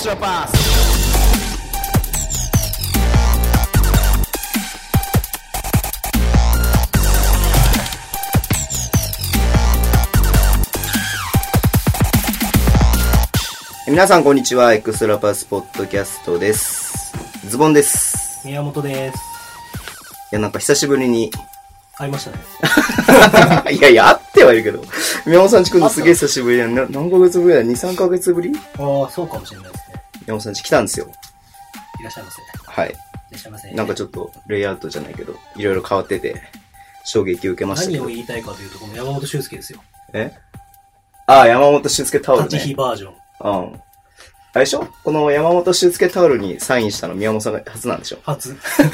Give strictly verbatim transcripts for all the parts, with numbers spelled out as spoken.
Extra Pass。 皆さんこんにちは。エクストラパスポッドキャストです。ズボンです。 宮本です。 いや、なんか久しぶりに会いましたね。 いやいや、会ってはいるけど、宮本さんち来るのすげえ久しぶりだね。何ヶ月ぶりだ ?に、さんかげつぶり？ ああ、そうかもしれないですね。 宮本さんち来たんですよ。 いらっしゃいませ。 はい。 いらっしゃいませ。 なんかちょっとレイアウトじゃないけど、いろいろ変わってて、衝撃を受けましたけど。 何を言いたいかというと、この山本修介ですよ。 えああ、山本修介タオルね。 立ち日バージョン。 うん。あれでしょ？この山本修介タオルにサインしたの宮本さんが初なんでしょ？ 初。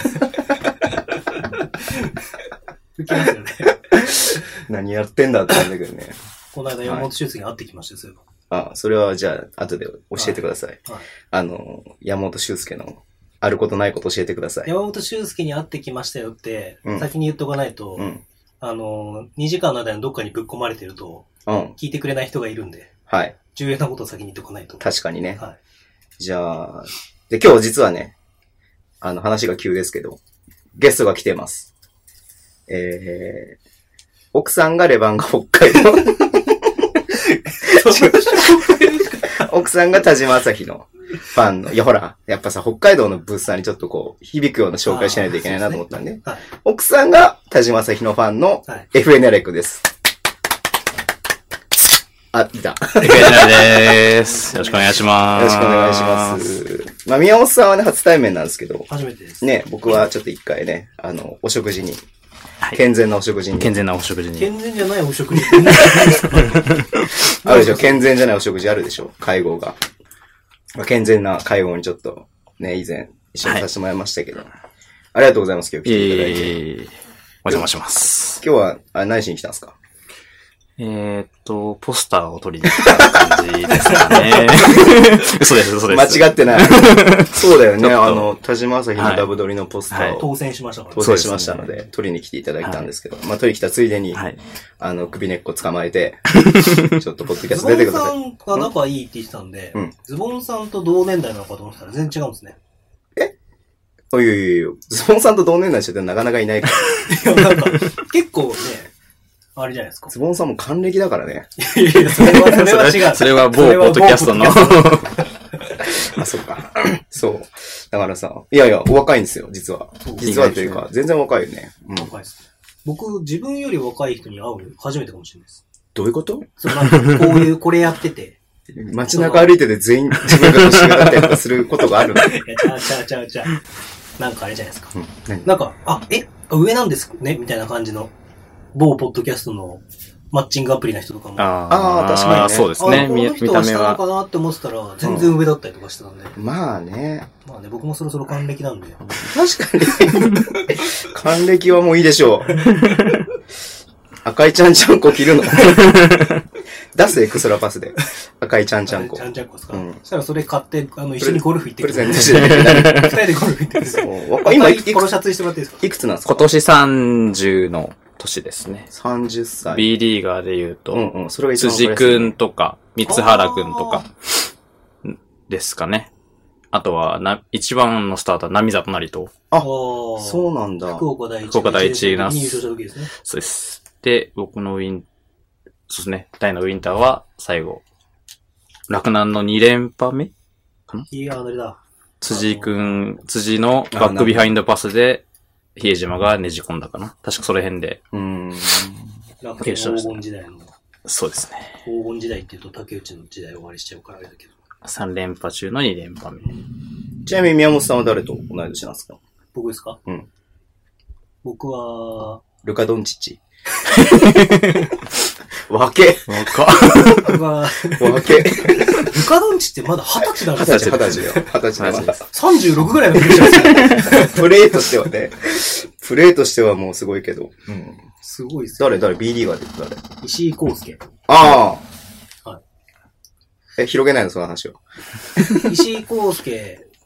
受けますよね。 何やってんだって言うんだけどね。 この間山本修介に会ってきましたよ、そういえば。ああ、それはじゃあ後で教えてください。 はいはい、 あの、山本修介のあることないこと教えてください。 山本修介に会ってきましたよって、 うん、 先に言っとかないと、うん、あの、にじかんの間にどっかにぶっ込まれてると、うん、聞いてくれない人がいるんで、 はい。 重要なことを先に言っとかないと。 確かにね。 はい。 じゃあ、で、今日実はね、あの話が急ですけど、ゲストが来てます。えー、奥さんがレバンガ北海道。奥さんが田島朝日のファンの、いやほら、やっぱさ、北海道のブースターにちょっとこう、響くような紹介しないといけないなと思ったんで、ねはい、奥さんが田島朝日のファンの エフエヌエル エックです。あ、いた。 エフエヌエル です。よろしくお願いします。 よろしくお願いします。まあ、宮本さんはね、初対面なんですけど。 初めてです。 ね、僕はちょっと一回ね、あの、お食事に。はい、健全なお食事に。 健全なお食事に。 健全じゃないお食事あるでしょ、健全じゃないお食事あるでしょ、会合が。まあ、健全な会合にちょっと、ね、以前、一緒にさせてもらいましたけど。はい、ありがとうございます、今日来ていただいて。 えー、お邪魔します。 今日は、あ、何しに来たんですか？ えーっと、ポスターを取りに来た感じですかね。嘘です、嘘です。 間違ってない。そうだよね。あの、田島朝日のダブドリのポスターを、はい、 当選しましたから、 当選しましたので、取りに来ていただいたんですけど、はい、まあ、取りに来たついでに、はい、あの、首根っこ捕まえて、ちょっとポッドキャスト出てください。 ズボンさんが仲いいって言ってたんで、うん、ズボンさんと同年代なのかと思ったら全然違うんですね。 えおいおいおいおい、ズボンさんと同年代の人ってなかなかいないから。 いや、なんか、結構ね、あれじゃないですか。 ズボンさんも還暦だからね。 いやいや、それは、それは違う。 それは某ポッドキャストの。 あ、そうか。そう。だからさ、いやいや、お若いんですよ、実は。実はというか、全然若いよね。 うん、若いですね。僕、自分より若い人に会うの初めてかもしれないです。 どういうこと？ そう、なんか、こういう、これやってて。 街中歩いてて全員自分が年上だったりとかすることがあるの？ いや、ちゃうちゃうちゃうちゃう。なんかあれじゃないですか。うん、なんか、あ、え、上なんですねみたいな感じの。某ポッドキャストのマッチングアプリな人とかも。 ああ、確かに、ね。 そうですね。 見た目は。この人は下なのかなって思ってたら、全然上だったりとかしてたんで。 うん、まあね。 まあね、僕もそろそろ還暦なんで。 確かに。還暦はもういいでしょう。赤いちゃんちゃんこ着るの出すエクストラパスで。赤いちゃんちゃんこ。 ちゃんちゃんこですか、うん、そしたらそれ買って、あの、一緒にゴルフ行ってくれ。プレゼントして。 二人でゴルフ行ってくれ。そう。 今、 このシャツにしてもらっていいですか？ いくつなんですか？ 今年さんじゅうの年ですね。 さんじゅっさい。 B リーガーで言うと、 うんうん、それが一番辻くんとか、三原くんとか、ですかね。あとは、な、一番のスタートは、波里成と。 あ、そうなんだ。 福岡第一。 福岡第一が。 入賞した時ですね。 そうです。で、僕のウィン、そうですね。大のウィンターは、最後、洛南のに連覇目かな？ いやー、あれだ。 辻くん、辻のバックビハインドパスで、比江島がねじ込んだかな。確かその辺で。 うーん。 楽天黄金時代の。 そうですね。 黄金時代って言うと竹内の時代終わりしちゃうからあれだけど。 さん連覇中のに連覇目。 ちなみに宮本さんは誰と同い年なんですか？ 僕ですか？ うん。 僕は、 ルカドンチッチ。わけ。 わか。 僕は、 わけ。 ルカドンチってまだ二十歳なんですよ。 二十歳、二十歳よ。二十歳なんです。 さんじゅうろくぐらいの時ですよ。 プレイとしてはね。プレイとしてはもうすごいけど。うん。 すごいですよ。 誰誰 ?B リーガーで誰？ 石井康介。 ああ。 はい。 え、広げないのその話を。 石井康介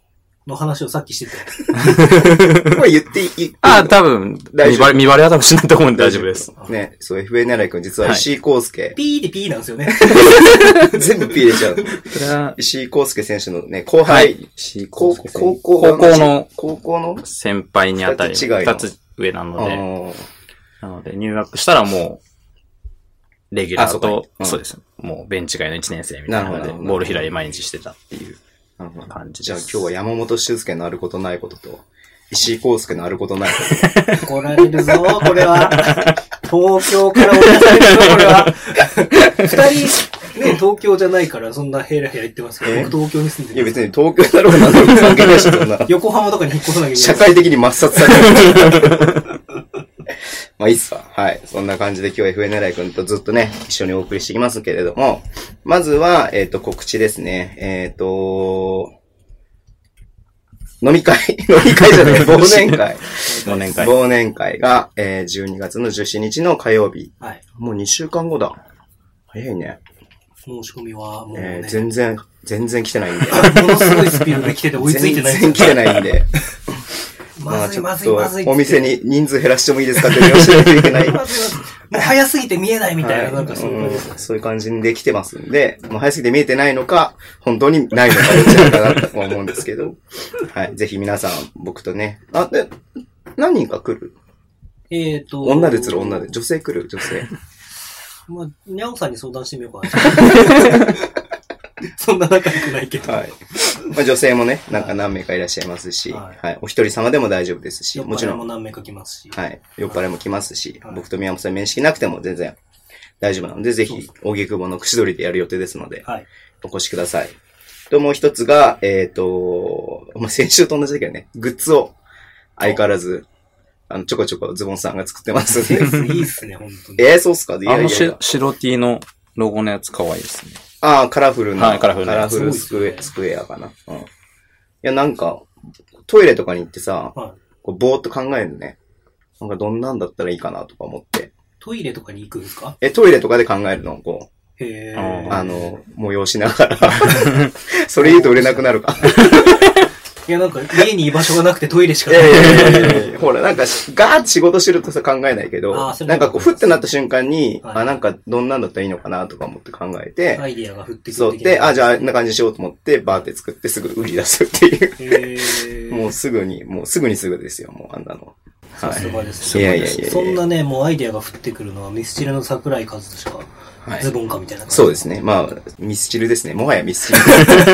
の話をさっきしてて。これ言っていいあ、多分、見バレ、見バレは多分しないと思うんで大丈夫です。 ね、そう、エフエヌエル 君実は石井康介、はい。 ピーでピーなんですよね。 全部ピー入れちゃう。それは石井康介選手のね、後輩。はい、 石井康介高校高校の、 高校の先輩にあたり、二つ上なので、なので入学したらもう、レギュラーと、そう, そうです。もうベンチ外のいちねん生みたいなので、ボール拾い毎日してたっていう感じです。 じゃあ今日は山本修介のあることないことと、石井康介のあることないこと。 怒られるぞ、これは。東京から追い出されるぞ、これは。二人、ね、東京じゃないからそんなヘラヘラ言ってますけど、僕東京に住んでる。 いや別に東京だろうなんだろう関係ないし、そんな。 横浜とかに引っ越さなきゃいけない。 社会的に抹殺される。まあいいっすわ。はい。そんな感じで今日 エフエヌエル 君とずっとね、一緒にお送りしていきますけれども、まずは、えっと、告知ですね。えっと、飲み会飲み会じゃない、忘年会。 忘年会。 忘年会が、えー、じゅうにがつのじゅうしちにちの火曜日。 はい。 もうにしゅうかんごだ。早いね。 申し込みはもう、ね、 えー、全然、全然来てないんで。 ものすごいスピードで来てて追いついてない。 全然来てないんで。 まずいまずいまずい。 お店に人数減らしてもいいですかって言わせないといけない。 もう早すぎて見えないみたいな、はい、なんかそういう、 うん、そういう感じで来てますんで、もう早すぎて見えてないのか、本当にないのかどちらかなと思うんですけど、はい。ぜひ皆さん、僕とね、あ、で、何人か来る？ えっと。 女で釣る女で。女性来る女性。 まあ、にゃおさんに相談してみようかな。そんな仲良くないけど。 はい。まあ、女性もね、なんか何名かいらっしゃいますし、はい。はい、お一人様でも大丈夫ですし、 もちろん。酔っ払いも何名か来ますし。 はい。酔っ払いも来ますし、はい、僕と宮本さん面識なくても全然大丈夫なので、ぜひ、荻窪の串取りでやる予定ですので、はい。お越しください。と、もう一つが、えっと、まあ、先週と同じだけどね、グッズを相変わらず、あの、ちょこちょこズボンさんが作ってますんで。いいっすね、本当に。 えー、そうっすか？いやいやいやあの白 T のロゴのやつ可愛いですね。 ああ、カラフルな。 はい、カラフルな。 カラフルスクエ、スクエアかな。うん。いや、なんか、トイレとかに行ってさ、はい、こうぼーっと考えるね。なんかどんなんだったらいいかなとか思って。 トイレとかに行くんですか？ え、トイレとかで考えるのをこう。へー。あの、催しながら。それ言うと売れなくなるか。 いや、なんか、家に居場所がなくてトイレしかない。いやいやいやいやほら、なんか、ガーって仕事してるとさ考えないけど、なんかこう、ふってなった瞬間に、はい、あ、なんか、どんなんだったらいいのかなとか思って考えて、 アイディアが降ってくる。 そう。で、あ、じゃあ、あんな感じにしようと思って、バーって作ってすぐ売り出すっていう。もうすぐに、もうすぐにすぐですよ、もうあんなの。 さすがですね。 いやいやいや。 そんなね、もうアイディアが降ってくるのは、ミスチルの桜井和しか、はい、ズボンかみたいな感じ。 そうですね。まあ、ミスチルですね。もはやミスチル。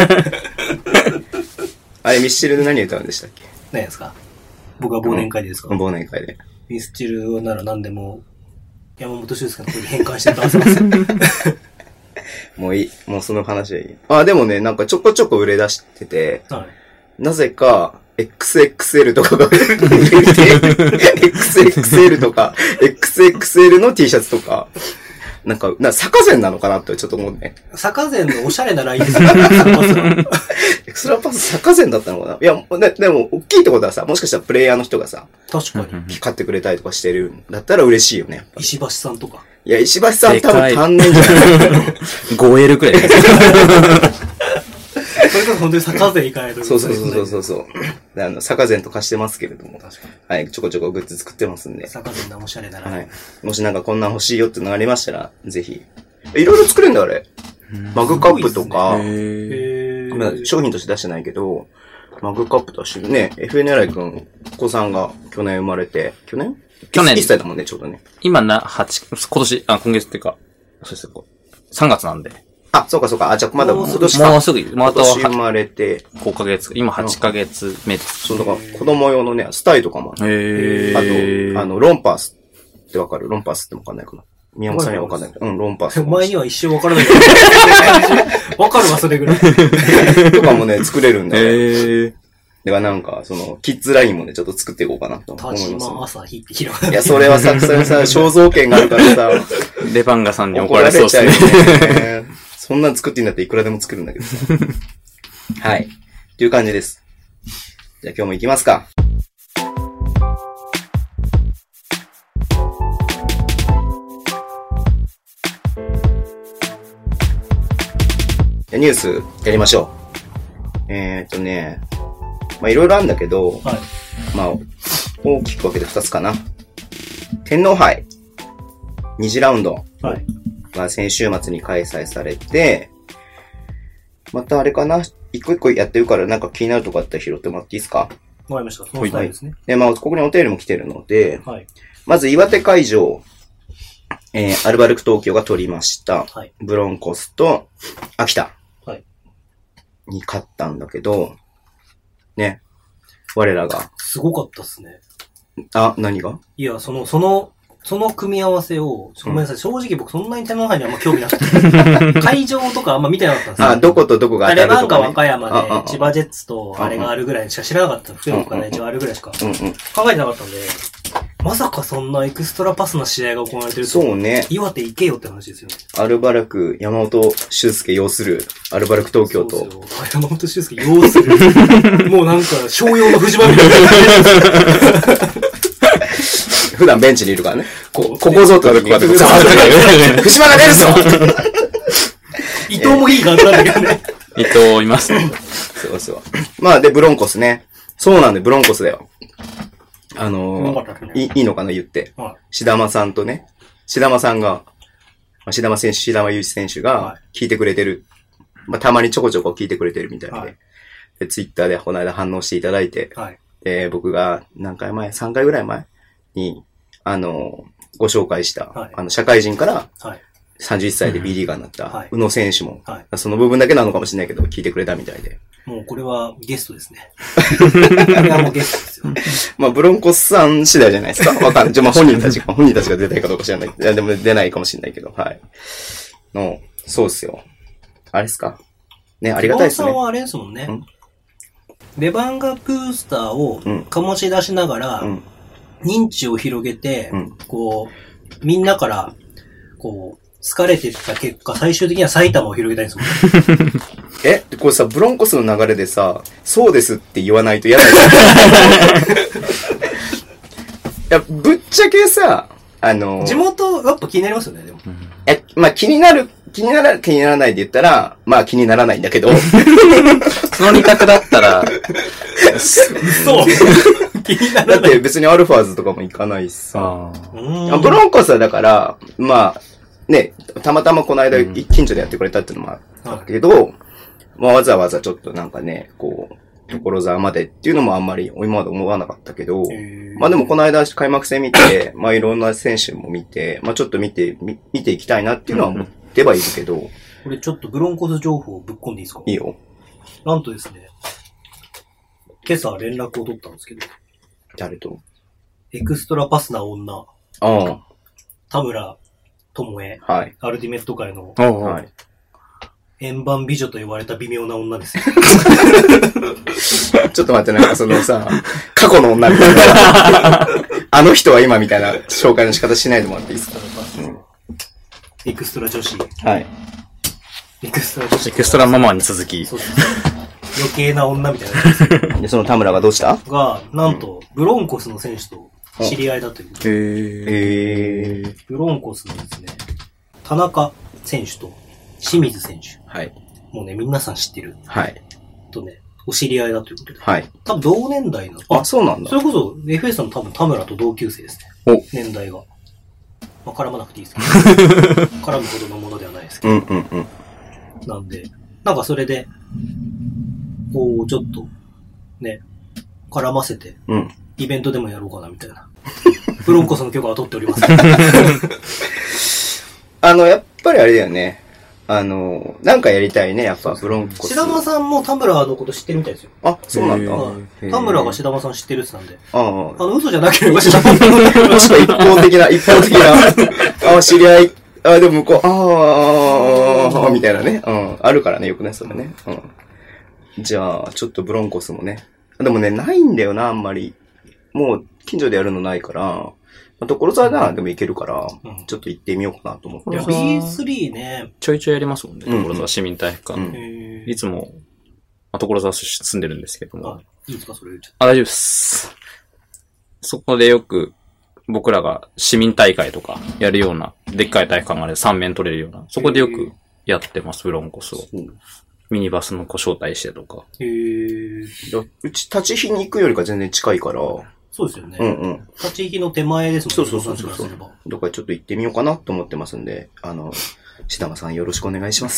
あれ、ミスチルで何歌うんでしたっけ？ 何ですか？僕は忘年会でですか？ うん、忘年会で。 ミスチルなら何でも、山本修介の声に変換してたはずです。 もういい。もうその話はいい。あ、でもね、なんかちょこちょこ売れ出してて、はい、なぜか、エックスエックスエル とかが出てきて、エックスエックスエル とか、エックスエックスエル の T シャツとか、なんか、な、坂膳なのかなってちょっと思うね。 坂膳のおしゃれなラインですよ。 エクストラパス坂膳だったのかないや、で, でも、大きいってことはさ、もしかしたらプレイヤーの人がさ、 確かに。 買ってくれたりとかしてるんだったら嬉しいよね。 石橋さんとか。 いや、石橋さん多分足んねえんじゃない ? ごエル くらい。 それこそ本当に坂膳行かないと。 そうそうそうそうそう。あの、坂膳と貸してますけれども。確かに。はい、ちょこちょこグッズ作ってますんで。 坂膳のおしゃれなら。 はい。もしなんかこんなん欲しいよってのがありましたら、ぜひ。いろいろ作れるんだ、あれ。マグカップとか、へー、商品として出してないけど、マグカップとしてね、エフエヌエル 君、お子さんが去年生まれて、去年去年。 いっさいだもんね、ちょうどね。 今な、はち、今年、あ、今月っていうか、そうですよ、さんがつなんで。 あ、そうかそうか。あ、じゃあまだ今年か。もうすぐ、もうあと今年生まれて。 ごかげつ、今はちかげつめです。 そう、だから子供用のね、スタイとかもある。あと、あの、ロンパースってわかる？ロンパースってわかんないかな。宮本さんにはわかんないけど。うん、ロンパース。 お前には一生わからない。わかるわ、それぐらい。 とかもね、作れるんだよ。だからなんか、その、キッズラインもね、ちょっと作っていこうかなと思います。 田島朝日って広がる。 いや、それはさ、それさ、肖像権があるからさ、 レバンガさんに怒られそうですね。 怒られちゃうよね。そんなん作っていいんだっていくらでも作るんだけどさ。はい。っていう感じです。じゃあ今日も行きますか。じゃあニュースやりましょう。えーっとね、 まあいろいろあるんだけど、 はい、 まあ大きく分けてふたつかな。天皇杯に次ラウンドが先週末に開催されて、またあれかな、一個一個やってるからなんか気になるとこあったら拾ってもらっていいですか？ わかりました。そのスタイルですね。 で、まあここにお便りも来てるので、 はい、 まず岩手会場、えー、アルバルク東京が取りました。はい、ブロンコスと秋田に勝ったんだけど、ね、我らが。 すごかったっすね。 あ、何が？ いや、その、その、その組み合わせを、ごめんなさい、うん、正直僕そんなに天皇杯にあんま興味なくて、会場とかあんま見てなかったんですよ。 あ、どことどこが当たるとか、ね。 レバンガ和歌山で、千葉ジェッツとあれがあるぐらいしか知らなかった。福岡が一応あるぐらいしか考えてなかったんで、まさかそんなエクストラパスな試合が行われてると。 そうね。 岩手行けよって話ですよね。 アルバルク、山本修介要する、アルバルク東京と。そうそう山本修介要する。もうなんか、商用の藤間みたいな感じ。 普段ベンチにいるからね。こ、ここぞという時に。藤間が出るぞ伊藤もいい感じなんだけどね。 伊藤いますね。 そうそう。まあ、で、ブロンコスね。そうなんで、ブロンコスだよ。あのー、いい、いいのかな言って。はい、志田間さんとね、志田間さんが、志田間選手、志田間祐一選手が聞いてくれてる。まあ、たまにちょこちょこ聞いてくれてるみたいで。はい、で、ツイッターでこの間反応していただいて、はい、で、僕が何回前 ?さん 回ぐらい前に、あのー、ご紹介した、はい、あの、社会人から、さんじゅういっさいで B リーガーになった、宇野選手も、はい、その部分だけなのかもしれないけど、聞いてくれたみたいで。 もうこれはゲストですね。これはもうゲストですよ。 まあ、ブロンコスさん次第じゃないですか。わかんない。じゃあ、まあ、本人たちが、本人たちが出たいかどうか知らない。いや、でも出ないかもしれないけど、はい。の、そうっすよ。あれですか。ね、ありがたいですね。 小野さんはあれですもんね。んレバンガブースターを醸し出しながら、うん、認知を広げて、うん、こう、みんなから、こう、好かれてった結果、最終的には埼玉を広げたいんですもん。 えこれさ、ブロンコスの流れでさ、そうですって言わないと嫌だよ。いや、ぶっちゃけさ、あのー、 地元、やっぱ気になりますよね、でも。 え、まあ、気になる、気になら、気にならないで言ったら、まあ気にならないんだけど。 その二択だったら、 そう。気にならない。 だって別にアルファーズとかも行かないしさ。あブロンコスはだから、まあ、ね、たまたまこの間、近所でやってくれたっていうのもあったけど、うん、まあわざわざちょっとなんかね、こう、所沢までっていうのもあんまり今まで思わなかったけど、まあでもこの間開幕戦見て、まあいろんな選手も見て、まあちょっと見て、見ていきたいなっていうのは思ってはいるけど。 これちょっとブロンコス情報をぶっ込んでいいですか？ いいよ。 なんとですね、今朝連絡を取ったんですけど。 誰と？ エクストラパスな女。 ああ。 田村智恵。 はい。 アルティメット界の。 はい。 円盤美女と言われた微妙な女ですよ。 ちょっと待って、なんかそのさ、過去の女みたいな。あの人は今みたいな紹介の仕方しないでもらっていいですか？うん、 エクストラ女子。 はい。 エクストラ女子。 エクストラママに続き。そうですね。 余計な女みたいな。 で、その田村がどうした？ が、なんと、ブロンコスの選手と知り合いだということで。 へー。 ブロンコスのですね、田中選手と清水選手。 はい。 もうね、皆さん知ってる。 はい。 とね、お知り合いだということで。 はい。 多分同年代の。 あ、そうなんだ。 それこそ、エフエス の多分田村と同級生ですね。お年代が。まあ、絡まなくていいですけど。絡むほどのものではないですけど。 うんうんうん。 なんで、なんかそれで、こう、ちょっと、ね、絡ませて、うん、イベントでもやろうかな、みたいな。ブロンコスの許可は取っております。 あの、やっぱりあれだよね。あの、なんかやりたいね、やっぱブロンコス。 志田間さんも田村のこと知ってるみたいですよ。 あ、そうなんだ。 田村が志田間さん知ってるって言ってたんで。 ああ。 あの、嘘じゃなければ志田間さんの。一方的な、一方的な、あ、知り合い、あ、でも向こう、ああ、みたいなね。うん。あるからね、よくね、それね。うん。じゃあ、ちょっとブロンコスもね。でもね、ないんだよな、あんまり。もう、近所でやるのないから、所沢ならでも行けるから、うん、ちょっと行ってみようかなと思って。 ビースリー ね。 ちょいちょいやりますもんね、所沢市民体育館。うん、いつも、まあ、所沢住んでるんですけども。 あ、いいですか、それ言っちゃって。 あ、大丈夫です。そこでよく、僕らが市民大会とかやるような、でっかい体育館があれさん面取れるような、そこでよくやってます、ブロンコスを。 ミニバスの子招待してとか。 へー。 うち立ち日に行くよりか全然近いから。 そうですよね。 うんうん。 立ち日の手前ですもんね。 そうそうそうそう。だからちょっと行ってみようかなと思ってますんで、あの、志田さんよろしくお願いします。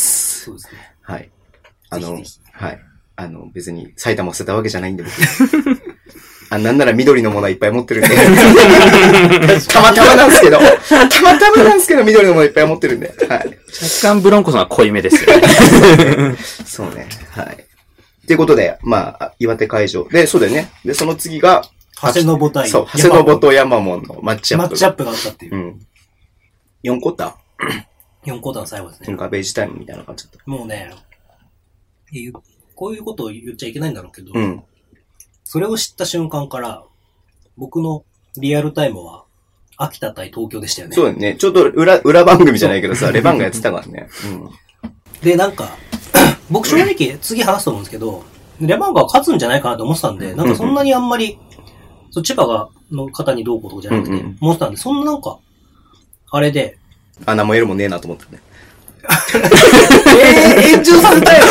そうですね。 はい。あの、ぜひぜひはい。あの、別に埼玉を捨てたわけじゃないんで、僕。あ、なんなら緑のものはいっぱい持ってるんで。たまたまなんですけど、たまたまなんですけど、緑のものいっぱい持ってるんで。はい。若干ブロンコさんは濃いめですよね。 そうね。はい。ということで、まあ、岩手会場。で、そうだよね。で、その次が、 長谷信対。 そう、長谷信と山門のマッチアップ。 マッチアップがあったっていう。 うん。よんクォーター ?よんクォーターの最後ですね。 ガベージタイムみたいな感じだった。 もうね、こういうことを言っちゃいけないんだろうけど、 うん。 それを知った瞬間から、僕のリアルタイムは、秋田対東京でしたよね。 そうだね。ちょっと裏、裏番組じゃないけどさ、レバンがやってたからね。 うん。で、なんか、僕正直次話すと思うんですけど、レバンガは勝つんじゃないかなと思ってたんで、なんかそんなにあんまり、そう千葉が、の方にどうこうとかじゃなくて、思ってたんで、そんななんか、あれで。 あ、何も得るもんねえなと思ってね。 えー、炎上されたよ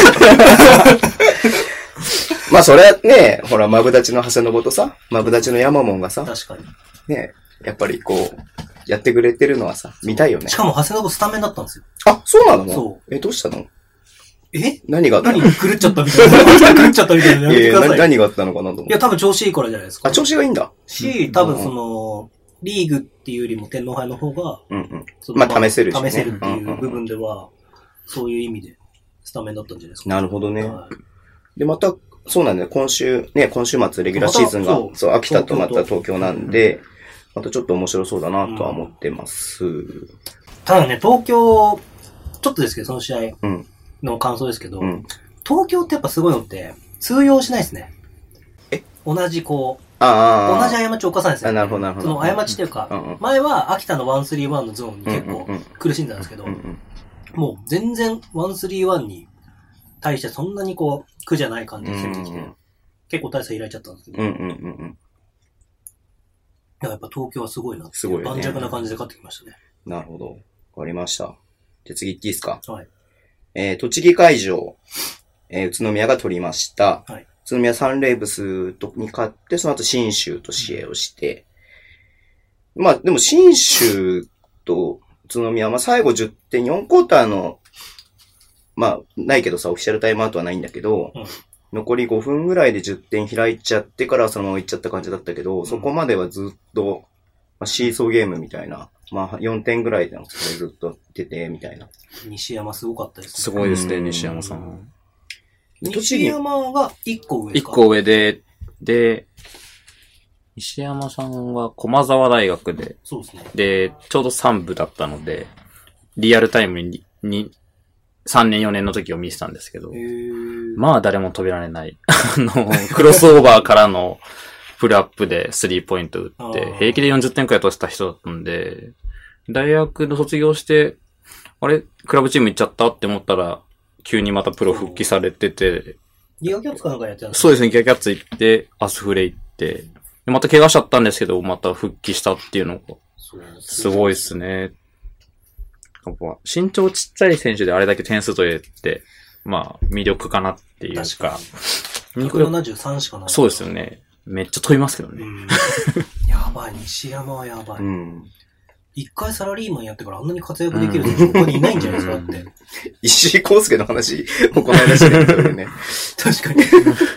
まあそれはね、ほら、マブダチの長谷信とさ、マブダチの山門がさ、 確かに。 ね、やっぱりこう、やってくれてるのはさ、見たいよね。 しかも長谷信スタメンだったんですよ。 あ、そうなの？ そう。 え、どうしたの？ え何があったの？ 何狂っちゃったみたいな。狂っちゃったみたいな。 いやいや、何があったのかなと思って。 いや、多分調子いいからじゃないですか。 あ、調子がいいんだ。 し、多分その、リーグっていうよりも天皇杯の方が、 うんうん。まあ試せるしね。 試せるっていう部分では、そういう意味で、スタメンだったんじゃないですか。 なるほどね。はい、で、また、そうなんだよ。今週、ね、今週末レギュラーシーズンが、そう、秋田とまた東京なんで、またちょっと面白そうだなとは思ってます。うん、 ただね、東京、ちょっとですけど、その試合の感想ですけど、うん、東京ってやっぱすごいのって、通用しないですね。 え同じこう、 あ同じ過ちを犯さないですよ。 なるほど、なるほど。 その過ちっていうか、うんうん、前は秋田のいちさんいちのゾーンに結構苦しんだんですけど、うんうん、もう全然いちさんいちに対してそんなにこう、苦じゃない感じで攻めてきて、うんうん、結構大差開いちゃったんですけど、 うんうんうんうんやっぱ東京はすごいなって。 すごいね。 盤石な感じで勝ってきましたね。 なるほど。わかりました。じゃあ次行っていいですか？ はい。 えー、栃木会場、えー、宇都宮が取りました。 はい。 宇都宮サンレイブスとに勝って、その後新州と試合をして、うん、まあでも新州と宇都宮は、まあ最後じゅってん、よんクォーターの、まあないけどさ、オフィシャルタイムアウトはないんだけど、うん残りごふんぐらいでじゅってん開いちゃってからそのまま行っちゃった感じだったけど、うん、そこまではずっと、まあ、シーソーゲームみたいな、まあよんてんぐらいでずっと出て、みたいな。 西山すごかったですね。 すごいですね、西山さん。 西山がいっこ上ですか？ いっこ上で、で、西山さんは駒沢大学で、 そうですね。 で、ちょうどさん部だったので、リアルタイムに、にさんねんよねんの時を見てたんですけど、まあ誰も止められない。あの、クロスオーバーからのプルアップでスリーポイント打って、平気でよんじゅってんくらい取ってた人だったんで、大学の卒業して、あれクラブチーム行っちゃったって思ったら、急にまたプロ復帰されてて、 ギガキャッツかなんかやってたんですか？ そうですね、ギガキャッツ行って、アスフレ行って、また怪我しちゃったんですけど、また復帰したっていうのが、すごいですね。身長ちっちゃい選手であれだけ点数取れて、まあ、魅力かなっていうか。 確かに。ひゃくななじゅうさんしかない。 そうですよね。めっちゃ飛びますけどね。 やばい、西山はやばい。 うん、 一回サラリーマンやってからあんなに活躍できる選手ここにいないんじゃないですかって。 石井康介の話、もうこの間してるけどね。 確かに。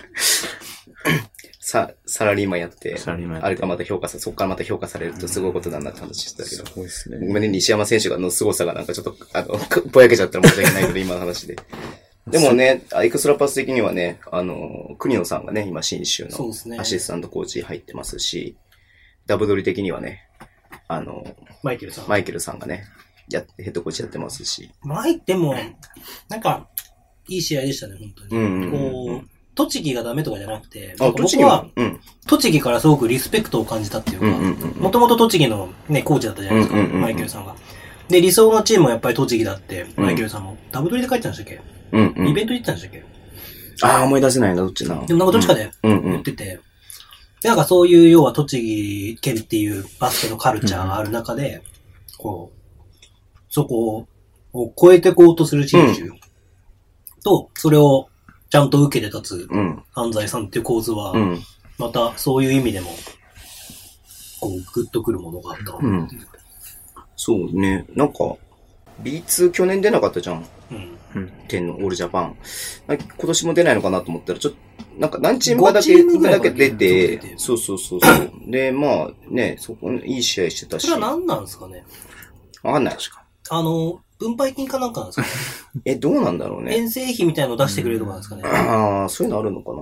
さ、サラリーマンやって、 サラリーマンやって、 あれかまた評価さ、そこからまた評価されるとすごいことなんだって話してたけど。 すごいですね。 ごめんね、西山選手がの凄さがなんかちょっと、あの、ぼやけちゃったら申し訳ないけど、今の話で。でもね、エクストラパス的にはね、あの、国野さんがね、今新州のアシスタントコーチ入ってますし、ダブドリ的にはね、あの、 マイケルさん。 マイケルさんがね、やヘッドコーチやってますし。 マイ、でも、なんか、いい試合でしたね、本当に。うんうんうん、こう、栃木がダメとかじゃなくて、僕は、うん、栃木からすごくリスペクトを感じたっていうか、もともと栃木のね、コーチだったじゃないですか、うんうんうんうん、マイケルさんが。で、理想のチームはやっぱり栃木だって、マイケルさんも、うん、ダブドリで帰ってたんでしたっけ、うんうん、イベント行ってたんでしたっけああ、思い出せないな、どっちな。 でもなんかどっちかで言ってて、うんうんうん、でなんかそういう、要は栃木県っていうバスケのカルチャーがある中で、うん、こう、そこを超えてこうとするチーム、うんと、それをちゃんと受けて立つ、安西さんっていう構図は、うん、またそういう意味でも、こう、グッとくるものがあったかなっていう、うん。 そうね。なんか、ビーツー 去年出なかったじゃん。うん。天のオールジャパン。今年も出ないのかなと思ったら、ちょっと、なんか何チームかだけ、だけ出て、そうそうそうそう。で、まあね、そこ、いい試合してたし。 それは何なんですかね。 わかんない。 あの、分配金かなんかなんですかね。 え、どうなんだろうね。 遠征費みたいなのを出してくれるとかなんですかね。 ああ、そういうのあるのかな。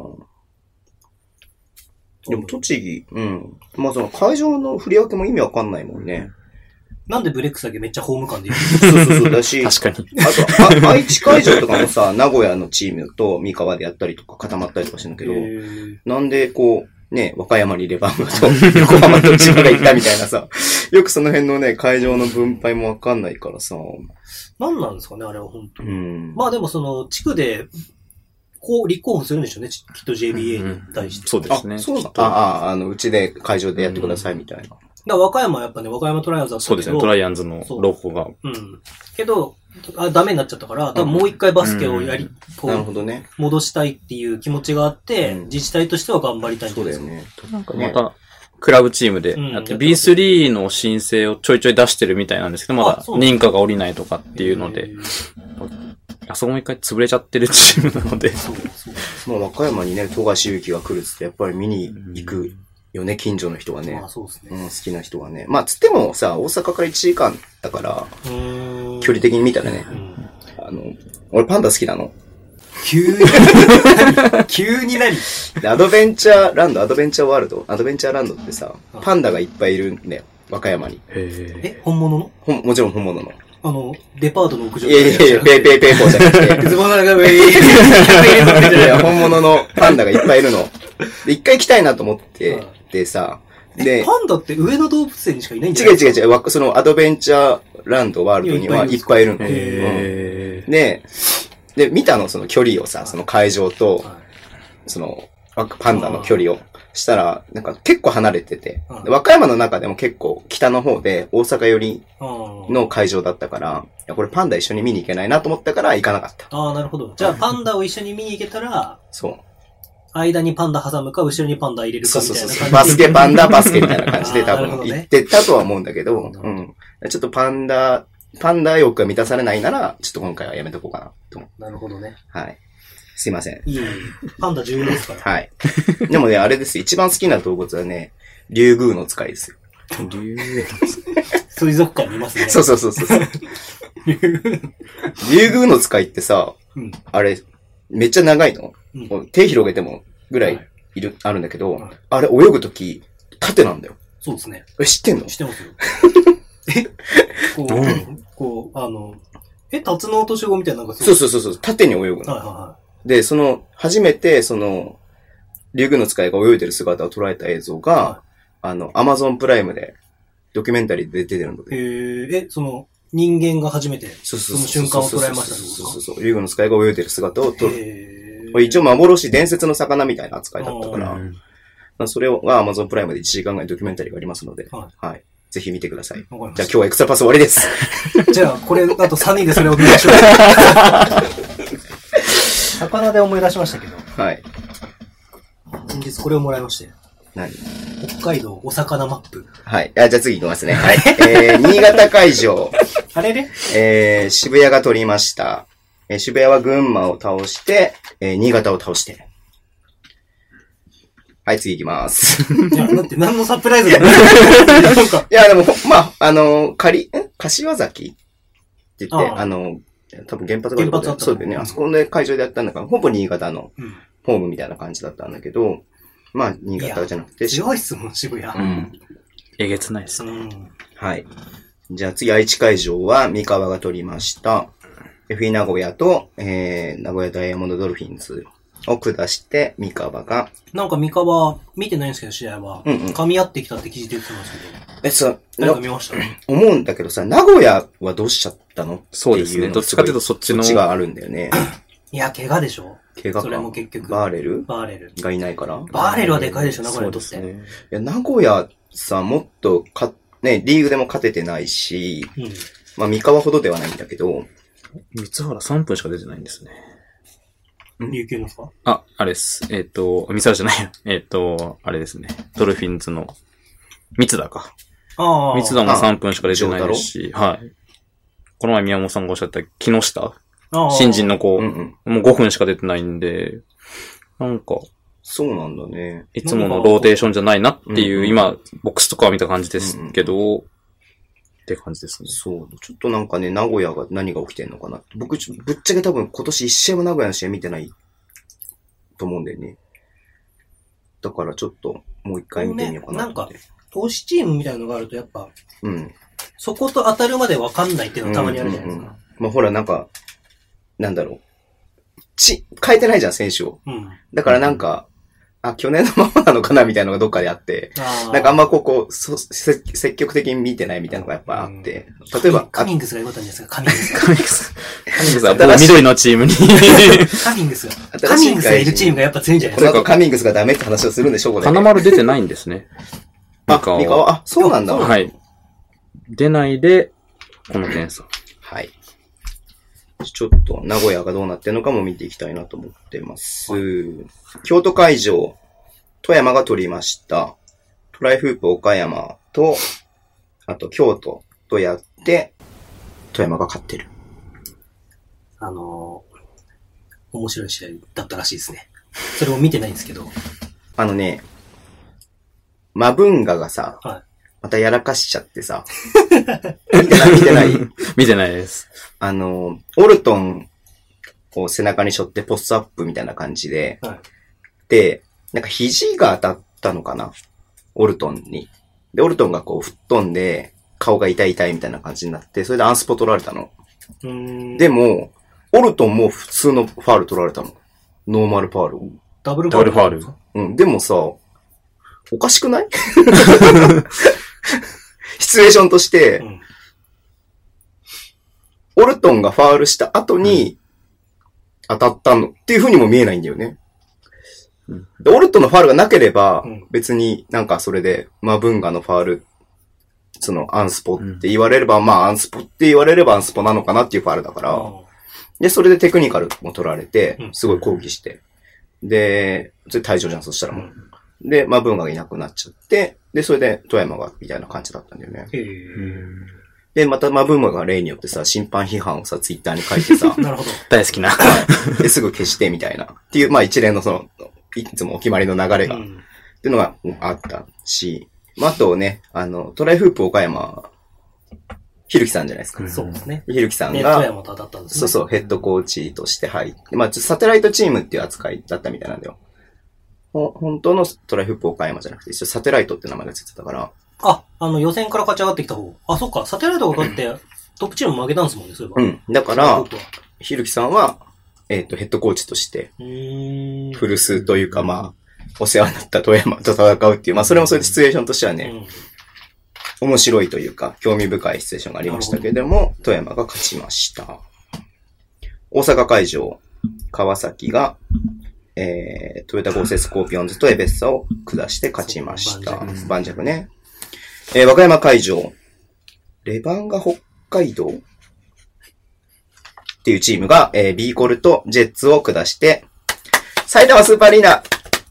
でも栃木、うん。まあその会場の振り分けも意味わかんないもんね。 なんでブレックスだけめっちゃホーム感でいるそうそうそうだし。 確かに。 あとあ、愛知会場とかもさ、名古屋のチームと三河でやったりとか固まったりとかしてるんだけど、なんでこう、ね、和歌山にレバンガと横浜と千葉が行ったみたいなさ、よくその辺のね、会場の分配もわかんないからさ。 なんなんですかね、あれは本当に。うん、まあでもその、地区で、こう、立候補するんでしょうね、きっと ジェイビーエー に対して。 うんうん、そうですね。 あ、そうなああ、あの、うちで会場でやってくださいみたいな。うん、 だから和歌山はやっぱね、和歌山トライアンズだったけど。 そうですね、トライアンズのロゴが。 うん。けど、あ、ダメになっちゃったから、多分もう一回バスケをやり、うん、こう、 なるほどね。 戻したいっていう気持ちがあって、うん、自治体としては頑張りたいんじゃないですか。そうだよね。 なんかまた、クラブチームでやって、うん、ビースリー の申請をちょいちょい出してるみたいなんですけど、まだ認可が下りないとかっていうので、あそこも一回潰れちゃってるチームなので。そうそう。まあ和歌山にね、富樫勇樹が来るっつってやっぱり見に行くよね、近所の人はね。 まあそうですね。 うん、好きな人はね。まあつってもさ、大阪からいちじかんだから、距離的に見たらね、あの、俺パンダ好きなの。 急に急に何アドベンチャーランド、アドベンチャーワールド、アドベンチャーランドってさ、パンダがいっぱいいるんだよ、和歌山に。 へえ、本物のほもちろん本物の。 あの、デパートの屋上いやいやいや、ペーペーペーポーじゃなくて。ズボンが上に、いや、本物のパンダがいっぱいいるの。で、一回行きたいなと思って、でさ、 で、パンダって上野動物園にしかいないんじゃないですか？違う違う違う、そのアドベンチャーランドワールドにはいっぱいいるの。へー。で、で、見たの、その距離をさ、その会場と、その、パンダの距離を。したら、なんか結構離れてて、うん、和歌山の中でも結構北の方で大阪寄りの会場だったから、いやこれパンダ一緒に見に行けないなと思ったから行かなかった。 ああ、なるほど。じゃあパンダを一緒に見に行けたら、 そう。 間にパンダ挟むか、後ろにパンダ入れるかみたいな感じで。そうそうそう。バスケパンダバスケみたいな感じで多分行ってたとは思うんだけど、どうん。ちょっとパンダ、パンダ欲が満たされないなら、ちょっと今回はやめとこうかなと思う。 なるほどね。 はい。すいません。 いえいえ。パンダ重要ですから。 はい。でもね、あれです。一番好きな動物はね、竜宮の使いですよ。 竜宮の使い水族館にいますね。 そうそうそうそう。竜宮の使いってさ、うん、あれ、めっちゃ長いの、うん、手広げてもぐらいいる、はい、あるんだけど、はい、あれ泳ぐとき、縦なんだよ。 そうですね。 え、知ってんの？ 知ってますよ。えこう、うん、こう、あの、え、タツノオトシゴみたいななんかそうそうそうそう、縦に泳ぐの。はいはいはい。で、その、初めて、その、竜宮の使いが泳いでる姿を捉えた映像が、はい、あの、アマゾンプライムで、ドキュメンタリーで出てるので。 へー、え、その、人間が初めて、その瞬間を捉えましたね。 そうそうそう。竜宮の使いが泳いでる姿を撮る。これ一応幻、伝説の魚みたいな扱いだったから、まあ、それがアマゾンプライムでいちじかんぐらいドキュメンタリーがありますので、はい。はい、ぜひ見てください。じゃあ今日はエクストラパス終わりです。 じゃあ、これ、あとさんにんでそれを見ましょう。魚で思い出しましたけど。 はい。 先日これをもらいまして。 何？ 北海道お魚マップ。 はい。あ、じゃあ次行きますね。はい。えー、新潟会場。 あれれえー、渋谷が取りました。えー、渋谷は群馬を倒して、えー、新潟を倒して。はい、次行きます。 いや、だって何のサプライズだよ。 いや、でも、まあ、あの、仮、え柏崎って言って、あ, あの、多分原発があることで、そうだよね。あそこで会場でやったんだから、ほぼ新潟のホームみたいな感じだったんだけど、まあ、新潟じゃなくて。 強いっすもん、渋谷。うん。 えげつないですね。うん、 はい。じゃあ次、愛知会場は三河が取りました。エフイー 名古屋と、えー、名古屋ダイヤモンドドルフィンズを下して、三河が。 なんか三河、見てないんですけど、試合は。うんうん。噛み合ってきたって記事出てますけど。 え、そう。 なんか見ましたね。 思うんだけどさ、名古屋はどうしちゃったのっていう。 そうですね。どっちかというとそっちの。 そっちがあるんだよね。 いや、怪我でしょ。 怪我か。 それも結局。 バーレルバーレル。 がいないから。 バーレルはでかいでしょ、名古屋とって。 そうですね。いや、名古屋さ、もっとか、ね、リーグでも勝ててないし、うん、まあ三河ほどではないんだけど。 三原さんぷんしか出てないんですね。 琉球のですか？ あ、あれです。えっ、ー、と、ミサルじゃないよ。えっ、ー、と、あれですね。ドルフィンズの、三田か。 ああ。 三田もさんぷんしか出てないですし、はい。この前宮本さんがおっしゃった木下。新人の子、うんうん、もうごふんしか出てないんで、なんか、 そうなんだね。 いつものローテーションじゃないなっていう、うんうん、今、ボックスとかは見た感じですけど、うんうん、って感じですね。 そう。ちょっとなんかね、名古屋が何が起きてんのかな。僕、ぶっちゃけ多分今年一試合も名古屋の試合見てないと思うんだよね。だからちょっともう一回見てみようかな、 ね。なんか、投資チームみたいなのがあるとやっぱ、 うん。 そこと当たるまでわかんないっていうのたまにあるじゃないですか。うんうんうん、 まあほらなんか、なんだろう。ち、変えてないじゃん、選手を。うん、だからなんか、あ、去年のままなのかなみたいなのがどっかであって、なんかあんまここ、そ、積極的に見てないみたいなのがやっぱあって、うん、例えば、 カミングスが良かったんじゃないですか、カミングス。 カミングス。カミングスはもう緑のチームに。 カミングスが。カミングスがいるチームがやっぱ強いんじゃないですか。 これカミングスがダメって話をするんでしょう、これ。 花丸出てないんですね。 あ、三河、あ、そうなんだ。 はい。出ないで、この点差。 はい。ちょっと名古屋がどうなってるのかも見ていきたいなと思ってます。はい、京都会場、富山が取りました。トライフープ岡山と、あと京都とやって、富山が勝ってる。 あのー、面白い試合だったらしいですね。それを見てないんですけど。 あのね、マブンガがさ、 はい、 またやらかしちゃってさ。見てない見てない見てないです。 あの、オルトンを背中に背負ってポストアップみたいな感じで、 はい、 で、なんか肘が当たったのかなオルトンに。で、オルトンがこう吹っ飛んで、顔が痛い痛いみたいな感じになって、それでアンスポ取られたの。 うーんでも、オルトンも普通のファール取られたの。ノーマルファール。 ダブルファール。 ダブルファール。 うん。でもさ、おかしくないシチュエーションとして、うん、オルトンがファールした後に当たったのっていう風にも見えないんだよね。うん、でオルトンのファールがなければ、別になんかそれで、マブンガのファール、そのアンスポって言われれば、うん、まあアンスポって言われればアンスポなのかなっていうファールだから、うん、で、それでテクニカルも取られて、すごい抗議して、で、それ退場じゃん、そしたらもう。うん、で、マブンガがいなくなっちゃって、で、それで富山が、みたいな感じだったんだよね。 へー。 で、またマブンガが例によってさ、審判批判をさ、ツイッターに書いてさ、 なるほど。 大好きな。 で、すぐ消してみたいな。っていう、まあ一連のその、いつもお決まりの流れが、うん、っていうのがあったし、まあ、あとね、あの、トライフープ岡山、ひるきさんじゃないですか。 そうですね。 ひるきさんが、 ね、富山と当たったんですね。 そうそう、ヘッドコーチとして入って、まあ、サテライトチームっていう扱いだったみたいなんだよ。本当のトライフープ岡山じゃなくて、一応サテライトって名前がついてたから。 あ、あの、予選から勝ち上がってきた方。あ、そっか、サテライトが勝って、トップチーム負けたんですもんね、そういえば。 うん。だから、ひるきさんは、えっと、ヘッドコーチとして、古巣というか、まあ、お世話になった富山と戦うっていう、まあ、それもそれでシチュエーションとしてはね、うん、面白いというか、興味深いシチュエーションがありましたけれども、富山が勝ちました。大阪会場、川崎が、えー、トヨタ合成スコーピオンズとエベッサを下して勝ちました。盤石ね。えー、和歌山会場、レバンガ北海道っていうチームが、えー、ビーコルとジェッツを下して、埼玉スーパーアリーナ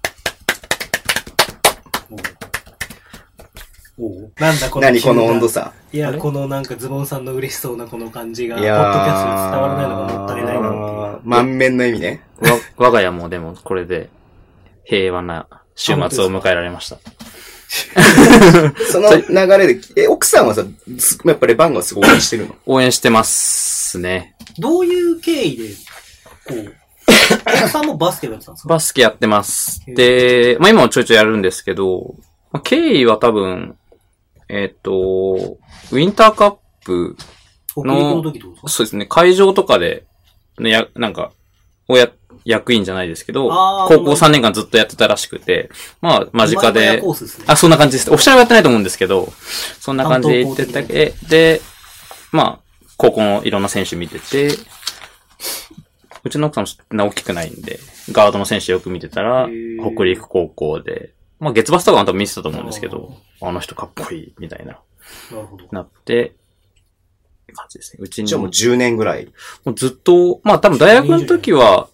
おおなんだこの何この温度差。 いや、このなんかズボンさんの嬉しそうなこの感じが、ポッドキャストで伝わらないのがもったいないなっていう。 満面の意味ね。 わ、我が家もでもこれで平和な週末を迎えられました。 その流れで、え、奥さんはさ、やっぱりバンガすごい応援してるの？ 応援してますね。 どういう経緯で、こう、奥さんもバスケやってたんですか？ バスケやってます。で、まあ今もちょいちょいやるんですけど、まあ、経緯は多分、えっ、ー、と、ウィンターカップの、 の時どうですか？ そうですね、会場とかで、ね、や、なんか、おや、役員じゃないですけど、高校さんねんかんずっとやってたらしくて、まあ、間近で、 ね、 あ、そんな感じです。オフィシャルはやってないと思うんですけど、そんな感じで言ってたけで、まあ、高校のいろんな選手見てて、うちの奥さんもそんな大きくないんで、ガードの選手よく見てたら、北陸高校で、まあ月バスとかも多分見てたと思うんですけど、あの人かっこいい、みたいな。 なるほど。 なって、感じですね。うちに。 じゃあもうじゅうねんぐらい。 もうずっと、まあ多分大学の時は、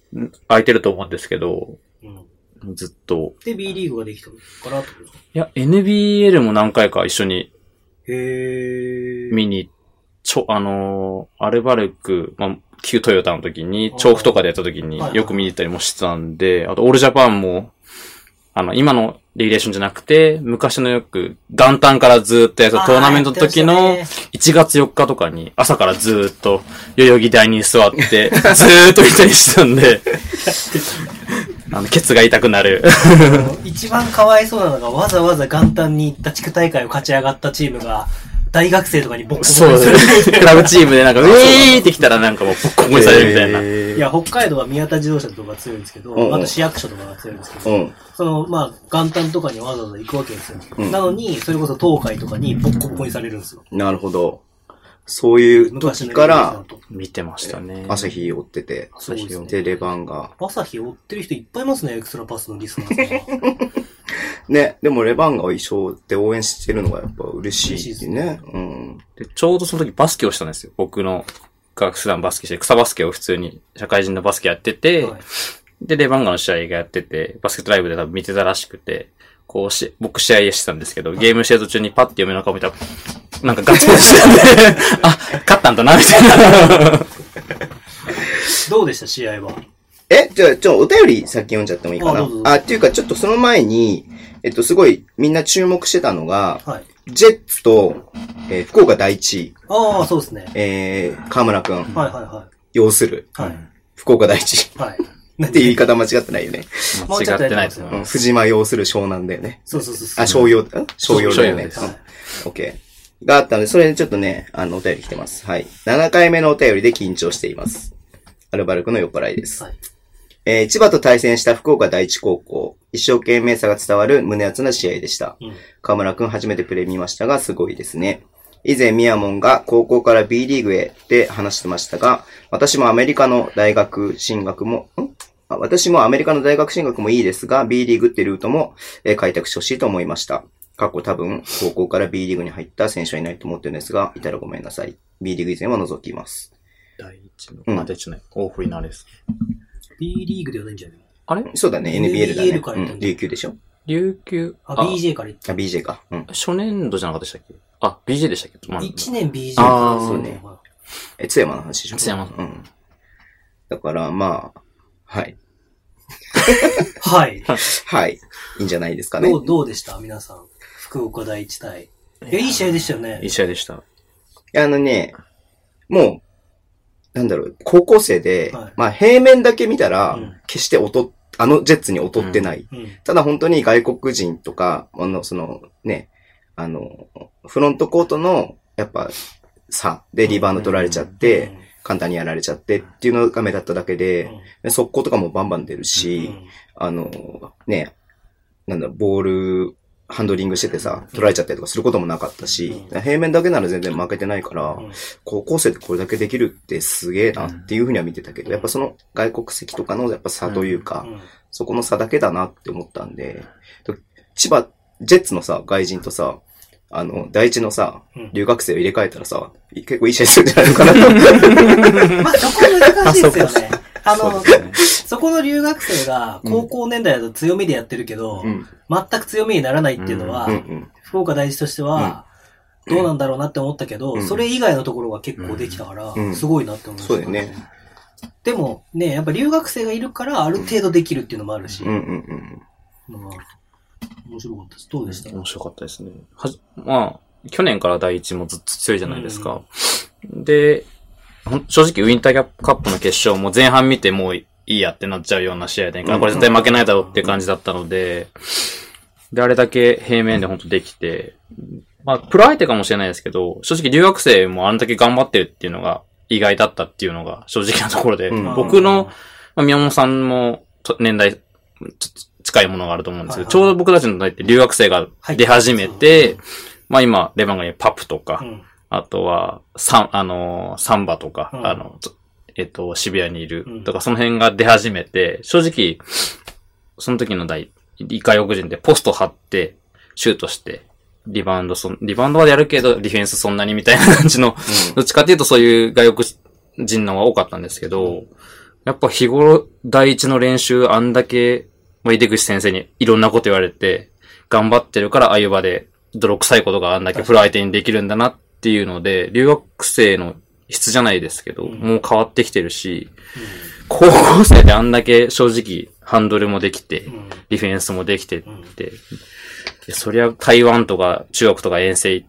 空いてると思うんですけど、うん、ずっと。 で、B リーグができたからってこと？ いや、エヌビーエル も何回か一緒に、 へー。 見に、ちょ、あのー、アルバルク、まあ、旧トヨタの時に、調布とかでやった時によく見に行ったりもしてたんで、あと、オールジャパンも、あの、今のレギュレーションじゃなくて、昔のよく、元旦からずっとやったトーナメントの時のいちがつよっかとかに、朝からずっと代々木台に座って、ずーっと見たりしてたんで、あの、ケツが痛くなる。 一番かわいそうなのが、わざわざ元旦に行った地区大会を勝ち上がったチームが、大学生とかにボッコボコにする。 そうですね。クラブチームでなんか、ウェーってきたらなんかもうボッコボコにされるみたいな。 いや、北海道は宮田自動車とか強いんですけど、うん、あと市役所とかが強いんですけど、うん、その、まあ、元旦とかにわざわざ行くわけですよ。うん、なのに、それこそ東海とかにボッコボコにされるんですよ。 なるほど。そういう時から見てましたね。 朝日追ってて、朝日追ってレバンが。 朝日追ってる人いっぱいいますね、エクストラパスのリスナーさんが。 ね、でもレバンガを一生で応援してるのがやっぱ嬉しいですね。うん。 で、ちょうどその時バスケをしたんですよ。僕の学生団バスケして、草バスケを普通に社会人のバスケやってて、はい、で、レバンガの試合がやってて、バスケットライブで多分見てたらしくて、こうし、僕試合してたんですけど、ゲームしてる途中にパッて嫁の顔見たら、なんかガッツポーズしてたんで、あ、勝ったんだな、みたいな。 どうでした、試合は。 え、じゃあ、ちょ、お便り先読んじゃってもいいかな。あ、あ、っていうか、ちょっとその前に、えっと、すごいみんな注目してたのが、はい、ジェッツと、えー、福岡第一。 ああ、そうですね。 えー、河村くん。 はいはいはい。 要する。はい。福岡第一。はい。っていう言い方間違ってないよね。 間違ってないですよ。 うん。藤間要する湘南だよね。 そうそうそうそう。 あ、湘陽、ん湘陽だよね。はい。オッケー。があったので、それでちょっとね、あの、お便り来てます。はい。ななかいめのお便りで緊張しています。アルバルクの酔っ払いです。はい。えー、千葉と対戦した福岡第一高校。一生懸命さが伝わる胸熱な試合でした。うん、河村くん初めてプレイ見ましたが、すごいですね。以前、ミヤモンが高校から B リーグへって話してましたが、私もアメリカの大学進学も、ん私もアメリカの大学進学もいいですが、B リーグってルートも、えー、開拓してほしいと思いました。過去多分、高校から B リーグに入った選手はいないと思ってるんですが、いたらごめんなさい。B リーグ以前は除きます。 第一の、うん、あ、第一ね。大振りなです。 B リーグではないんじゃないあれそうだね、エヌビーエル だね。 エヌビーエル から行ったんだ、 うん、琉球でしょ琉球。 あ、ビージェー から行った。 あ、ビージェー か。うん。 初年度じゃなかったでしたっけあ、ビージェー でしたっけ、 まあ、いちねん ビージェー から。 ああ、そうね。え、津山の話でしょ津山。 うん。だから、まあ、はい。 はい。 はい。いいんじゃないですかね。 どう、どうでした皆さん。福岡第一対。いや、いい試合でしたよね。 いい試合でした。 あのね、もう、なんだろう、高校生で、はい、まあ平面だけ見たら、うん、決して劣、あのジェッツに劣ってない。うんうん、ただ本当に外国人とか、あの、そのね、あの、フロントコートの、やっぱ、差でリバウンド取られちゃって、うんうん、簡単にやられちゃってっていうのが目立っただけで、うん、速攻とかもバンバン出るし、うん、あの、ね、なんだ、ボール、ハンドリングしててさ、取られちゃったりとかすることもなかったし、うん、平面だけなら全然負けてないから、うん、高校生でこれだけできるってすげえなっていうふうには見てたけど、やっぱその外国籍とかのやっぱ差というか、うん、そこの差だけだなって思ったんで、千葉、ジェッツのさ、外人とさ、あの、第一のさ、留学生を入れ替えたらさ、結構いい試合するんじゃないのかなと。 まあ、そこ難しいですよね。あの、そこの留学生が高校年代だと強みでやってるけど、うん、全く強みにならないっていうのは、うんうん、福岡第一としては、どうなんだろうなって思ったけど、うん、それ以外のところが結構できたから、うん、すごいなって思いました、ね。 そうだよね。 でもね、やっぱ留学生がいるからある程度できるっていうのもあるし、 うんうんうんまあ、面白かったです。どうでした面白かったですね。はじ、まあ、去年から第一もずっと強いじゃないですか。うん、で、正直ウィンターカップの決勝も前半見てもういいやってなっちゃうような試合で、これ絶対負けないだろうっていう感じだったので、で、あれだけ平面で本当できて、まあ、プロ相手かもしれないですけど、正直留学生もあんだけ頑張ってるっていうのが意外だったっていうのが正直なところで、うん、僕の、まあ、宮本さんも年代近いものがあると思うんですけど、ちょうど僕たちの代って留学生が出始めて、まあ今、レバンガにパプとか、うんあとは、サン、あの、サンバとか、うん、あの、えっと、渋谷にいるとか、その辺が出始めて、正直、その時の代、外国人でポスト張って、シュートして、リバウンドそ、リバウンドはやるけど、ディフェンスそんなにみたいな感じの、うん、どっちかっていうとそういう外国人の方が多かったんですけど、やっぱ日頃、 第一の練習あんだけ、まあ、井出口先生にいろんなこと言われて、頑張ってるからああいう場で泥臭いことがあんだけプロ相手にできるんだなっていうので、留学生の質じゃないですけど、うん、もう変わってきてるし、うん、高校生であんだけ正直ハンドルもできて、うん、ディフェンスもできてって、うん、そりゃ台湾とか中国とか遠征行って、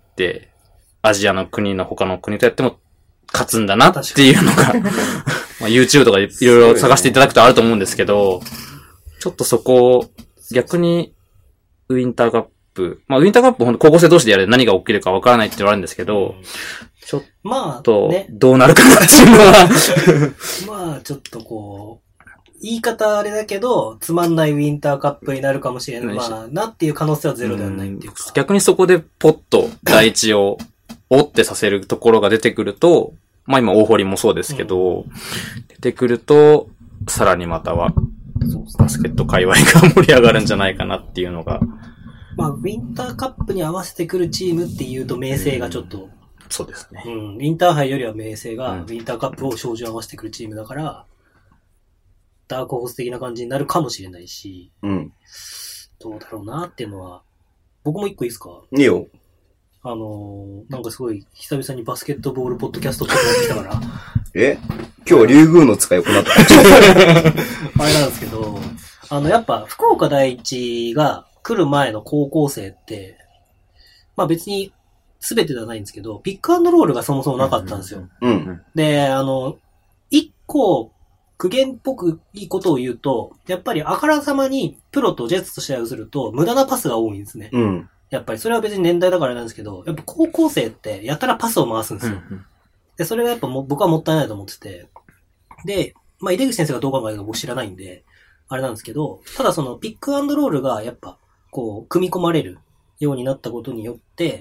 アジアの国の他の国とやっても勝つんだなっていうのが、まあ YouTube とかいろいろ探していただくとあると思うんですけど、ちょっとそこを逆にウィンターカップ、まあウィンターカップ本当高校生同士でやる何が起きるかわからないっていうのはあるんですけど、うん、ちょっとどうなるかなっていうのは、 まあちょっとこう、言い方あれだけど、つまんないウィンターカップになるかもしれない。まあなっていう可能性はゼロではないっていうか。 うん、逆にそこでポッと第一を追ってさせるところが出てくると、まあ今大堀もそうですけど、うん、出てくると、さらにまたは、バスケット界隈が盛り上がるんじゃないかなっていうのが。 まあ、ウィンターカップに合わせてくるチームっていうと、明星がちょっと、うん、 そうですね。 うん。ウィンター杯よりは明星が、ウィンターカップを照準合わせてくるチームだから、ダークホース的な感じになるかもしれないし、 うん。 どうだろうなっていうのは、僕も一個いいですか？ いいよ。 あのー、なんかすごい、久々にバスケットボールポッドキャストってなってきたから。 え？今日は竜宮の使いを行ったあれなんですけど、あの、やっぱ、福岡第一が来る前の高校生って、まあ別に全てではないんですけど、ピックアンドロールがそもそもなかったんですよ。 うん。 で、あの、一個、苦言っぽくいいことを言うと、やっぱりあからさまにプロとジェッツと試合をすると、無駄なパスが多いんですね。 うん。 やっぱり、それは別に年代だからなんですけど、やっぱ高校生ってやたらパスを回すんですよ。うんうん、で、それがやっぱも僕はもったいないと思ってて、で、まあ、井出口先生がどう考えるか僕知らないんで、あれなんですけど、ただそのピックアンドロールがやっぱ、こう、組み込まれるようになったことによって、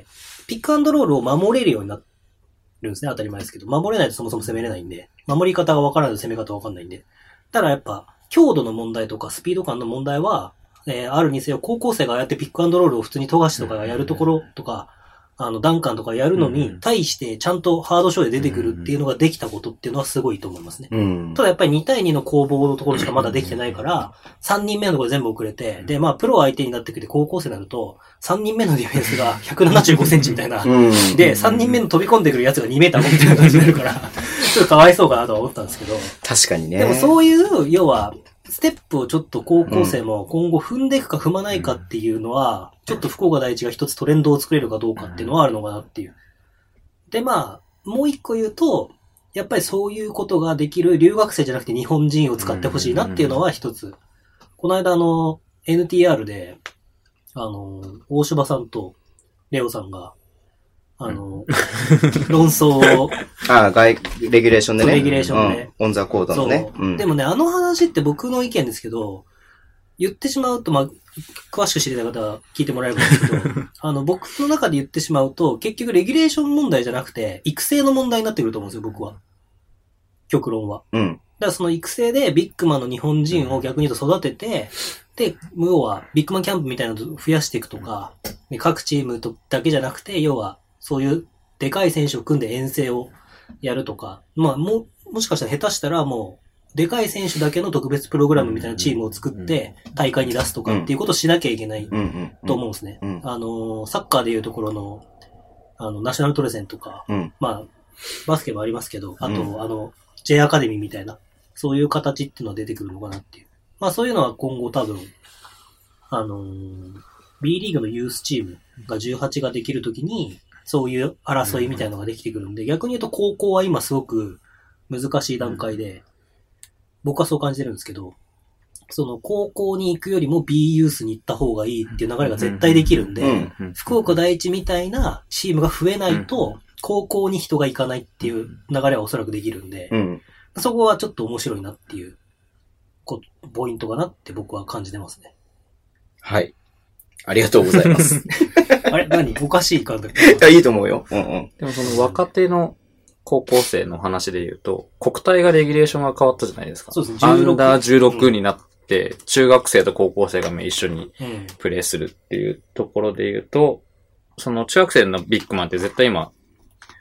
ピックアンドロールを守れるようになるんですね、当たり前ですけど。守れないとそもそも攻めれないんで、守り方がわからないと攻め方がわかんないんで。ただやっぱ、強度の問題とかスピード感の問題は、えー、あるにせよ、高校生がああやってピックアンドロールを普通に富樫とかがやるところとか、あの、ダンカンとかやるのに、対してちゃんとハードショーで出てくるっていうのができたことっていうのはすごいと思いますね。 うん、 ただやっぱりに対にの攻防のところしかまだできてないから、さんにんめのところ全部遅れて、で、まあ、プロ相手になってくれて高校生になると、さんにんめのディフェンスがひゃくななじゅうごセンチみたいな。で、さんにんめの飛び込んでくるやつがにメーターごみたいな感じになるから、ちょっとかわいそうかなとは思ったんですけど。 確かにね。 でもそういう、要は、ステップをちょっと高校生も今後踏んでいくか踏まないかっていうのは、ちょっと福岡第一が一つトレンドを作れるかどうかっていうのはあるのかなっていう。で、まあ、もう一個言うと、やっぱりそういうことができる留学生じゃなくて日本人を使ってほしいなっていうのは一つ。この間あの、エヌティーアール で、あの、大柴さんとレオさんが、あの、論争を。 ああ、外、レギュレーションでね。 レギュレーションで。 うん、オンザコードのね、 うん。でもね、あの話って僕の意見ですけど、言ってしまうと、まあ、詳しく知りたい方は聞いてもらえばいいんですけど、あの、僕の中で言ってしまうと、結局レギュレーション問題じゃなくて、育成の問題になってくると思うんですよ、僕は。極論は。 うん。 だからその育成でビッグマンの日本人を逆に言うと育てて、で、要はビッグマンキャンプみたいなのを増やしていくとか、各チームとだけじゃなくて、要は、そういうでかい選手を組んで遠征をやるとか、まあ、も、もしかしたら下手したらもう、でかい選手だけの特別プログラムみたいなチームを作って大会に出すとかっていうことをしなきゃいけないと思うんですね。あの、サッカーでいうところの、あの、ナショナルトレセンとか、うん、まあ、バスケもありますけど、あと、うん、あの、J アカデミーみたいな、そういう形っていうのは出てくるのかなっていう。まあそういうのは今後多分、あのー、B リーグのユースチームがじゅうはちができるときに、そういう争いみたいなのができてくるんで、逆に言うと高校は今すごく難しい段階で、僕はそう感じてるんですけど、その高校に行くよりも B ユースに行った方がいいっていう流れが絶対できるんで、福岡第一みたいなチームが増えないと、高校に人が行かないっていう流れはおそらくできるんで、そこはちょっと面白いなっていう、こポイントかなって僕は感じてますね。 はい。ありがとうございます。 あれ何おかしい感覚。 いや、いいと思うよ。うんうん。 でもその若手の高校生の話で言うと、国体がレギュレーションが変わったじゃないですか。 そうですね。 アンダーじゅうろくになって、うん、中学生と高校生が一緒にプレーするっていうところで言うと、その中学生のビッグマンって絶対今、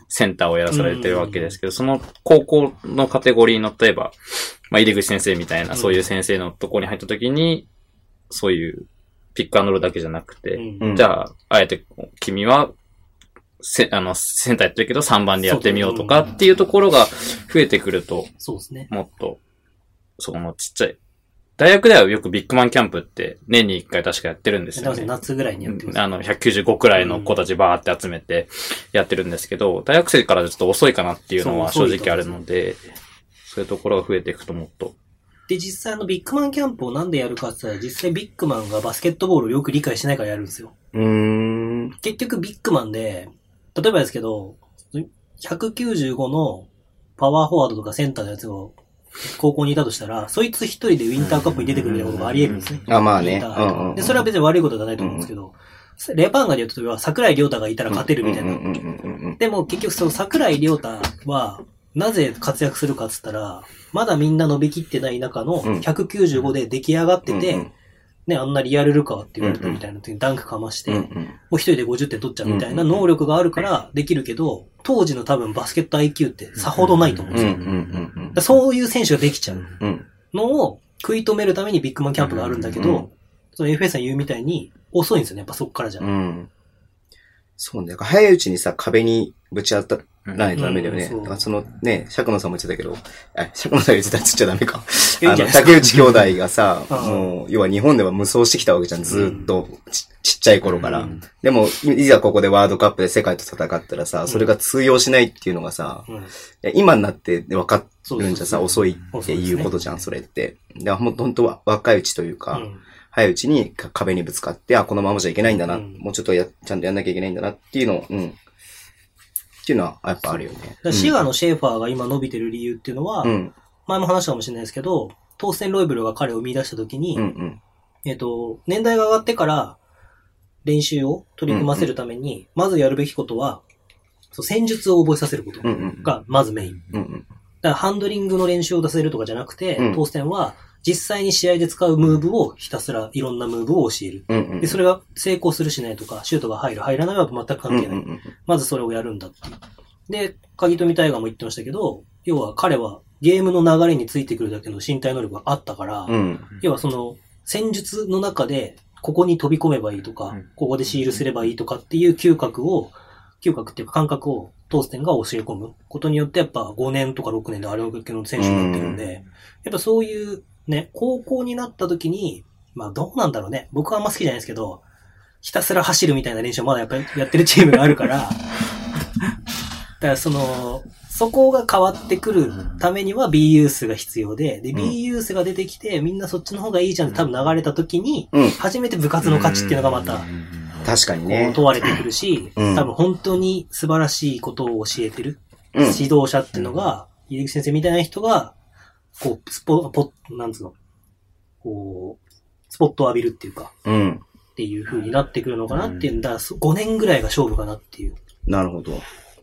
センターをやらされてるわけですけど、その高校のカテゴリーの、例えば、まあ、入口先生みたいな、そういう先生のところに入った時に、そういうピックアンドロールだけじゃなくて、うん、じゃあ、あえて君は、せ、あの、センターやってるけどさんばんでやってみようとかっていうところが増えてくると、 そうですね。 もっと、そのちっちゃい、大学ではよくビッグマンキャンプって年にいっかい確かやってるんですよね。 夏ぐらいにやってます。 あの、ひゃくきゅうじゅうごくらいの子たちバーって集めてやってるんですけど、大学生からちょっと遅いかなっていうのは正直あるので、そういうところが増えていくともっと。 で、実際あのビッグマンキャンプをなんでやるかって言ったら、実際ビッグマンがバスケットボールをよく理解してないからやるんですよ。 うーん。 結局ビッグマンで、例えばですけど、ひゃくきゅうじゅうごのパワーフォワードとかセンターのやつを高校にいたとしたら、そいつ一人でウィンターカップに出てくるみたいなことがあり得るんですね。 あ、まあね。 うんうん、で、それは別に悪いことじゃないと思うんですけど、うん、レバンガで言うと、桜井亮太がいたら勝てるみたいな。でも結局その桜井亮太は、なぜ活躍するかって言ったら、まだみんな伸びきってない中のひゃくきゅうじゅうごで出来上がってて、うん、ね、あんなリアルルカーって言われたみたいな時にダンクかまして、もう一人でごじゅってん取っちゃうみたいな能力があるからできるけど、当時の多分バスケット アイキュー ってさほどないと思うんですよ。そういう選手ができちゃうのを食い止めるためにビッグマンキャンプがあるんだけど、その エフエー さん言うみたいに遅いんですよね、やっぱそっからじゃ。うん、 そうね。早いうちにさ、壁にぶち当たらないとダメだよね。うん、だからそのね、釈野さんも言ってたけど、あ、釈野さん言ってたって言っちゃダメか。あの、竹内兄弟がさ、もう、要は日本では無双してきたわけじゃん、ずーっとち、ちっちゃい頃から。うん、でも、いざここでワールドカップで世界と戦ったらさ、それが通用しないっていうのがさ、うん、今になって分かるんじゃさ、遅いっていうことじゃん、それって。だからもう本当は若いうちというか、うん早いうちに壁にぶつかって、あ、このままじゃいけないんだな、うん、もうちょっとや、ちゃんとやんなきゃいけないんだなっていうのを、うん。っていうのはやっぱあるよね。 シガのシェーファーが今伸びてる理由っていうのは、うん、前も話したかもしれないですけど、トーステン・ロイブルが彼を見出したときに、うんうん、えっと、年代が上がってから練習を取り組ませるために、うんうん、まずやるべきことは、そう戦術を覚えさせることがまずメイン。うんうん、だからハンドリングの練習を出せるとかじゃなくて、うん、トーステンは、実際に試合で使うムーブをひたすらいろんなムーブを教える。うんうん、で、それが成功するしないとか、シュートが入る入らないは全く関係ない。うんうんうん、まずそれをやるんだっていう。で、鍵富タイガーも言ってましたけど、要は彼はゲームの流れについてくるだけの身体能力があったから、うん、要はその戦術の中でここに飛び込めばいいとか、うん、ここでシールすればいいとかっていう嗅覚を、嗅覚っていうか感覚をトーステンが教え込むことによってやっぱごねんとかろくねんであれだけの選手になってるんで、うん、やっぱそういうね、高校になった時に、まあどうなんだろうね。僕はあんま好きじゃないですけど、ひたすら走るみたいな練習をまだやっぱりやってるチームがあるから、だからその、そこが変わってくるためには B ユースが必要で、で、B ユースが出てきて、みんなそっちの方がいいじゃんって多分流れた時に、うん、初めて部活の価値っていうのがまた、 確かにね。 問われてくるし、うん、多分本当に素晴らしいことを教えてる、うん、指導者っていうのが、入口先生みたいな人が、こう、スポ、ポなんつうの、こう、スポットを浴びるっていうか、うん。っていう風になってくるのかなっていうんだ、ごねんぐらいが勝負かなっていう。 なるほど。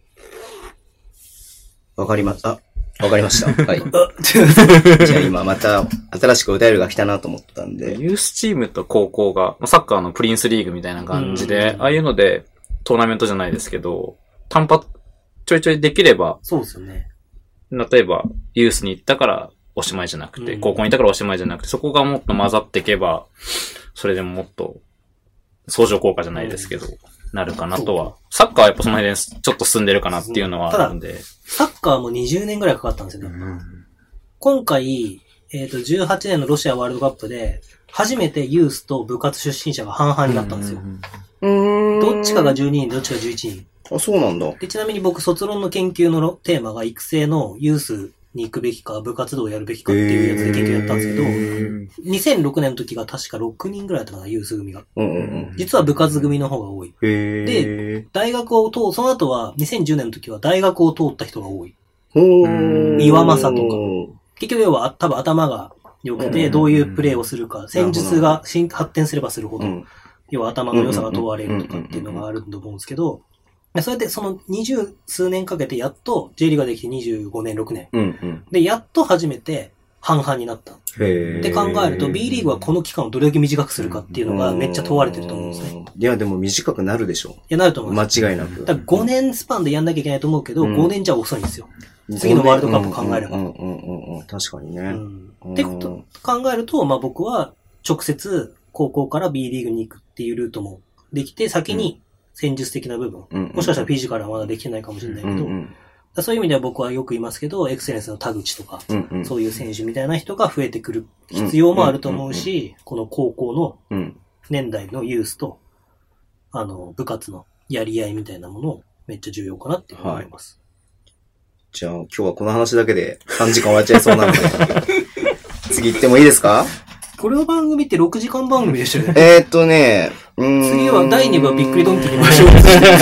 わかりま、あ、わかりました。はい。じゃあ今また新しくお便りが来たなと思ったんで。 ユースチームと高校が、サッカーのプリンスリーグみたいな感じで、ああいうのでトーナメントじゃないですけど、単発ちょいちょいできれば、 そうですよね。 例えば、ユースに行ったからおしまいじゃなくて、うん、高校に行ったからおしまいじゃなくて、そこがもっと混ざっていけば、それでももっと、相乗効果じゃないですけど、うん、なるかなとは。サッカーはやっぱその辺でちょっと進んでるかなっていうのはあるんで。 サッカーもにじゅうねんぐらいかかったんですよね。うん、今回、えっと、じゅうはちねんのロシアワールドカップで、初めてユースと部活出身者が半々になったんですよ。うん、どっちかがじゅうににん、どっちかがじゅういちにん。 あ、そうなんだ。 で、ちなみに僕、卒論の研究のテーマが育成のユースに行くべきか、部活動をやるべきかっていうやつで研究やったんですけど、にせんろくねんの時が確かろくにんぐらいだったかな、ユース組が。うんうんうん、実は部活組の方が多い。で、大学を通、その後は、にせんじゅうねんの時は大学を通った人が多い。岩政とか。結局要は、多分頭が良くて、どういうプレーをするか、戦術が発展すればするほど、要は頭の良さが問われるとかっていうのがあると思うんですけど、そうやってその二十数年かけてやっと J リーグができてにじゅうごねん、ろくねん。うんうん、で、やっと初めて半々になった。へって考えると B リーグはこの期間をどれだけ短くするかっていうのがめっちゃ問われてると思うんですね。 いやでも短くなるでしょう。いやなると思います。 間違いなく。 だからごねんスパンでやんなきゃいけないと思うけど、うん、ごねんじゃ遅いんですよ。次のワールドカップ考えれば。 うんうんうんうん、確かにね。 うん、ってこと考えると、まあ僕は直接高校から B リーグに行くっていうルートもできて、先に戦術的な部分、うん、もしかしたらフィジカルはまだできてないかもしれないけど、うんうんうん、そういう意味では僕はよく言いますけど、エクセレンスの田口とか、うんうん、そういう選手みたいな人が増えてくる必要もあると思うし、この高校の年代のユースと、あの、部活のやり合いみたいなものをめっちゃ重要かなって思います。 はい、じゃあ今日はこの話だけでさんじかん終わっちゃいそうなので、次行ってもいいですか？ これの番組ってろくじかん番組でしたよね。 えーっとね、 うーん次はだいに部はびっくりドンキーにましょう。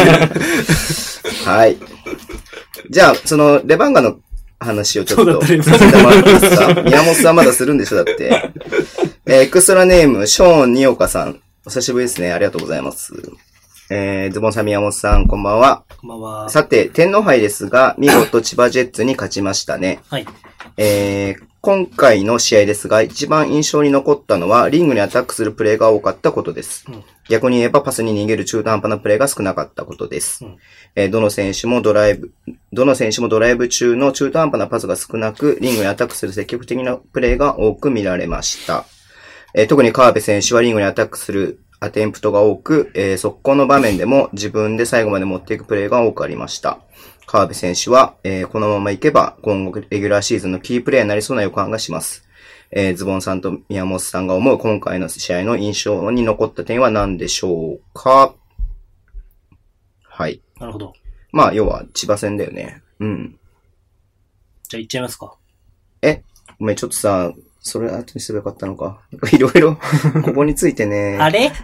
はい。じゃあ、その、レバンガの話をちょっと、させてもらっていいですか？宮本さんまだするんでしょだって。えー、エクストラネーム、ショーン・ニオカさん。お久しぶりですね。ありがとうございます。えー、ズボンさん、宮本さん、こんばんは。 こんばんは。 さて、天皇杯ですが、見事千葉ジェッツに勝ちましたね。 はい。 えー、今回の試合ですが、一番印象に残ったのは、リングにアタックするプレーが多かったことです。うん、逆に言えば、パスに逃げる中途半端なプレーが少なかったことです。うんえー、どの選手もドライブ、どの選手もドライブ中の中途半端なパスが少なく、リングにアタックする積極的なプレーが多く見られました。えー、特に川辺選手はリングにアタックするアテンプトが多く、えー、速攻の場面でも自分で最後まで持っていくプレーが多くありました。川辺選手は、えー、このままいけば今後レギュラーシーズンのキープレイヤーになりそうな予感がします。えー、ズボンさんと宮本さんが思う今回の試合の印象に残った点は何でしょうか？はい。 なるほど。 まあ、要は千葉戦だよね。うん。 じゃあ行っちゃいますか。 え、ごめん、ちょっとさ、それ後にすればよかったのか。いろいろ、ここについてね。 あれ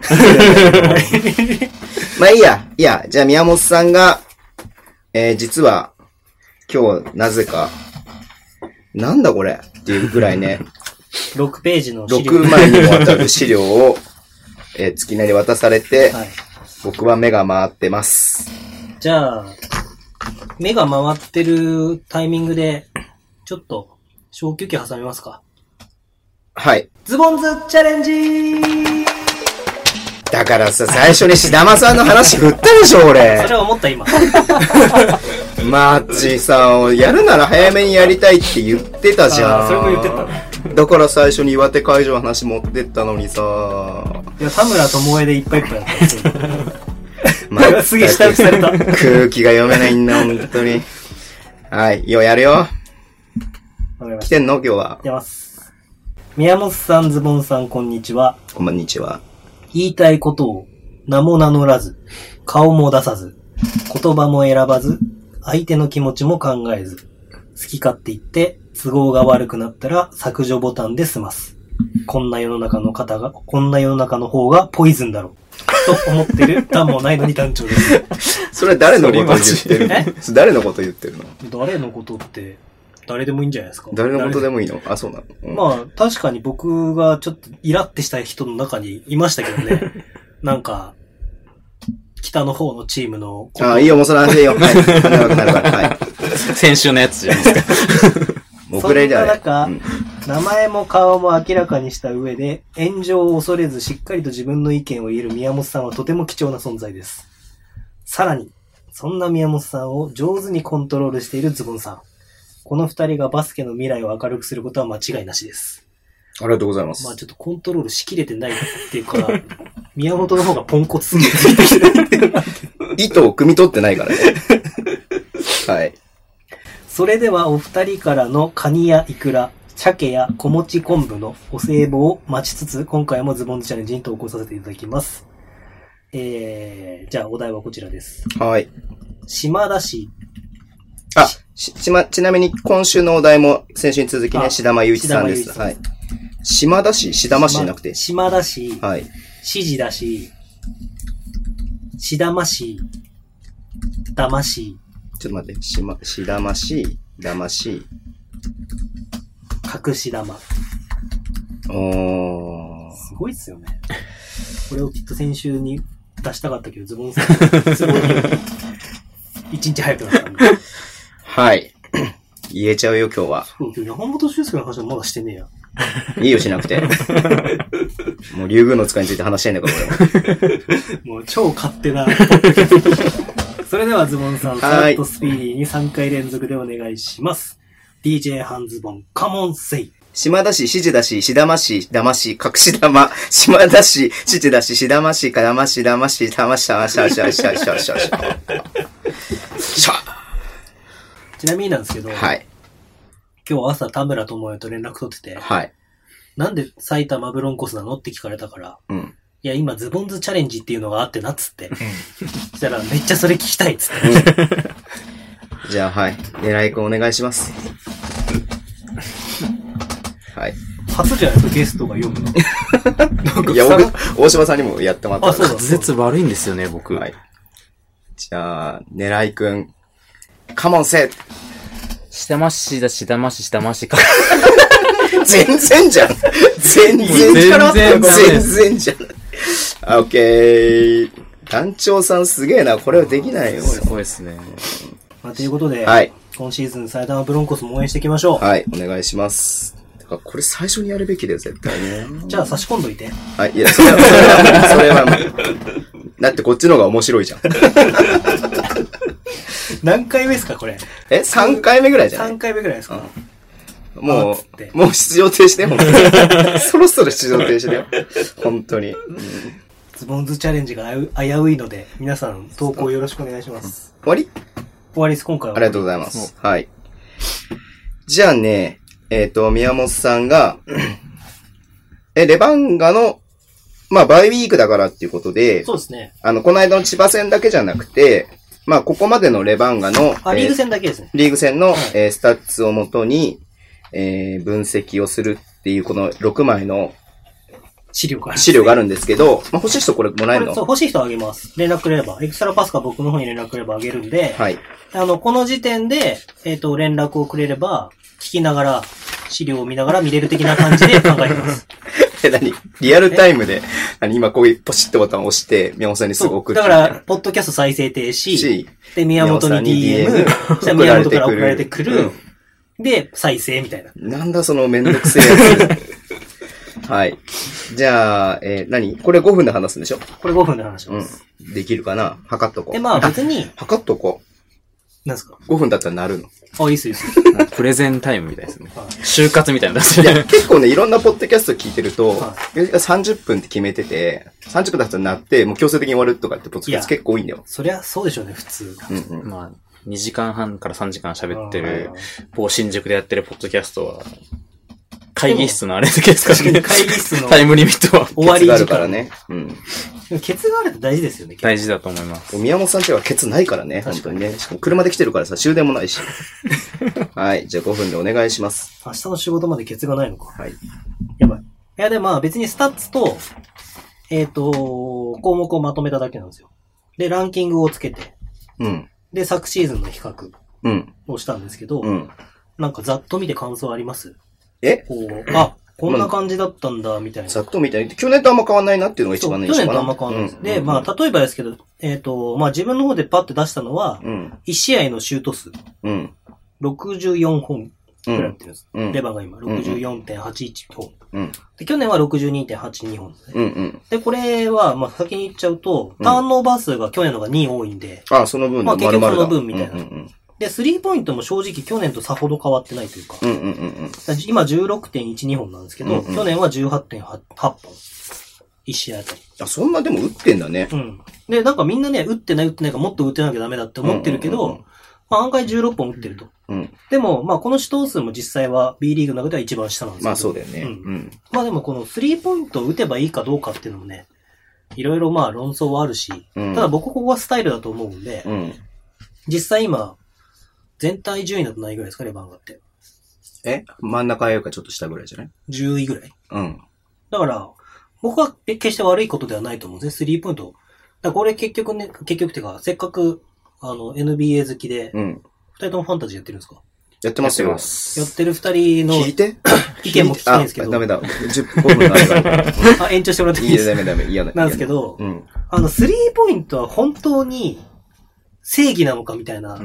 まあいいや。いや、じゃあ宮本さんが、えー、実は、今日、なぜか、なんだこれっていうぐらいね。 ろくページの資料。 ろくまいにもわたる資料を、えー、月なり渡されて、はい、僕は目が回ってます。 じゃあ、目が回ってるタイミングで、ちょっと、小休憩挟みますか。 はい。 ズボンズチャレンジだからさ、最初にシダマさんの話振ったでしょ、俺。 それは思った、今。 マッチさんをやるなら早めにやりたいって言ってたじゃん。 それも言ってたね。 だから最初に岩手会場の話持ってったのにさ。 いや、田村智恵でいっぱいいっぱいやったんですよ。まあ、すげえ下打ちされた。 空気が読めないんだ、本当に。はい、よ、やるよ。 わかりました。 来てんの今日は。 出ます。宮本さん、ズボンさん、こんにちは。 こんにちは。 言いたいことを名も名乗らず、顔も出さず、言葉も選ばず、相手の気持ちも考えず、好き勝手言って都合が悪くなったら削除ボタンで済ます。こんな世の中の方が、こんな世の中の方がポイズンだろう。と思ってる段もないのに団長です。 それ誰のこと言ってるの？誰のこと言ってるの？ 誰のことって、誰でもいいんじゃないですか。 誰のことでもいいの？あ、そうなの、 うん、まあ、確かに僕がちょっとイラってした人の中にいましたけどね。なんか、北の方のチームの。 ああ、いいよ、もうその話でいいよ。はい。なるほど、なるほど。はい。 先週のやつじゃないですか。 そんな中、うん、名前も顔も明らかにした上で、炎上を恐れずしっかりと自分の意見を言える宮本さんはとても貴重な存在です。さらに、そんな宮本さんを上手にコントロールしているズボンさん。この二人がバスケの未来を明るくすることは間違いなしです。 ありがとうございます。 まあちょっとコントロールしきれてないっていうか、宮本の方がポンコツすぎて意図を汲み取ってないからね。はい。 それではお二人からのカニやイクラ、鮭や小餅昆布のお歳暮を待ちつつ、今回もズボンズチャレンジに投稿させていただきます。えー、じゃあお題はこちらです。 はい。 島田市。 あ、し、ちま、ちなみに今週のお題も先週に続きね、志田雄一さんです。はい。島田市、志田市じゃなくて。 島田市。 はい。 指示だし、志田市、だまし。 ちょっと待って、しま、しだまし、だまし。 隠し玉。 おー。 すごいっすよね。これをきっと先週に出したかったけど、ズボンさん、すごい。一日早くなったんで。 はい。 言えちゃうよ、今日は。 そう、山本修介の話はまだしてねえや。 いいよ、しなくて。もう、竜宮の使いについて話してんだから、 俺も。もう、超勝手な。それでは、ズボンさん、サッとスピーディーにさんかい連続でお願いします。ディージェー ハンズボン、カモンセイ。 島田市、指示だし、しだまし、だまし、隠し玉。島田市、指示だし、しだまし、かだまし、だまし、だまし、だまし、だまし、だまし、だまし、だまし、だまし、だまし。 ちなみになんですけど、 はい。 今日朝田村智也と連絡取ってて、 はい。 なんで埼玉ブロンコスなのって聞かれたから、 うん。 いや、今ズボンズチャレンジっていうのがあってなっつって。うん。そしたらめっちゃそれ聞きたいっつって。うん、 じゃあ、はい。狙いくんお願いします。はい。 初じゃないですか、ゲストが読むの。 なんかいや、僕、大島さんにもやってもらった。 あ、そうだ。滑舌悪いんですよね、僕。 はい。じゃあ、狙いくん、カモンセッ下ましだし、だまし、下ましか。 全然じゃん。全然じゃん。全然じゃん。あ、オッケー。団長さんすげえな。これはできないよ。 すごいですね。 まあ、ということで、 はい。 今シーズン埼玉ブロンコスも応援していきましょう。 はい、お願いします。これ最初にやるべきだよ、絶対ね。 じゃあ差し込んどいて。 はい、いや、それは、それは、それは、だってこっちの方が面白いじゃん。 何回目ですか、これ。 え、さんかいめぐらいじゃない ?さん回目ぐらいですか、 うん、もう、もう出場停止だよ、本当に。そろそろ出場停止だよ。本当に。うん、 ズボンズチャレンジが危ういので、皆さん投稿よろしくお願いします。 終わり終わりです、今回は。 ありがとうございます。はい。じゃあね、えっと、宮本さんが、え、レバンガの、まあ、バイウィークだからっていうことで、 そうですね。 あの、この間の千葉戦だけじゃなくて、まあ、ここまでのレバンガの、 あ、リーグ戦だけですね。 リーグ戦の、はい、えー、スタッツをもとに、えー、分析をするっていう、このろくまいの資料がある、ね。 資料があるんですけど、まあ、欲しい人これもらえるの？ そう、欲しい人はあげます。連絡くれれば。エクストラパスか僕の方に連絡くれればあげるんで、 はい。 あの、この時点で、えっと、連絡をくれれば、聞きながら、資料を見ながら見れる的な感じで考えてます。 え、何リアルタイムで、何今こういうポチッとボタンを押して、宮本さんにすぐ送って。 だから、ポッドキャスト再生停止。で、宮本に ディーエム。そしたら宮本から送られてくる。うん、で、再生みたいな。 なんだそのめんどくせえやつ。はい。じゃあ、えー、何これごふんで話すんでしょ？ これごふんで話します。 うん。できるかな？測っとこう。 で、まあ別に。 測っとこう。 何ですか？ ごふんだったらなるの。 あ、いいっすいいっす。 プレゼンタイムみたいですね。就活みたいな。いや、結構ね、いろんなポッドキャスト聞いてると、はい、さんじゅっぷんって決めてて、さんじゅっぷんだったらなって、もう強制的に終わるとかってポッドキャスト結構多いんだよ。 そりゃそうでしょうね、普通。 うんうん。 まあ、にじかんはんからさんじかん喋ってる、某新宿でやってるポッドキャストは、会議室のあれだけですかね。 会議室のタイムリミットは。 終わり時間。 ケツがあるからね。うん。 ケツがあるって大事ですよね。 大事だと思います。 宮本さんちはケツないからね、本当にね。しかも車で来てるからさ、終電もないし。はい、じゃあごふんでお願いします。 明日の仕事までケツがないのか。 はい。 やばい。いやでまあ別にスタッツと、えっと、項目をまとめただけなんですよ。で、ランキングをつけて。 うん。 で、昨シーズンの比較。 うん。 をしたんですけど、 うん。 なんかざっと見て感想あります？ え？ こう、あ、こんな感じだったんだ、みたいな。 ざっと見て、去年とあんま変わんないなっていうのが一番の印象かな。 去年とあんま変わんないです。うん、で、まあ、例えばですけど、えっと、まあ自分の方でパッて出したのは、うん、いち試合のシュート数。 うん。 ろくじゅうよんほんくらいやってるんです。 うん、 レバーが今、ろくじゅうよんてんはちいちほん。 うん。 で、去年は ろくじゅうにてんはちにほんですね。 うんうん。 で、これは、まあ先に言っちゃうと、ターンオーバー数が去年のがに多いんで。 ああ、その分まあ結局その分みたいな。 うんうんうんで、スリーポイントも正直去年とさほど変わってないというか。 うんうんうんうん、 今 じゅうろくてんいちにほんなんですけど、うんうん、去年は じゅうはちてんはちほん。いち試合あたり。 あ、そんなでも打ってんだね。 うん。で、なんかみんなね、打ってない打ってないかもっと打ってなきゃダメだって思ってるけど、うんうんうん、まあ案外じゅうろっぽん打ってると。 うん。 でも、まあこの主投数も実際は B リーグの中では一番下なんですけど。 まあそうだよね。 うん。 うん、 まあでもこのスリーポイントを打てばいいかどうかっていうのもね、いろいろまあ論争はあるし、うん、ただ僕ここはスタイルだと思うんで、 うん、 実際今、全体順位だと何位ぐらいですかね、バンガって。 え真ん中よりかちょっと下ぐらいじゃない ? じゅう 位ぐらい。 うん。 だから、僕は決して悪いことではないと思うんですね、スリーポイント。だからこれ結局ね、結局っていうか、せっかく、あの、エヌビーエー 好きで、うん。二人ともファンタジーやってるんですか？ やってますよ。 やってる二人の、 聞いて意見も聞きたいんですけど。 あ、ダメだ。じゅっぷんの間あ、延長してもらっていいですか？ いいダメダメ。嫌な。 なんですけど、 うん。 あの、スリーポイントは本当に正義なのかみたいな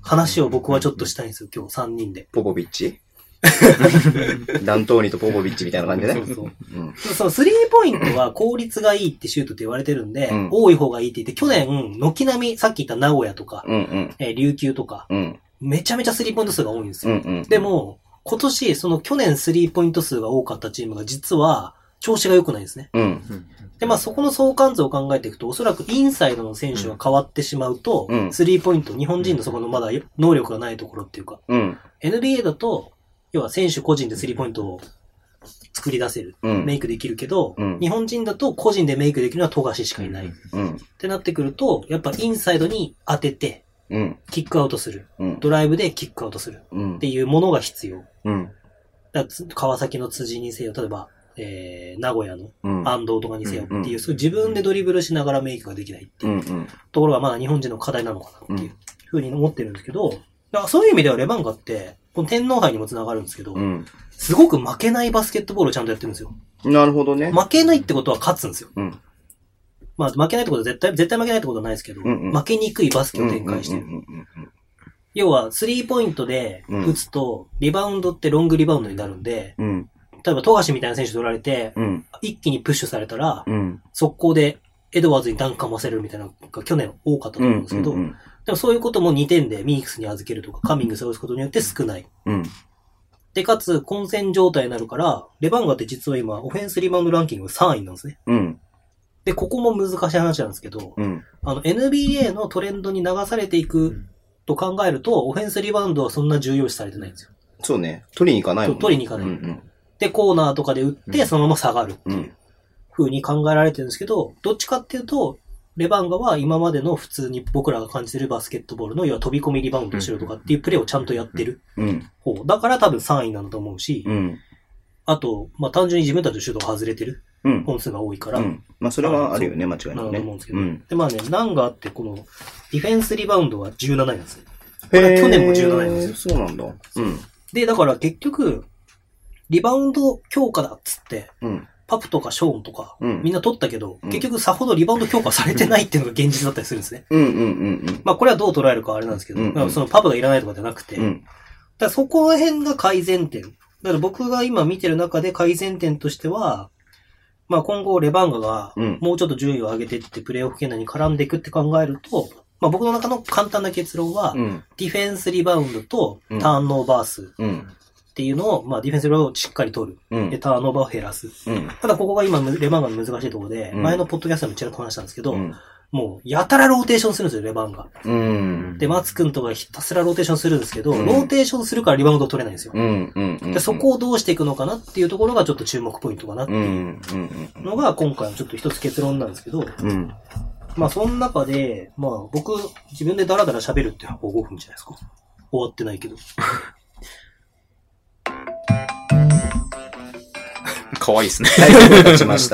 話を僕はちょっとしたいんですよ、今日さんにんで。 ポポビッチダントーニとポポビッチみたいな感じでね。そうそう。 うん、そのスリーポイントは効率がいいってシュートって言われてるんで、うん、多い方がいいって言って、去年、軒並み、さっき言った名古屋とか、うんうんえー、琉球とか、うん、めちゃめちゃスリーポイント数が多いんですよ。うんうん、でも、今年、その去年スリーポイント数が多かったチームが実は、調子が良くないんですね。うん、で、まあそこの相関図を考えていくと、おそらくインサイドの選手が変わってしまうと、うん、スリーポイント、日本人のそこのまだ能力がないところっていうか、うん、エヌビーエー だと、要は選手個人でスリーポイントを作り出せる、うん、メイクできるけど、うん、日本人だと個人でメイクできるのは富樫しかいない、うん。ってなってくると、やっぱインサイドに当てて、うん、キックアウトする、うん。ドライブでキックアウトする。っていうものが必要。うん、だ川崎の辻にせよ、例えば、えー、名古屋の安藤とかにせよっていう、うん、そういう自分でドリブルしながらメイクができないっていう、うん、ところがまだ日本人の課題なのかなっていうふうに思ってるんですけど、だからそういう意味ではレバンガって、この天皇杯にもつながるんですけど、うん、すごく負けないバスケットボールをちゃんとやってるんですよ。 なるほどね。 負けないってことは勝つんですよ。うん、まあ負けないってことは絶対、絶対負けないってことはないですけど、うんうん、負けにくいバスケを展開してる。要は、スリーポイントで打つと、リバウンドってロングリバウンドになるんで、うん、例えば富樫みたいな選手取られて、うん、一気にプッシュされたら、うん、速攻でエドワーズにダンクかませるみたいなのが去年多かったと思うんですけど、うんうんうん、でもそういうこともにてんでミークスに預けるとか、カミングスを打つことによって少ない。うん、で、かつ、混戦状態になるから、レバンガって実は今、オフェンスリバウンドランキングさんいなんですね。うん、で、ここも難しい話なんですけど、うん、あの、エヌビーエー のトレンドに流されていくと考えると、オフェンスリバウンドはそんな重要視されてないんですよ。 そうね。取りに行かないもんね。 取りに行かない。うんうん、で、コーナーとかで打って、そのまま下がるっていう風に考えられてるんですけど、どっちかっていうと、レバンガは今までの普通に僕らが感じてるバスケットボールの、要は飛び込みリバウンドしろとかっていうプレーをちゃんとやってる方。だから多分さんいなんだと思うし、うん、あと、まあ単純に自分たちのシュートが外れてる本数が多いから。うんうん、 まあそれはあるよね、間違いないね。 なると思うんですけど。うん、で、まあね、難があって、この、ディフェンスリバウンドはじゅうなないなんですよ。これは去年もじゅうなないなんですよ。そうなんだ。うん。 で、だから結局、リバウンド強化だっつって、うん、パプとかショーンとか、うん、みんな取ったけど、うん、結局さほどリバウンド強化されてないっていうのが現実だったりするんですね。うんうんうんうん、まあこれはどう捉えるかあれなんですけど、うんうん、そのパプがいらないとかじゃなくて、うん、だからそこら辺が改善点。だから僕が今見てる中で改善点としては、まあ今後レバンガがもうちょっと順位を上げていってプレイオフ圏内に絡んでいくって考えると、まあ僕の中の簡単な結論は、うん、ディフェンスリバウンドとターンオーバー数。うんうんっていうのを、まあ、ディフェンスリバウンドをしっかり取る。うん、で、ターンオーバーを減らす。うん、ただ、ここが今、レバンガの難しいところで、うん、前のポッドキャストでもちらっと話したんですけど、うん、もう、やたらローテーションするんですよ、レバンガ。うん、で、松くんとかひたすらローテーションするんですけど、うん、ローテーションするからリバウンドを取れないんですよ。うんうんうん、でそこをどうしていくのかなっていうところがちょっと注目ポイントかなっていうのが、今回のちょっと一つ結論なんですけど、うん、まあ、その中で、まあ、僕、自分でダラダラ喋るってもうごふんじゃないですか。終わってないけど。 かわいいですね。 はい、立ちました。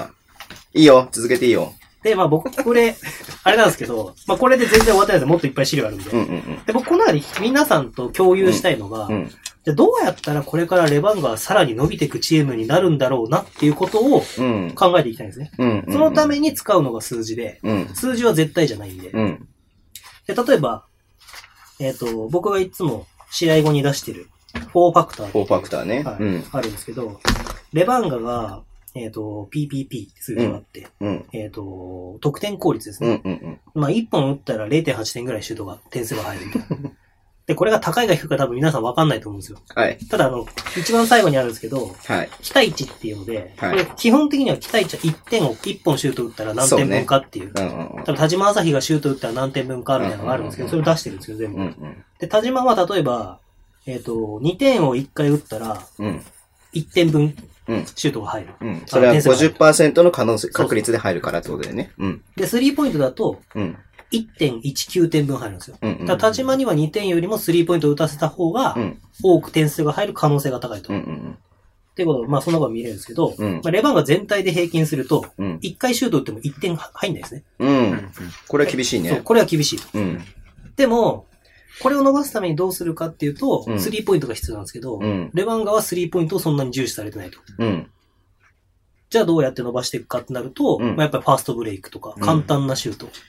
いいよ、続けていいよ。 で、まあ僕、これ、あれなんですけど、まあこれで全然終わってないです。もっといっぱい資料あるんで。うんうんうん、で、僕、この中で皆さんと共有したいのが、うんうん、じゃあどうやったらこれからレバンガがさらに伸びていくチームになるんだろうなっていうことを考えていきたいんですね。うんうんうん、そのために使うのが数字で、うん、数字は絶対じゃないんで。うん、で例えば、えっと、僕がいつも試合後に出してる、フォーファクター。 フォーファクターね。 はい。うん、あるんですけど、レバンガが、えっと、ピーピーピー って数字があって、うん、えっと、得点効率ですね。うんうんうん、まあ、いっぽん打ったら れいてんはち 点ぐらいシュートが、点数が入ると。で、これが高いか低いか多分皆さんわかんないと思うんですよ。はい。ただ、あの、一番最後にあるんですけど、はい。期待値っていうので、はい、これ基本的には期待値はいってんをいっぽんシュート打ったら何点分かっていう。そうね。うんうんうん、多分田島朝日がシュート打ったら何点分かみたいなのがあるんですけど、それを出してるんですよ、全部。うんうん、で、田島は例えば、えっと、にてんをいっかい打ったら、うん、いってんぶん、シュートが入る。うん。 それは ごじゅっパーセント の可能性、確率で入るからってことだよね。うん。 で、スリーポイントだと、うん。いってんいちきゅう 点分入るんですよ。うんうんうん、だから田島にはにてんよりもスリーポイントを打たせた方が、多く点数が入る可能性が高いと。うんうんうん、っていうことで、まあそんなことが見れるんですけど、うん、まあ、レバンガ全体で平均すると、うん、いっかいシュート打ってもいってん入んないですね。うん。 これは厳しいね。 そう、これは厳しい。うん。でも、これを伸ばすためにどうするかっていうと、スリーポイントが必要なんですけど、うん、レバンガはスリーポイントをそんなに重視されてないと。うん、じゃあどうやって伸ばしていくかってなると、うん、まあ、やっぱりファーストブレイクとか、簡単なシュート。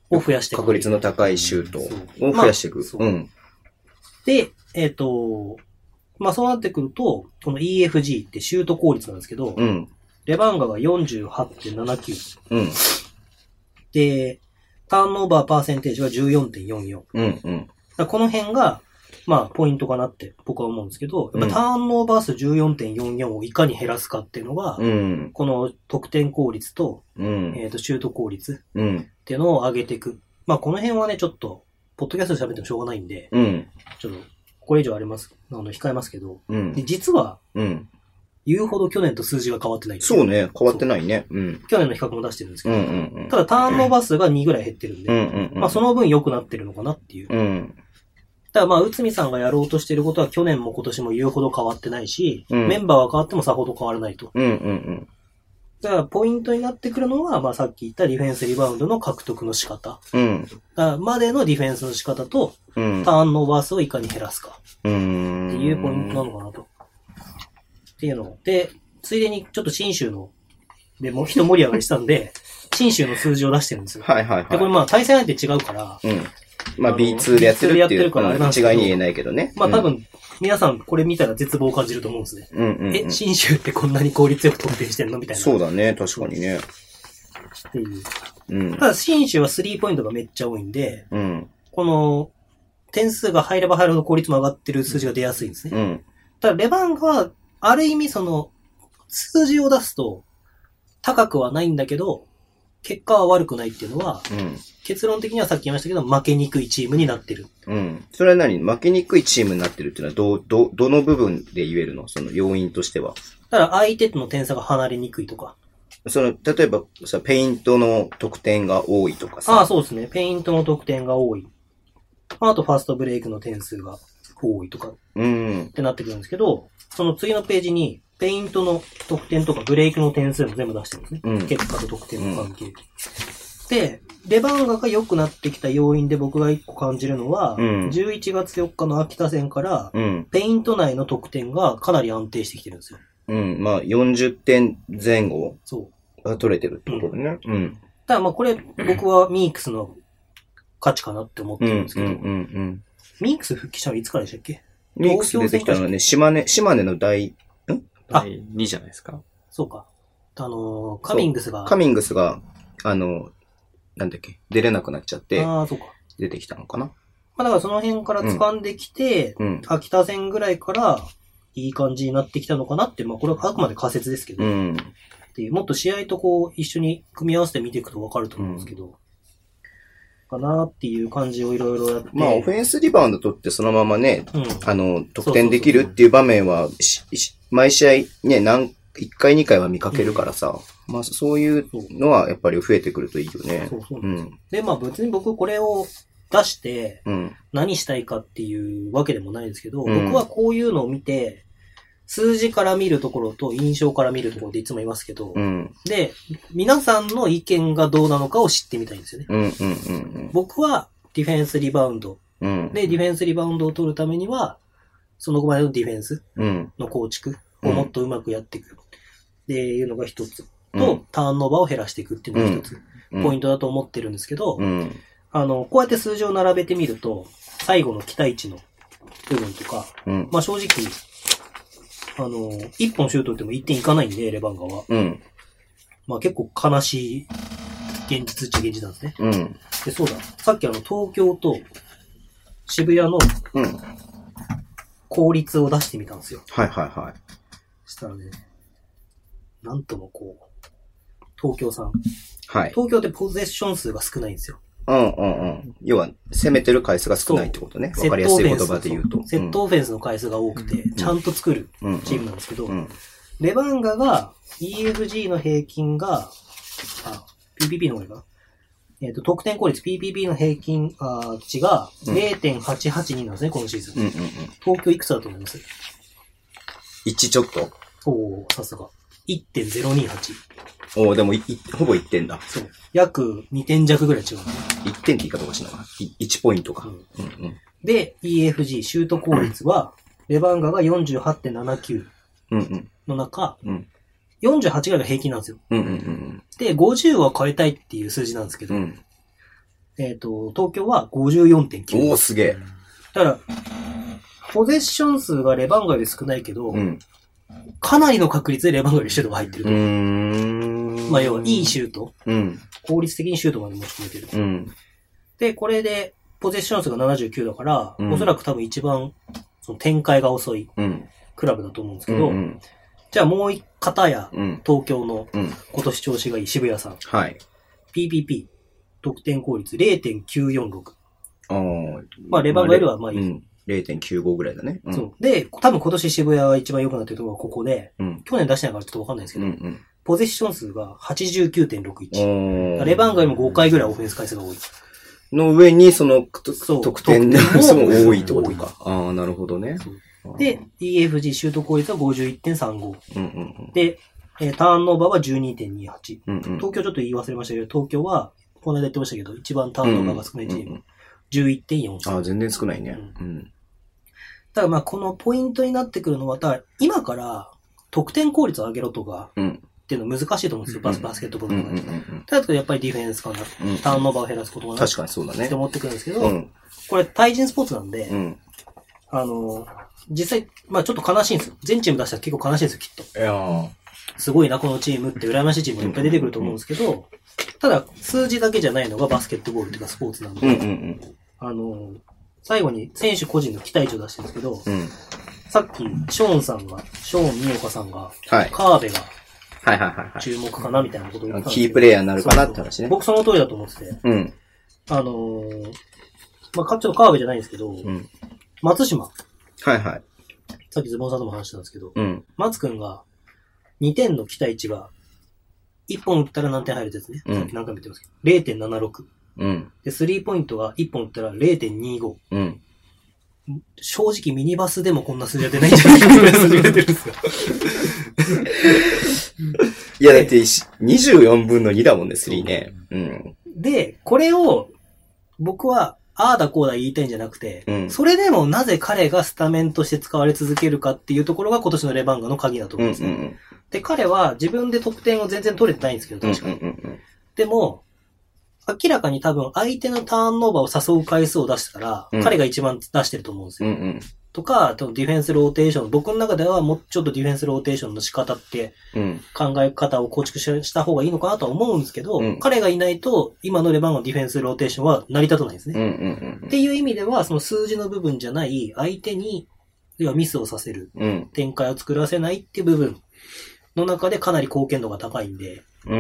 を増やしていく。 確率の高いシュートを増やしていく。まあ、うん。 で、えっと、まあそうなってくると、この イーエフジー ってシュート効率なんですけど、うん、レバンガが よんじゅうはちてんななきゅう、うん。で、ターンオーバーパーセンテージは じゅうよんてんよんよん。うんうん、だこの辺が、まあポイントかなって僕は思うんですけど、やっぱターンオーバー数 じゅうよんてんよんよん をいかに減らすかっていうのが、うん、この得点効率と、うん、えっと、シュート効率っていうのを上げていく。まあこの辺はね、ちょっと、ポッドキャストで喋ってもしょうがないんで、うん、ちょっと、これ以上あります、あの、控えますけど、うん、で実は、うん、言うほど去年と数字が変わってない。 そうね、変わってないね。 うん、去年の比較も出してるんですけど、うんうんうん、ただターンオーバー数がにぐらい減ってるんで、うんうんうん、まあその分良くなってるのかなっていう。うん、ただまあ、内海さんがやろうとしてることは去年も今年も言うほど変わってないし、うん、メンバーは変わってもさほど変わらないと。うんうんうん、だからポイントになってくるのは、まあさっき言ったディフェンスリバウンドの獲得の仕方。うん、だまでのディフェンスの仕方と、うん、ターンオーバー数をいかに減らすか。っていうポイントなのかなと。っていうので、ついでにちょっと新州の、でもう一盛り上がりしたんで、新州の数字を出してるんですよ。はいはいはい。で、これまあ対戦相手違うから、うん、まあ ビーツー でやってるっていうから一概に言えないけどね。まあ多分、皆さんこれ見たら絶望を感じると思うんですね。うんうんうん、え、新州ってこんなに効率よく得点してんのみたいな。 そうだね、確かにね。 っていう。うん、ただ新州はスリーポイントがめっちゃ多いんで、うん、この点数が入れば入るほど効率も上がってる数字が出やすいんですね。うん、ただレバンガはある意味その数字を出すと高くはないんだけど、結果は悪くないっていうのは、うん、結論的にはさっき言いましたけど、負けにくいチームになってる。 うん。それは何？負けにくいチームになってるっていうのは、ど、ど、どの部分で言えるの？その要因としては。 だから相手との点差が離れにくいとか。 その、例えばさ、ペイントの得点が多いとかさ。 ああ、そうですね。ペイントの得点が多い。あと、ファーストブレイクの点数が多いとか。うん。ってなってくるんですけど、その次のページに、ペイントの得点とかブレイクの点数も全部出してるんですね。うん、結果と得点の関係。うん、で、レバンガが良くなってきた要因で僕が一個感じるのは、うん、じゅういちがつよっかの秋田戦から、うん、ペイント内の得点がかなり安定してきてるんですよ。 うん、まあよんじゅってんぜん後が取れてるってことだね。うん。うん、 ただまあこれ僕はミークスの価値かなって思ってるんですけど、うんうんうんうん、ミークス復帰したのいつからでしたっけ？ ミークス出てきたのはね、島根、島根の大、 だいにじゃないですか。 そうか。あのー、カミングスが。 カミングスが、あの、なんだっけ、出れなくなっちゃって、ああ、そうか。出てきたのかな。まあだからその辺から掴んできて、うん、秋田戦ぐらいからいい感じになってきたのかなって、まあこれはあくまで仮説ですけど、うん、っていうもっと試合とこう一緒に組み合わせて見ていくとわかると思うんですけど、うん、かなっていう感じをいろいろやって。 まあオフェンスリバウンド取ってそのままね、うん、あの、得点できるっていう場面は、毎試合ね、何、いっかいにかいは見かけるからさ、うん、まあそういうのはやっぱり増えてくるといいよね。そうそう。 うん。で、まあ別に僕これを出して何したいかっていうわけでもないんですけど、うん、僕はこういうのを見て、数字から見るところと印象から見るところでいつも言いますけど、うん、で、皆さんの意見がどうなのかを知ってみたいんですよね。うんうんうんうん、僕はディフェンスリバウンド、うん、で、ディフェンスリバウンドを取るためには、その後までのディフェンスの構築をもっとうまくやっていくっていうのが一つ、うん、と、ターンオーバーを減らしていくっていうのが一つ、うん、ポイントだと思ってるんですけど、うん、あの、こうやって数字を並べてみると、最後の期待値の部分とか、うん、まあ正直、あの、一本シュート打ってもいってんいかないんで、レバンガは。うん、まあ結構悲しい現実っちゃ現実なんですね。うん、で、そうだ。さっきあの、東京と渋谷の効率を出してみたんですよ。 はいはいはい。 したらね、なんともこう、東京さん。 はい。 東京ってポゼッション数が少ないんですよ。 うんうんうん。要は、攻めてる回数が少ないってことね。わかりやすい言葉で言うと。 セットオフェンスの回数が多くて、うん、ちゃんと作るチームなんですけど、うんうん、レバンガが イーエフジー の平均が、あ、ピーピーピー の方がいいかな。えっと、得点効率 ピーピーピー の平均あ値が れいてんはちはちに なんですね、このシーズン。うんうんうん、東京いくつだと思います？ いちちょっと。 おー、さすが。いってんぜろにはち。 おー、でもいい、ほぼいってんだ。 そう。約にてん弱ぐらい違う。 いってんって言い方がしながら。いちポイントか、うんうんうん。で、イーエフジー シュート効率は、レバンガが よんじゅうはちてんななきゅう の中、うんうん、よんじゅうはちぐらいが平均なんですよ。うんうんうん、で、ごじゅうは超えたいっていう数字なんですけど、うん、 えっと、東京は ごじゅうよんてんきゅう。 おー、すげえ。 だから、ポゼッション数がレバンガより少ないけど、 うん、 かなりの確率でレバンガよりシュートが入ってると。 うーん。 まあ要は、いいシュート。 うん。 効率的にシュートまで持ち込めてる。 うん。 で、これで、ポゼッション数がななじゅうきゅうだから、 うん、 おそらく多分一番、その展開が遅い、クラブだと思うんですけど、うんうん、じゃあもう一方や、うん、東京の今年調子がいい渋谷さん。 はい。 ピーピーピー、得点効率 れいてんきゅうよんろく。 ああ。 まあレバンガよりはまあいい。 うん、れいてんきゅうご ぐらいだね、 うん。そう。で、多分今年渋谷が一番良くなってるところはここで、うん、去年出してないからちょっとわかんないですけど、うんうん、ポゼッション数が はちじゅうきゅうてんろくいち。レバンガよりもごかいぐらいオフェンス回数が多い。 の上に、その、得点の数も多いってことか。ああ、なるほどね。 で、ディーエフジー シュート効率は ごじゅういってんさんご。 うんうんうん、 で、えー、ターンオーバーは じゅうにてんにはち、 うんうん。 東京ちょっと言い忘れましたけど、東京は、この間言ってましたけど、一番ターンオーバーが少ないチーム。うんうん、じゅういってんよん。 ああ、全然少ないね。うん。うん、 ただまあ、このポイントになってくるのは、ただ今から得点効率を上げろとか、うんっていうの難しいと思うんですよ、バス、バスケットボールの中で。ただやっぱりディフェンスかな、うん。ターンオーバーを減らすことが確かにそうだね。 って思ってくるんですけど、うん、これ対人スポーツなんで、うん、あの、実際、まあちょっと悲しいんですよ。全チーム出したら結構悲しいんですよ、きっと。 いやーすごいな、このチームって羨ましいチームがいっぱい出てくると思うんですけど、うんうん、ただ数字だけじゃないのがバスケットボールっていうかスポーツなんで、 うんうんうん、 あの、最後に選手個人の期待値を出してるんですけど、 うん、 さっきショーンさんが、ショーン・ミオカさんが、 はい、 川辺が、 はいはいはい。 注目かなみたいなことを言ったんですキープレイヤーになるかなって話ね。 僕その通りだと思ってて。 うん。 あのー、まあ、ちょっと川辺じゃないんですけど、うん、松島。 はいはい。 さっきズボンさんとも話したんですけど、 うん、 松くんがにてんの期待値がいっぽん打ったら何点入るってやつね。うん、さっき何回も言ってますけど、れいてんななろく。 うん。 で、スリーポイントがいっぽん打ったら れいてんにご。 うん。 正直ミニバスでもこんな数字は出ないんじゃないかぐらい数字が出てるんですよ。 いや、だって、にじゅうよんぶんのにだもんね、スリーね。うん。 で、これを、僕は、ああだこうだ言いたいんじゃなくて、 うん、 それでもなぜ彼がスタメンとして使われ続けるかっていうところが今年のレバンガの鍵だと思うんですよ。 うんうんうん、 で、彼は自分で得点を全然取れてないんですけど、確かに。 うんうんうん、 でも、明らかに多分相手のターンオーバーを誘う回数を出してたら、うん、彼が一番出してると思うんですよ。 うんうん、 とか、ディフェンスローテーション、僕の中ではもうちょっとディフェンスローテーションの仕方って、考え方を構築した方がいいのかなとは思うんですけど、うん、彼がいないと、今のレバンガのディフェンスローテーションは成り立たないんですね。 うんうんうん、 っていう意味では、その数字の部分じゃない、相手に、要はミスをさせる、 うん、 展開を作らせないっていう部分の中でかなり貢献度が高いんで、 うん、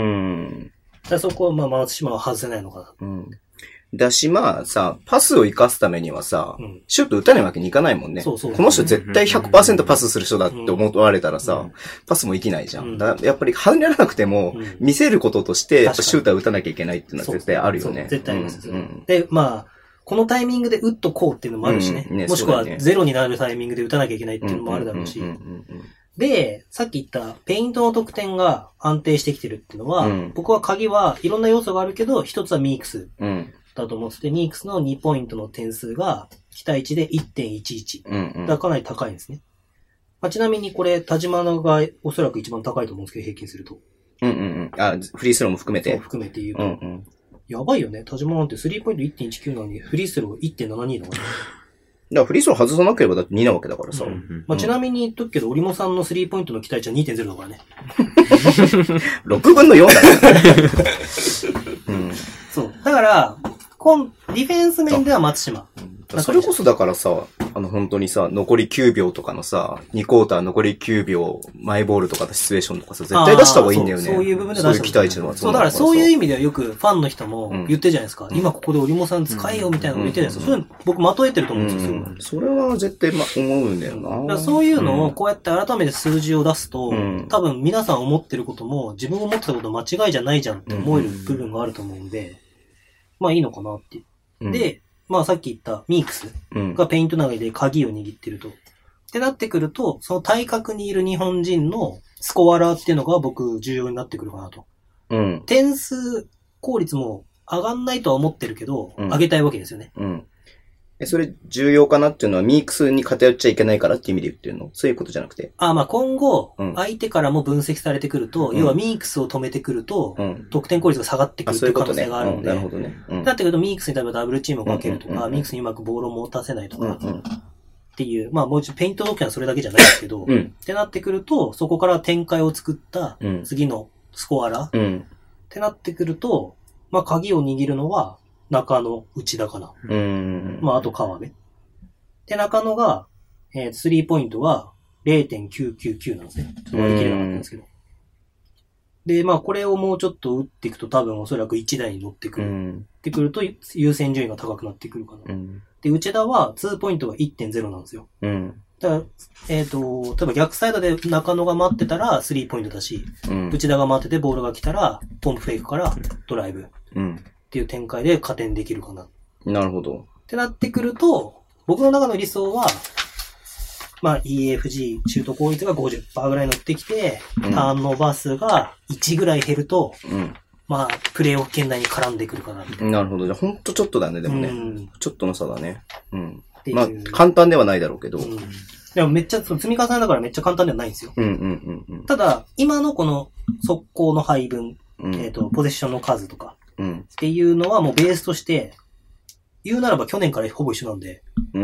だそこはまあ松島は外せないのかな。 うんだし、まあさ、パスを生かすためにはさ、うん、シュート打たないわけにいかないもんね。 そうそうこの人絶対 ひゃくパーセント パスする人だって思われたらさ、うん、パスも生きないじゃん。うん、だやっぱり入らなくても、見せることとして、やっぱシュートは打たなきゃいけないっていうのは絶対あるよね。 そうそう絶対あります、うんうん。で、まあ、このタイミングで打っとこうっていうのもあるしね。うんねもしくはゼロになるタイミングで打たなきゃいけないっていうのもあるだろうし。で、さっき言ったペイントの得点が安定してきてるっていうのは、うん、僕は鍵はいろんな要素があるけど、一つはミークス。 うんだと思ってて、ミークスのにポイントの点数が期待値で いってんいちいち。 うんうん、 だからかなり高いんですね。まあ、ちなみにこれ、田島のがおそらく一番高いと思うんですけど、平均すると。 うんうんうん。あ、フリースローも含めて。 そう、含めて言うと。 うんうん、 やばいよね。田島なんてスリーポイント いってんいちきゅう なのに、フリースロー いってんななに だから。 だからフリースロー外さなければだってになわけだからさ。うんうんまあ、ちなみに言っとくけど、オリモさんのスリーポイントの期待値は にてんゼロ だからね。 ろくぶんのよんだね。うん、 そう。だから、今、ディフェンス面では松島。 それこそだからさ、あの本当にさ、残りきゅうびょうとかのさ、にクォーター残りきゅうびょう、マイボールとかのシチュエーションとかさ、絶対出した方がいいんだよね。 そう、そういう部分で出した方がいい。 そういう期待値のはそう、だからそういう意味ではよくファンの人も言ってるじゃないですか。うん、今ここでオリモさん使えよみたいなの言ってるじゃないですか。そういうの僕まとえてると思うんですよ。うん、 それは絶対ま、思うんだよな。 だからそういうのをこうやって改めて数字を出すと、うん、多分皆さん思ってることも自分が思ってたこと間違いじゃないじゃんって思える部分があると思うんで、まあいいのかなって。で、まあさっき言ったミークスがペイント投げで鍵を握ってると。うん、ってなってくると、その対角にいる日本人のスコアラーっていうのが僕重要になってくるかなと。 うん、 点数効率も上がんないとは思ってるけど、うん、上げたいわけですよね。 うん、 え、それ重要かなっていうのはミークスに偏っちゃいけないからって意味で言ってるの？そういうことじゃなくて。 あ、まあ今後、うん、相手からも分析されてくると、うん、要はミークスを止めてくると、うん、得点効率が下がってくるっていう可能性があるんで。 なるほどね。うん、 だってけどミークスに例えばダブルチームをかけるとか、うんうんうん、ミークスにうまくボールを持たせないとか、うんうん、っていう、まあもう一度ペイントドッキはそれだけじゃないですけど、うん、ってなってくると、そこから展開を作った次のスコアラ、うん、ってなってくると、まあ鍵を握るのは中野、内田かな。うん、まああと川辺。で、中野が、えー、スリーポイントが ゼロてんきゅうきゅうきゅう なんですね。ちょっと割り切れなかったんですけど。で、まあこれをもうちょっと打っていくと多分おそらくいちだいに乗ってくる。うん、ってくると優先順位が高くなってくるかな。うん、で、内田はツーポイントが いってんゼロ なんですよ。うん、だから、えっ、ー、と、例えば逆サイドで中野が待ってたらスリーポイントだし、うん、内田が待っててボールが来たらポンプフェイクからドライブ。うん、っていう展開で加点できるかな。 なるほど。 ってなってくると、僕の中の理想は、まあ イーエフジー シュート効率が ごじゅっパーセント ぐらい乗ってきて、うん、ターンオーバー数がいちぐらい減ると、うん、まあプレーオフ圏内に絡んでくるかなみたいな。 なるほど。じゃあほんとちょっとだね、でもね。うん、ちょっとの差だね。うん。まあ簡単ではないだろうけど。うん、 でもめっちゃ、積み重ねだからめっちゃ簡単ではないんですよ。うんうんうんうん、ただ、今のこの速攻の配分、うん、えっ、ー、と、ポゼッションの数とか、うん、っていうのはもうベースとして、言うならば去年からほぼ一緒なんで、うん、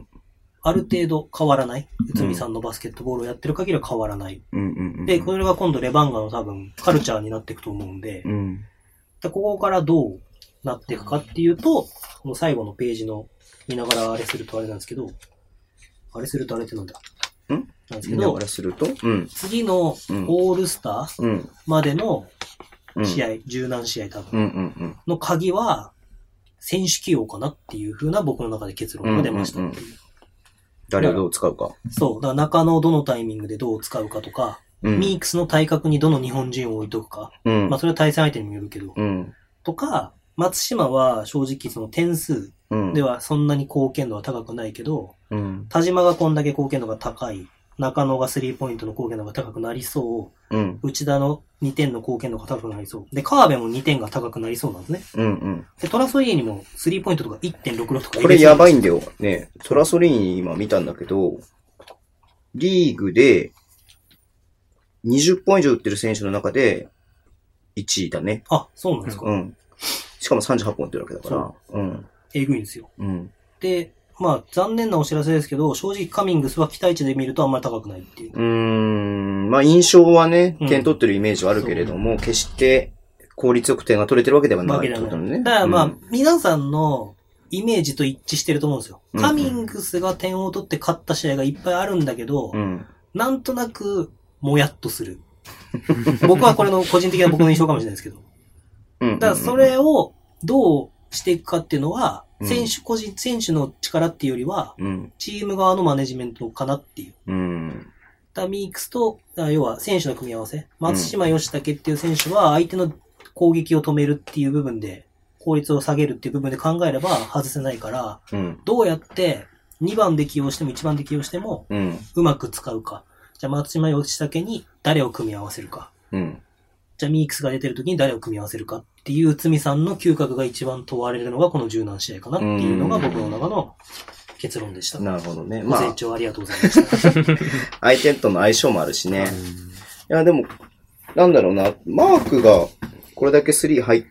ある程度変わらない。内海さんのバスケットボールをやってる限りは変わらない。うんうんうん、で、これが今度レバンガの多分カルチャーになっていくと思うんで、うん、でここからどうなっていくかっていうと、この最後のページの見ながらあれするとあれなんですけど、あれするとあれってなんだんなんですけど、見ながらすると、うん、次のオールスターまでの試合、うん、じゅう何試合多分、うんうんうん、の鍵は、選手起用かなっていう風な僕の中で結論が出ましたっていう。うんうんうん、 誰をどう使うか。 そう。だから中野をどのタイミングでどう使うかとか、うん、ミークスの対角にどの日本人を置いとくか。うん、まあそれは対戦相手にもよるけど。うん、とか、松島は正直その点数ではそんなに貢献度は高くないけど、うん、田島がこんだけ貢献度が高い。中野がスリーポイントの貢献度が高くなりそう。うん、内田のにてんの貢献度が高くなりそう。で、川辺もにてんが高くなりそうなんですね。うんうん、で、トラソリーにもスリーポイントとか いってんろくろく とか。 これやばいんだよ。ね。トラソリーに今見たんだけど、リーグでにじゅっぽん以上打ってる選手の中でいちいだね。 あ、そうなんですか。うん。 しかもさんじゅっはっぽん打ってるわけだから。う。うん。 えぐいんですよ。うん。で、まあ、残念なお知らせですけど、正直カミングスは期待値で見るとあんまり高くないっていう。うーん。まあ、印象はね、点取ってるイメージはあるけれども、うん、決して効率よく点が取れてるわけではないってことだね。 だからまあ、うん、皆さんのイメージと一致してると思うんですよ。うんうん、カミングスが点を取って勝った試合がいっぱいあるんだけど、うん、なんとなく、もやっとする。僕はこれの個人的な僕の印象かもしれないですけど。だからそれをどうしていくかっていうのは、選手個人、選手の力っていうよりは、うん、チーム側のマネジメントかなっていう。うん、だミークスと、要は選手の組み合わせ。松島義武っていう選手は相手の攻撃を止めるっていう部分で、効率を下げるっていう部分で考えれば外せないから、うん、どうやってにばんで起用してもいちばんで起用しても、うまく使うか。じゃあ松島義武に誰を組み合わせるか。うんじゃあミークスが出てる時に誰を組み合わせるかっていう内海さんの嗅覚が一番問われるのがこの十何試合かなっていうのが僕の中の結論でした。 なるほどね。 まあ、ご清聴ありがとうございました。 相手との相性もあるしね。いやでも、なんだろうな、マークがこれだけスリー入って、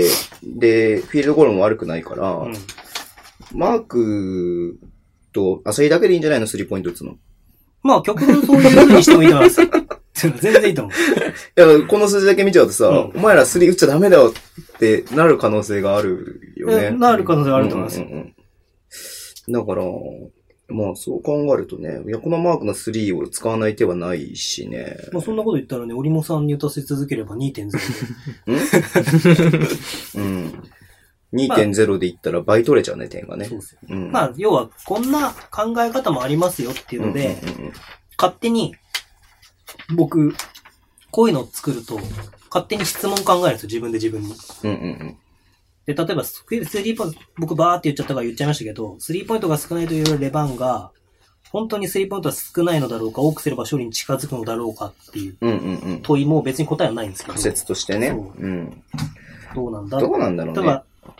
で、フィールドゴールも悪くないから、うん、マークと浅井だけでいいんじゃないのスリーポイント打つの。 まあ極論そういう風にしてもいいと思います。全然いいと思う。 いや、この数字だけ見ちゃうとさ、うん、お前らスリー打っちゃダメだよってなる可能性があるよね。 なる可能性があると思いますよ。 うんうんうん、だから、まあそう考えるとね、いや、このマークのスリーを使わない手はないしね。 まあそんなこと言ったらね、オリモさんに打たせ続ければ にてんゼロで。うん。にてんゼロ で言ったら倍取れちゃうね、点がね。そうですよ、 うん。まあ、要は、こんな考え方もありますよっていうので、うんうんうんうん、勝手に、僕、こういうのを作ると、勝手に質問考えるんですよ、自分で自分に。うんうんうん、で、例えば、スリーポイント、僕バーって言っちゃったから言っちゃいましたけど、スリーポイントが少ないというレバンが、本当にスリーポイントは少ないのだろうか、多くすれば勝利に近づくのだろうかっていう問いも別に答えはないんですけど。 仮説としてね。 そう。うん。どうなんだどうなんだろうね。例えば、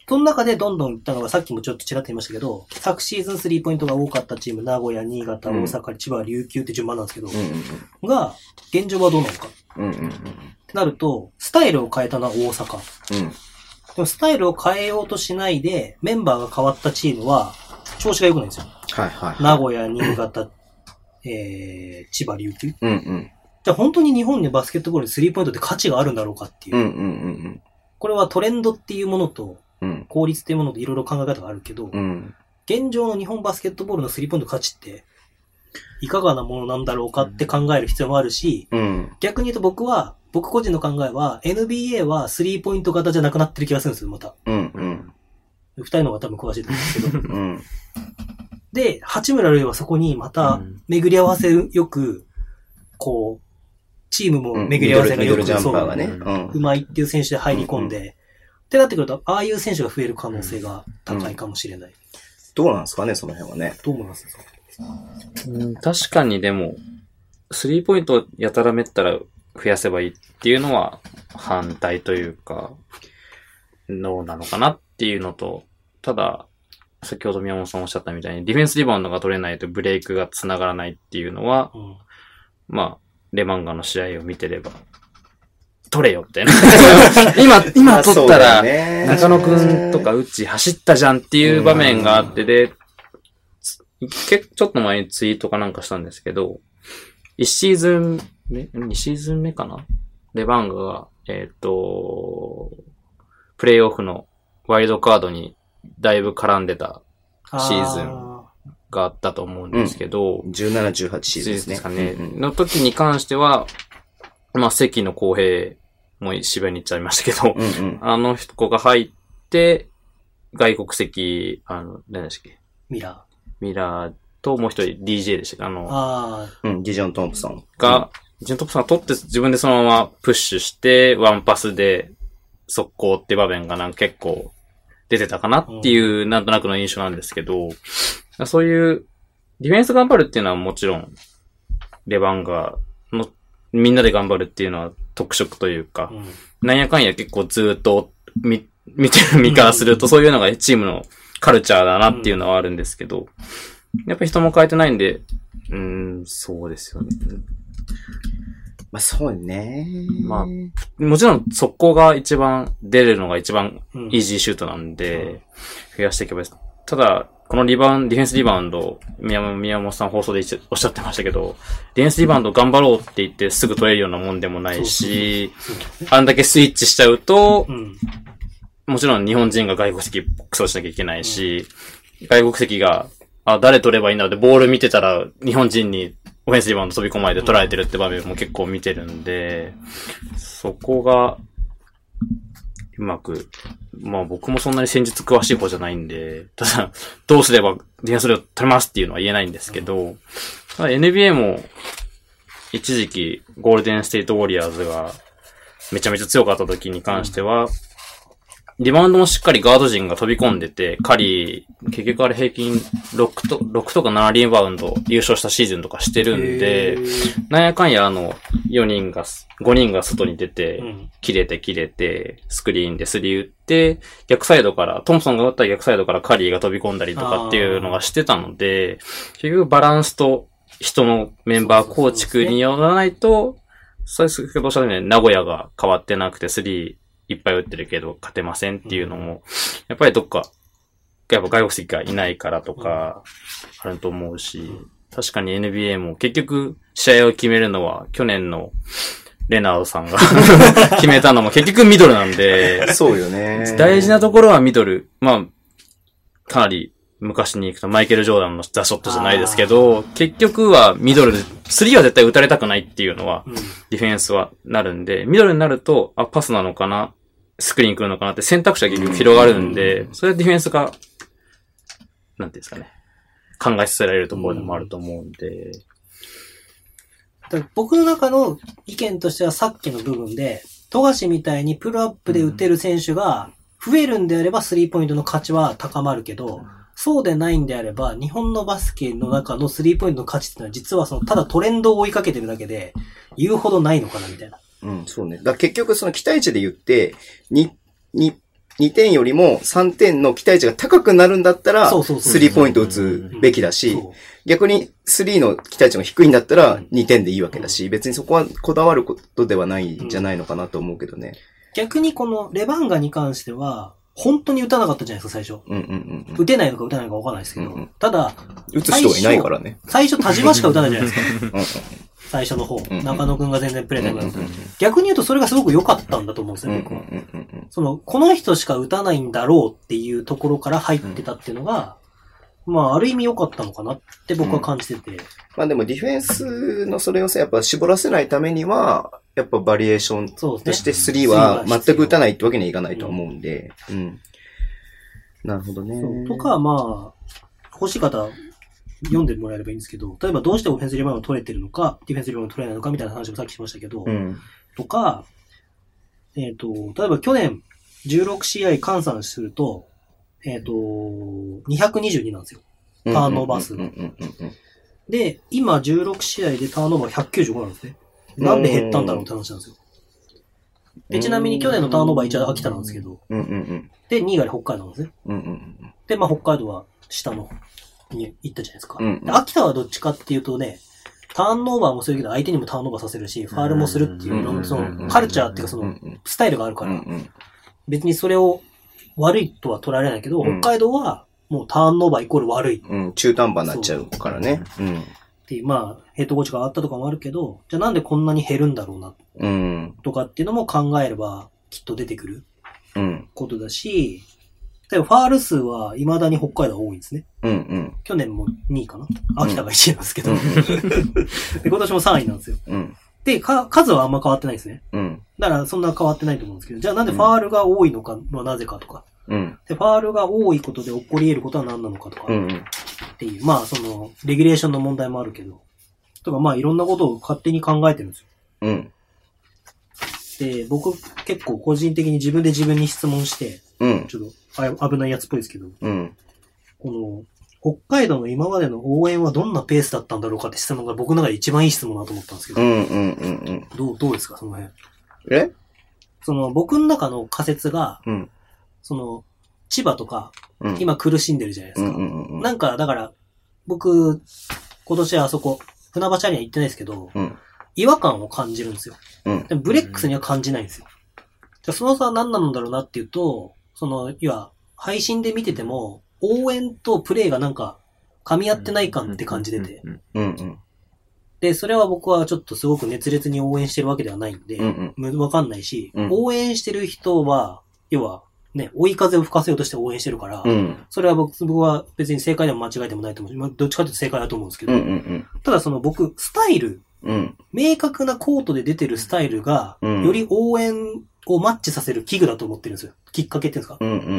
その中でどんどん行ったのが、さっきもちょっとちらっと言いましたけど、昨シーズンスリーポイントが多かったチーム、名古屋、新潟、大阪、千葉、琉球って順番なんですけど、うんうんうん、が、現状はどうなのか。うんうんうん、ってなると、スタイルを変えたのは大阪。うん、でもスタイルを変えようとしないで、メンバーが変わったチームは、調子が良くないんですよ。はいはいはい、名古屋、新潟、えー、千葉、琉球。うんうん、じゃあ本当に日本でバスケットボールでスリーポイントって価値があるんだろうかっていう。うんうんうんうん、これはトレンドっていうものと、効率っていうものといろいろ考え方があるけど、うん、現状の日本バスケットボールのスリーポイント価値って、いかがなものなんだろうかって考える必要もあるし、うん、逆に言うと僕は、僕個人の考えは、エヌビーエー はスリーポイント型じゃなくなってる気がするんですよ、また。うんうん、二人の方が多分詳しいと思うんですけど。うん、で、八村塁はそこにまた巡り合わせよく、こう、チームも巡り合わせがよく、うん、ミドルジャンパーがね、うん、うまいっていう選手で入り込んで、うんうん、ってなってくると、ああいう選手が増える可能性が高いかもしれない。うんうん、 どうなんですかね、その辺はね。 どう思いますか？ うん、確かにでも、スリーポイントやたらめったら増やせばいいっていうのは反対というか、どうなのかなっていうのと、ただ、先ほど宮本さんおっしゃったみたいに、ディフェンスリバウンドが取れないとブレイクが繋がらないっていうのは、うん、まあ、レマンガの試合を見てれば、取れよってね。今、今取ったら、中野くんとかうち走ったじゃんっていう場面があってで、結ちょっと前にツイートかなんかしたんですけど、いちシーズン目、にシーズン目かなレバンガが、えっと、プレイオフのワイルドカードにだいぶ絡んでたシーズンがあったと思うんですけど、 うん、じゅうなな、じゅうはちシーズンですね。 ですかね、うんうん。の時に関しては、まあ、関野公平もう芝居に行っちゃいましたけど、うんうん、あの子が入って、外国籍、あの、何でしたっけ？ ミラー。 ミラーともう一人 ディージェー でしたか？あの、 あうん、ディジョン・トンプソン。 が、ディジョン・トンプソンが取って自分でそのままプッシュして、ワンパスで速攻って場面がなんか結構出てたかなっていう、うん、なんとなくの印象なんですけど、そういうディフェンス頑張るっていうのはもちろん、レバンガのみんなで頑張るっていうのは特色というか、うん、なんやかんや結構ずっと見、見てる身からするとそういうのがチームのカルチャーだなっていうのはあるんですけど、やっぱ人も変えてないんで、うーん、そうですよね。 まあそうね。 まあ、もちろん速攻が一番出るのが一番イージーシュートなんで、増やしていけばいいです。ただ、このリバウンド、ディフェンスリバウンド、宮本、宮本さん放送でおっしゃってましたけど、ディフェンスリバウンド頑張ろうって言ってすぐ取れるようなもんでもないし、あんだけスイッチしちゃうと、うんもちろん日本人が外国籍クソしなきゃいけないし、うん、外国籍が、あ、誰取ればいいんだってボール見てたら日本人にオフェンスリバウンド飛び込まれて取られてるって場面も結構見てるんで、うん、そこが、うまく、まあ僕もそんなに戦術詳しい方じゃないんで、ただ、どうすればディフェンスを取れますっていうのは言えないんですけど、うん、ただ エヌビーエー も一時期ゴールデンステイトウォリアーズがめちゃめちゃ強かった時に関しては、うんリバウンドもしっかりガード陣が飛び込んでて、カリー、結局あれ平均ろくと、ろくとかななリバウンド優勝したシーズンとかしてるんで、なんやかんやあの、よにんが、ごにんが外に出て、切れて切れて、スクリーンでスリー打って、逆サイドから、トンプソンが打った逆サイドからカリーが飛び込んだりとかっていうのがしてたので、結局バランスと人のメンバー構築によらないと、そうですけどおっしゃったように名古屋が変わってなくてスリー、いっぱい打ってるけど勝てませんっていうのも、やっぱりどっか、やっぱ外国籍がいないからとか、あると思うし、確かに エヌビーエー も結局試合を決めるのは去年のレナードさんが決めたのも結局ミドルなんで、 そうよね。 大事なところはミドル。まあ、かなり昔に行くとマイケル・ジョーダンのザ・ショットじゃないですけど、結局はミドルで、スリーは絶対打たれたくないっていうのは、ディフェンスはなるんで、ミドルになると、あ、パスなのかなスクリーン来るのかなって選択肢が結局広がるんで、それはディフェンスが、なんていうんですかね、考えさせられるところでもあると思うんで。 だから僕の中の意見としてはさっきの部分で、富樫みたいにプルアップで打てる選手が増えるんであればスリーポイントの価値は高まるけど、そうでないんであれば、日本のバスケの中のスリーポイントの価値ってのは実はその、ただトレンドを追いかけてるだけで、言うほどないのかなみたいな。 うん、そうね。だから結局その期待値で言って、に、に、 にてんよりもさんてんの期待値が高くなるんだったら、スリーポイント打つべきだし、逆にスリーの期待値が低いんだったらにてんでいいわけだし、別にそこはこだわることではないんじゃないのかなと思うけどね。 逆にこのレバンガに関しては、本当に打たなかったじゃないですか、最初。 うんうんうん、 打てないのか打てないのか分かんないですけど、うんうん、ただ、 打つ人がいないからね。 最初田島しか打たないじゃないですか。最初の方、うんうん、中野くんが全然プレイできなかった。逆に言うとそれがすごく良かったんだと思うんですよ、僕は。その、この人しか打たないんだろうっていうところから入ってたっていうのが、うん、まあ、ある意味良かったのかなって僕は感じてて。うん、 まあでもディフェンスのそれをさ、やっぱ絞らせないためには、やっぱバリエーションとしてスリーは全く打たないってわけにはいかないと思うんで。うん。うん、なるほどね。 そうとか、まあ、欲しい方、読んでもらえればいいんですけど、例えばどうしてオフェンスリバウンドを取れてるのか、ディフェンスリバウンドを取れないのかみたいな話もさっきしましたけど、 うん、 とか、えっと、例えば去年じゅうろくしあい換算すると、えっと、にひゃくにじゅうになんですよ。ターンオーバー数が。で、今じゅうろくしあいでターンオーバーひゃくきゅうじゅうごなんですね。なんで減ったんだろうって話なんですよ。で、ちなみに去年のターンオーバーいちは秋田なんですけど、 うんうんうん、 で、にいが北海道なんですね。 うんうんうん、 で、まあ北海道は下のに行ったじゃないですか。 うんうん、 秋田はどっちかっていうとね、ターンオーバーもするけど相手にもターンオーバーさせるし、ファールもするっていう、そのカルチャーっていうかそのスタイルがあるから、別にそれを悪いとは取られないけど、北海道はもうターンオーバーイコール悪い。 うん、中途半端になっちゃうからね。うん。 っていう、まあ、ヘッドコーチがあったとかもあるけど、じゃあなんでこんなに減るんだろうな、 うん、 とかっていうのも考えればきっと出てくることだし、 うん例えばファール数は未だに北海道は多いんですね。 うんうん。 去年もにいかな秋田がいちいなんですけど、うん、で。今年もさんいなんですよ。 うん、 でか、数はあんま変わってないですね。 うん、 だからそんな変わってないと思うんですけど、じゃあなんでファールが多いのかはなぜかとか、 うん、 で、ファールが多いことで起こり得ることは何なのかとか、 うんうん、 っていう、まあその、レギュレーションの問題もあるけど、とかまあいろんなことを勝手に考えてるんですよ。 うん、 で、僕結構個人的に自分で自分に質問して、 うん、 ちょっと危ないやつっぽいですけど、 うん、 この、北海道の今までの応援はどんなペースだったんだろうかって質問が僕の中で一番いい質問だと思ったんですけど、 うんうんうんうん、 どう、どうですかその辺。 えその僕の中の仮説が、 うん、 その、千葉とか、 うん、 今苦しんでるじゃないですか。 うんうんうん、 なんか、だから、僕、今年はあそこ、船橋アリーナ行ってないですけど、 うん、 違和感を感じるんですよ。 うん、 でもブレックスには感じないんですよ。じゃあその差は何なんだろうなっていうと、その、いわ、配信で見てても、応援とプレイがなんか、噛み合ってない感って感じてて。で、それは僕はちょっとすごく熱烈に応援してるわけではないんで、 うんうん、 わかんないし、 うん、 応援してる人は、要は、ね、追い風を吹かせようとして応援してるから、 うん、 それは僕、僕は別に正解でも間違いでもないと思うし、どっちかというと正解だと思うんですけど、 うんうんうん、 ただその僕、スタイル、 うん、 明確なコートで出てるスタイルが、 うん、 より応援をマッチさせる器具だと思ってるんですよ。きっかけっていうんですか。 うんうんうんうん、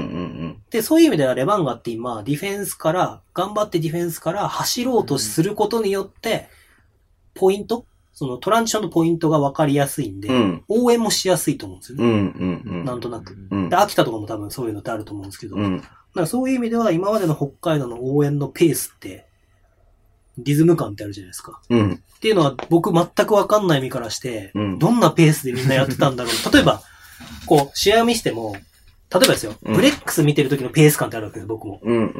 で、そういう意味ではレバンガって今、ディフェンスから、頑張ってディフェンスから走ろうとすることによって、ポイントそのトランジションのポイントが分かりやすいんで、 うん、 応援もしやすいと思うんですよね。 うんうんうん、 なんとなく、 うん。 で、秋田とかも多分そういうのってあると思うんですけど、 うん、 だからそういう意味では今までの北海道の応援のペースって、リズム感ってあるじゃないですか。 うん、 っていうのは僕全く分かんない身からして、 うん、 どんなペースでみんなやってたんだろう。例えば、こう、試合を見せても、例えばですよ、 うん、 ブレックス見てる時のペース感ってあるわけです、僕も。 うんうんうん、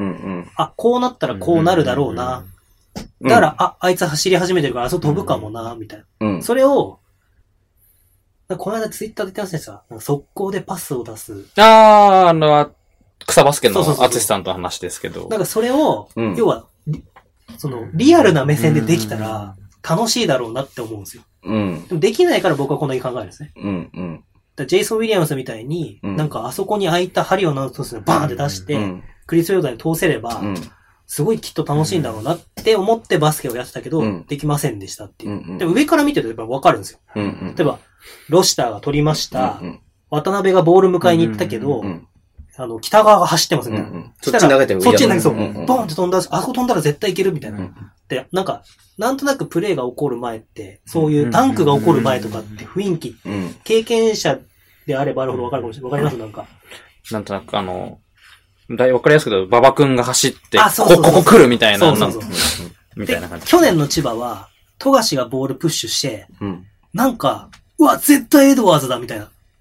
あ、 こうなったらこうなるだろうな。だから、うん、あ、あいつ走り始めてるからあそこ飛ぶかもな、みたいな。 うん、 それを、この間ツイッターで言ってましたねさ、速攻でパスを出す。 あー、あの、草バスケのアツシさんと話ですけど。 なんかそれを、 うん、 要は、その、リアルな目線でできたら、楽しいだろうなって思うんですよ。 うん。 でもできないから僕はこんなに考えるんですね。 うんうん。 だジェイソン・ウィリアムスみたいに、うん、なんかあそこに開いた針を直すのバーンって出して、うん、クリス・ヨーダに通せれば、うん、すごいきっと楽しいんだろうなって思ってバスケをやってたけど、うん、できませんでしたっていう。うんうん、でも上から見てるとやっぱ分かるんですよ。 うんうん、 例えば、ロシターが取りました。 うんうん、 渡辺がボール迎えに行ったけど、うんうんうんあの、北側が走ってますみたいな。うんうん、 そっち投げてもいいそっちに投げそう。ボーンって飛んだし、あそこ飛んだら絶対いけるみたいな。うんうん、で、なんか、なんとなくプレーが起こる前って、そういうタンクが起こる前とかって雰囲気、うんうん、経験者であればあるほど分かるかもしれない。わかりますなんか。 なんとなくあの、だいぶ分かりやすく言うと、馬場くんが走って、 あ、そうそうそうそうここ、ここ来るみたいな。 そうそうそう。 みたいな感じ。 去年の千葉は、富樫がボールプッシュして、 うん、 なんか、うわ、絶対エドワーズだみたいな。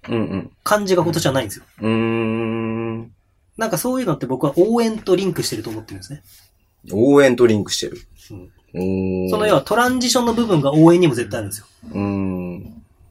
感じが今年はないんですよ。 うんうん、 なんかそういうのって僕は応援とリンクしてると思ってるんですね。 応援とリンクしてる。 うん、その要はトランジションの部分が応援にも絶対あるんですよ。 うん、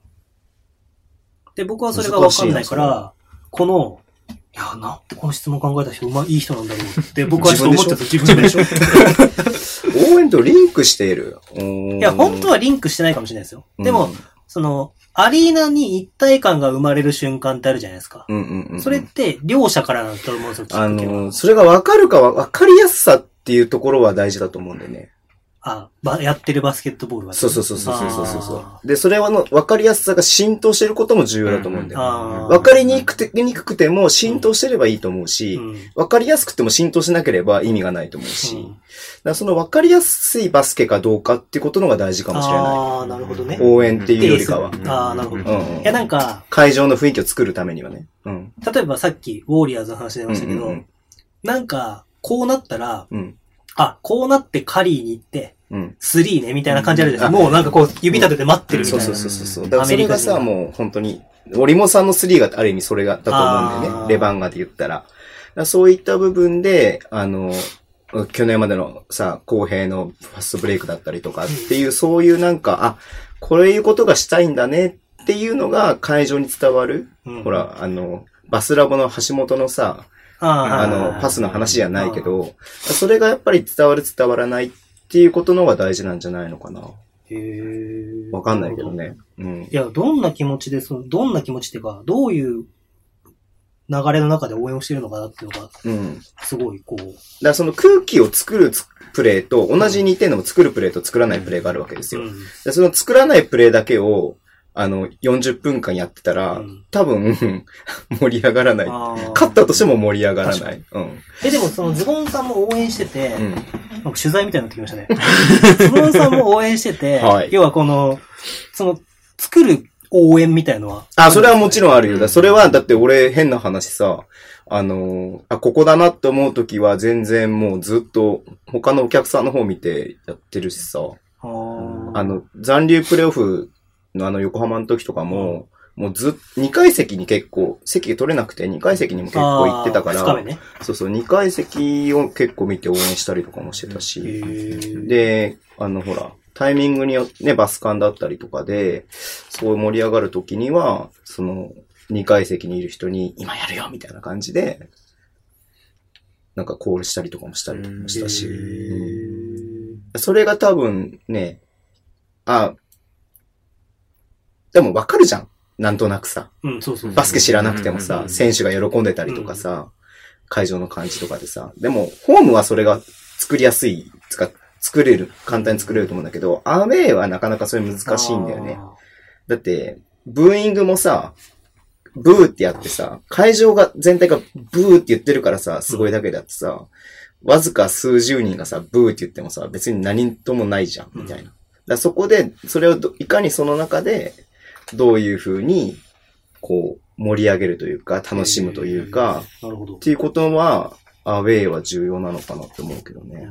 で、僕はそれがわかんないから、この、いや、なんでこの質問考えた人、うまい、いい人なんだろうって僕はちょっと思ってた自分でしょ。 応援とリンクしている。 いや、本当はリンクしてないかもしれないですよ。でも、うん、その、アリーナに一体感が生まれる瞬間ってあるじゃないですか。 うんうんうんうん、 それって両者からだと思うんですよ、きっかけは。 あの、それが分かるかは、分かりやすさっていうところは大事だと思うんだよね。 あ、ば、やってるバスケットボールは、ね。 そうそうそうそうそうそうそう。で、それはの、分かりやすさが浸透してることも重要だと思うんだよ。うん、分かりにくくて、にくくても浸透してればいいと思うし、うん、分かりやすくても浸透しなければ意味がないと思うし、うん、だからその分かりやすいバスケかどうかっていうことのが大事かもしれない。 ああ、なるほどね。 応援っていうよりかは。 ああ、なるほど。うん、いや、なんか、 会場の雰囲気を作るためにはね。うん、 例えばさっき、ウォーリアーズの話出ましたけど、うんうんうん、なんか、こうなったら、うん、あ、こうなってカリーに行って、うん、スリーね、みたいな感じあるじゃないですか。もうなんかこう、指立てて待ってるみたいな。 そうそうそうそう。だからそれがさ、もう本当に、オリモさんのスリーがある意味それが、だと思うんだよね。レバンガで言ったら。らそういった部分で、あの、去年までのさ、公平のファストブレイクだったりとかっていう、うん、そういうなんか、あ、こういうことがしたいんだねっていうのが会場に伝わる。うん、ほら、あの、バスラボの橋本のさ、あ, あの、パスの話じゃないけど、それがやっぱり伝わる伝わらないっていうことの方が大事なんじゃないのかな。 へー。 わかんないけどね。うん。 いや、どんな気持ちで、その、どんな気持ちっていうか、どういう流れの中で応援をしてるのかなっていうのが、うん。すごい、こう。だからその空気を作るプレーと、同じにてんのも作るプレーと作らないプレーがあるわけですよ。うん、でその作らないプレーだけを、あの、よんじゅっぷんかんやってたら、うん、多分、盛り上がらない。勝ったとしても盛り上がらない。うん、 え、でもそのズボンさんも応援してて、うん、なんか取材みたいになってきましたね。ズボンさんも応援してて、はい、要はこの、その、作る応援みたいのは。 あ、それはもちろんあるよ。だそれは、だって俺変な話さ、あの、あ、ここだなって思うときは全然もうずっと他のお客さんの方見てやってるしさ、あの、残留プレイオフ、あの、横浜の時とかも、うん、もうずっ、にかい席に結構、席取れなくてにかい席にも結構行ってたから、ね、そうそう、にかい席を結構見て応援したりとかもしてたし、で、あの、ほら、タイミングによってね、バスカンだったりとかで、そう盛り上がる時には、その、にかい席にいる人に、今やるよみたいな感じで、なんかコールしたりとかもしたりとかもしたし、うん、それが多分ね、あ、でもわかるじゃん。なんとなくさ。 うん、そうそうそう。 バスケ知らなくてもさ、選手が喜んでたりとかさ、うん、会場の感じとかでさ。でも、ホームはそれが作りやすい、つか、作れる、簡単に作れると思うんだけど、アウェーはなかなかそれ難しいんだよね。だって、ブーイングもさ、ブーってやってさ、会場が、全体がブーって言ってるからさ、すごいだけだってさ、わずか数十人がさ、ブーって言ってもさ、別に何ともないじゃん、みたいな。だからそこで、それをいかにその中で、どういう風に、こう、盛り上げるというか、楽しむというか、 なるほど。 っていうことは、アウェーは重要なのかなって思うけどね。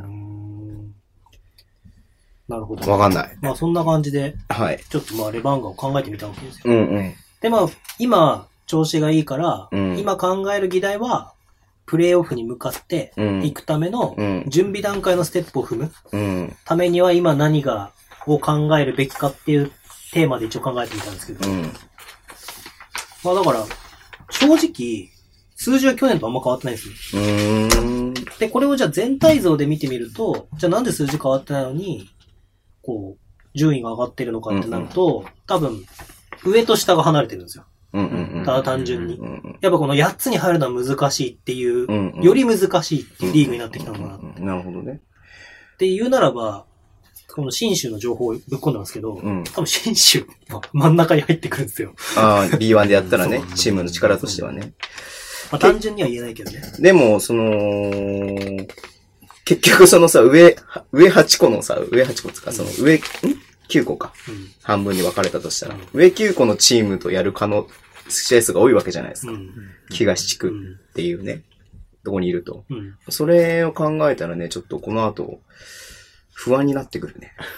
なるほど。 わかんない。 まあそんな感じで、 はい。 ちょっとまあレバンガを考えてみたわけですよ。 うんうん。 でまあ、今、調子がいいから、うん、今考える議題は、プレイオフに向かって行くための準備段階のステップを踏む、うん、ためには今何がを考えるべきかっていうテーマで一応考えてみたんですけど、うん、まあだから正直数字は去年とあんま変わってないですね。うーんでこれをじゃあ全体像で見てみると、じゃあなんで数字変わってないのにこう順位が上がってるのかってなると、うんうん、多分上と下が離れてるんですよ。 うんうんうん、 ただ単純に、うんうん。やっぱこのやっつに入るのは難しいっていう、うんうん、より難しいっていうリーグになってきたのかな、 うんうん。なるほどね。 っていうならば、この新州の情報をぶっ込んだんですけど、うん、多分新州は真ん中に入ってくるんですよ。 ああ、ビーワン でやったらね、チームの力としてはね。 まあ単純には言えないけどね。 でも、その、結局そのさ、上、上はちこのさ、上はちこつか、その上、んきゅうこか、うん。半分に分かれたとしたら、うん、上きゅうこのチームとやる可能、試合数が多いわけじゃないですか。うん、東地区っていうね、うん、とこにいると、うん。それを考えたらね、ちょっとこの後、不安になってくるね。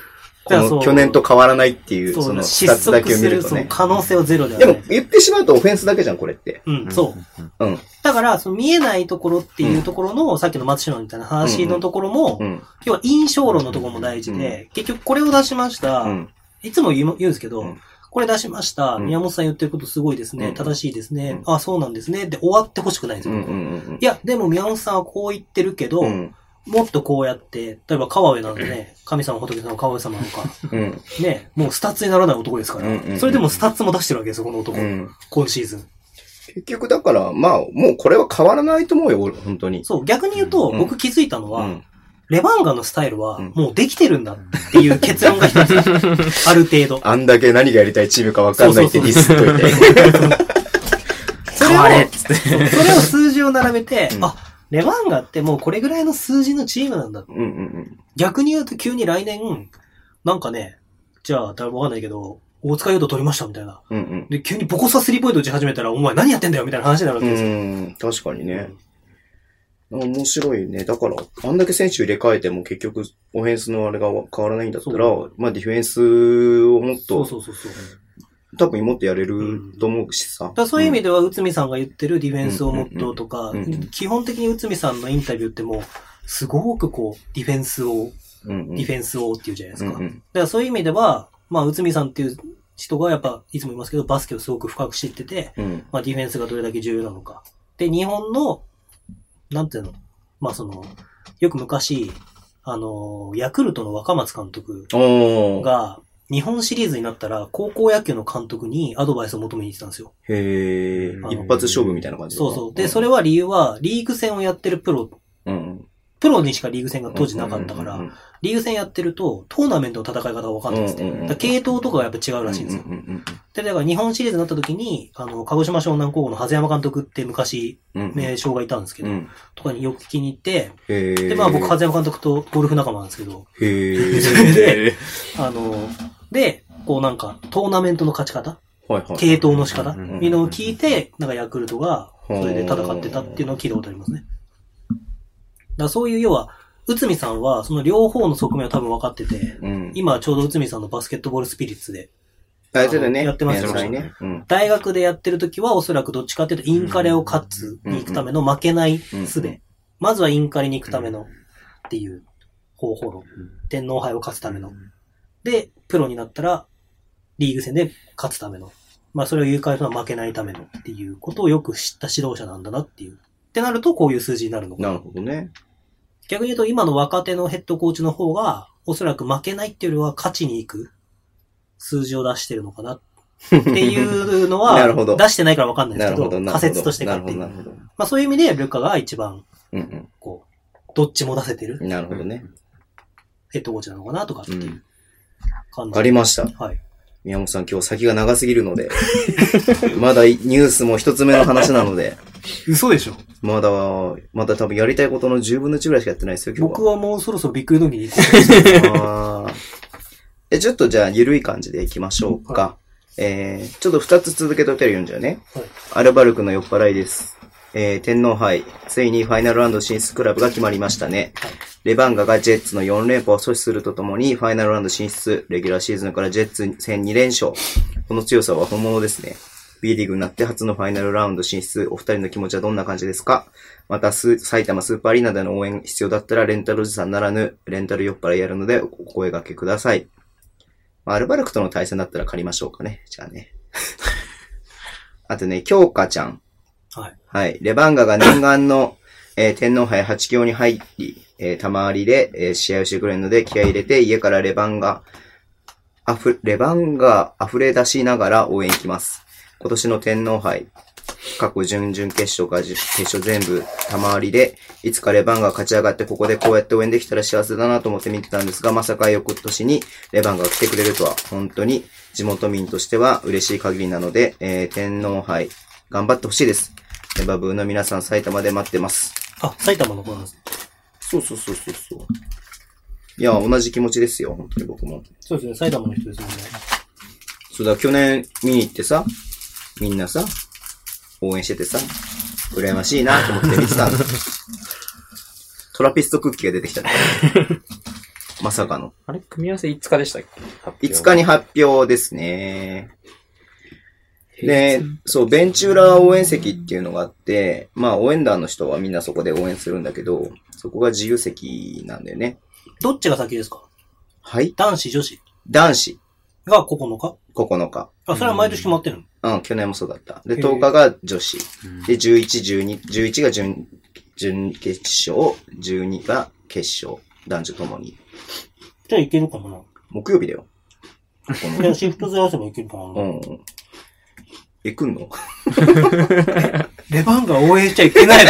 この去年と変わらないっていう、そのスタッツだけを見るとね。 可能性はゼロではない。でも言ってしまうとオフェンスだけじゃん、これって。 うん、そう。うん。だから、その見えないところっていうところの、うん、さっきの松島みたいな話のところも、うんうん、要は印象論のところも大事で、うん、結局これを出しました。うん、いつも言うんですけど、うんこれ出しました。宮本さん言ってることすごいですね。うん、正しいですね。うん、あ、そうなんですね。で終わってほしくないんですよ。うんうんうん、いや、でも宮本さんはこう言ってるけど、うん、もっとこうやって、例えば川上なんでね、神様仏様川上様なんか、うん、ね、もうスタッツにならない男ですから、うんうんうん、それでもスタッツも出してるわけですよ、この男。うん、今シーズン。 結局だから、まあ、もうこれは変わらないと思うよ、本当に。 そう、逆に言うと、うん、僕気づいたのは、うんレバンガのスタイルはもうできてるんだっていう結論が一つある程度。 あんだけ何がやりたいチームか分かんないってディスっといて。 それを、それを数字を並べて、うん、あ、レバンガってもうこれぐらいの数字のチームなんだ。うんうんうん、逆に言うと急に来年、なんかね、じゃあ、だいぶわかんないけど、大塚優斗取りましたみたいな。うんうん、で、急にボコサスリーポイント打ち始めたら、お前何やってんだよみたいな話になるわけですよ。 うん、確かにね。面白いね。だから、あんだけ選手入れ替えても結局、オフェンスのあれが変わらないんだったら、まあディフェンスをもっと、そうそうそうそう多分もっとやれると思うしさ。 うん、だそういう意味では、内海さんが言ってるディフェンスをもっととか、うんうんうん、基本的に内海さんのインタビューってもう、すごくこう、ディフェンスを、うんうん、ディフェンスをって言うじゃないですか。うんうん、だからそういう意味では、まあ内海さんっていう人がやっぱ、いつも言いますけど、バスケをすごく深く知ってて、うん、まあディフェンスがどれだけ重要なのか。で、日本の、なんていうのまあその、よく昔、あの、ヤクルトの若松監督が、日本シリーズになったら、高校野球の監督にアドバイスを求めに行ってたんですよ。 へー。一発勝負みたいな感じそうそう。で、それは理由は、リーグ戦をやってるプロ、うん、プロにしかリーグ戦が当時なかったから、リーグ戦やってると、トーナメントの戦い方が分かんないんですね。だから系統とかがやっぱ違うらしいんですよ。で、だから日本シリーズになった時に、あの、鹿児島湘南高校の長谷山監督って昔、名称がいたんですけど、うん、とかによく聞きに行って、で、まあ僕、長谷山監督とゴルフ仲間なんですけど、へそれで、あの、で、こうなんか、トーナメントの勝ち方、はいはい、系統の仕方、みいうのを聞いて、なんかヤクルトが、それで戦ってたっていうのを聞いたことありますね。だからそういう要は、内海さんはその両方の側面を多分分かってて、うん、今ちょうど内海さんのバスケットボールスピリッツで、 あやってたね。 やってますよね、うん。大学でやってる時はおそらくどっちかっていうとインカレを勝つに行くための負けない術で、まずはインカレに行くためのっていう方法論。天皇杯を勝つための。で、プロになったらリーグ戦で勝つための。まあそれを言う換えるのは負けないためのっていうことをよく知った指導者なんだなっていう。ってなるとこういう数字になるのか。 なるほどね。 逆に言うと今の若手のヘッドコーチの方がおそらく負けないっていうよりは勝ちに行く数字を出してるのかなっていうのは出してないから分かんないですけど、仮説として勝手に。まあそういう意味でルカが一番こうどっちも出せてる。 なるほどね。 ヘッドコーチなのかなとかっていう感じ。 わかりました。はい。宮本さん今日先が長すぎるので、まだニュースも一つ目の話なので。 嘘でしょまだ、まだ多分やりたいことのじゅうぶんのいちぐらいしかやってないですよ、今日は。 僕はもうそろそろびっくりドンキに行こうあえ。ちょっとじゃあ、ゆるい感じでいきましょうか。はい、えー、ちょっと二つ続けといてるんじゃね。はい、アルバルクの酔っ払いです。えー、天皇杯、ついにファイナルラウンド進出クラブが決まりましたね。はい、レバンガがジェッツのよん連覇を阻止するとともに、ファイナルラウンド進出、レギュラーシーズンからジェッツ戦に連勝。この強さは本物ですね。B リーグになって初のファイナルラウンド進出、お二人の気持ちはどんな感じですか？また、埼玉スーパーアリーナでの応援必要だったら、レンタルおじさんならぬ、レンタル酔っ払いやるので、お声掛けください。アルバルクとの対戦だったら借りましょうかね。じゃあね。あとね、京香ちゃん。はい。はい。レバンガが念願の、えー、天皇杯はち強に入り、えー、玉割りで、えー、試合をしてくれるので気合い入れて、家からレバンガ、あふ、レバンガ溢れ出しながら応援行きます。今年の天皇杯、過去準々決勝から決勝全部玉割りで、いつかレバンガが勝ち上がってここでこうやって応援できたら幸せだなと思って見てたんですが、まさか翌年にレバンガが来てくれるとは、本当に地元民としては嬉しい限りなので、えー、天皇杯頑張ってほしいです。レバブーの皆さん埼玉で待ってます。 あ、埼玉の子なんですね。 そうそうそうそうそう。いや、同じ気持ちですよ、本当に僕も。 そうですね、埼玉の人ですもんね。 そうだ、去年見に行ってさ、みんなさ、応援しててさ、羨ましいなと思って見てたんだ。トラピストクッキーが出てきたね。 まさかの。 あれ組み合わせいつかでしたっけ？いつかに発表ですね。で、そう、ベンチ裏応援席っていうのがあって、まあ応援団の人はみんなそこで応援するんだけど、そこが自由席なんだよね。 どっちが先ですか？ はい。 男子、女子。 男子。 がここのか ? ここのか。 あ、それは毎年決まってるの？うん、去年もそうだった。で、とおかが女子。で、じゅういち、じゅうに、じゅういちが準、準決勝、じゅうにが決勝。男女ともに。 じゃあいけるかな？ 木曜日だよ。 いや、シフトずらせばいけるかな？ うん。え、来んの？ レバンが応援しちゃいけないの。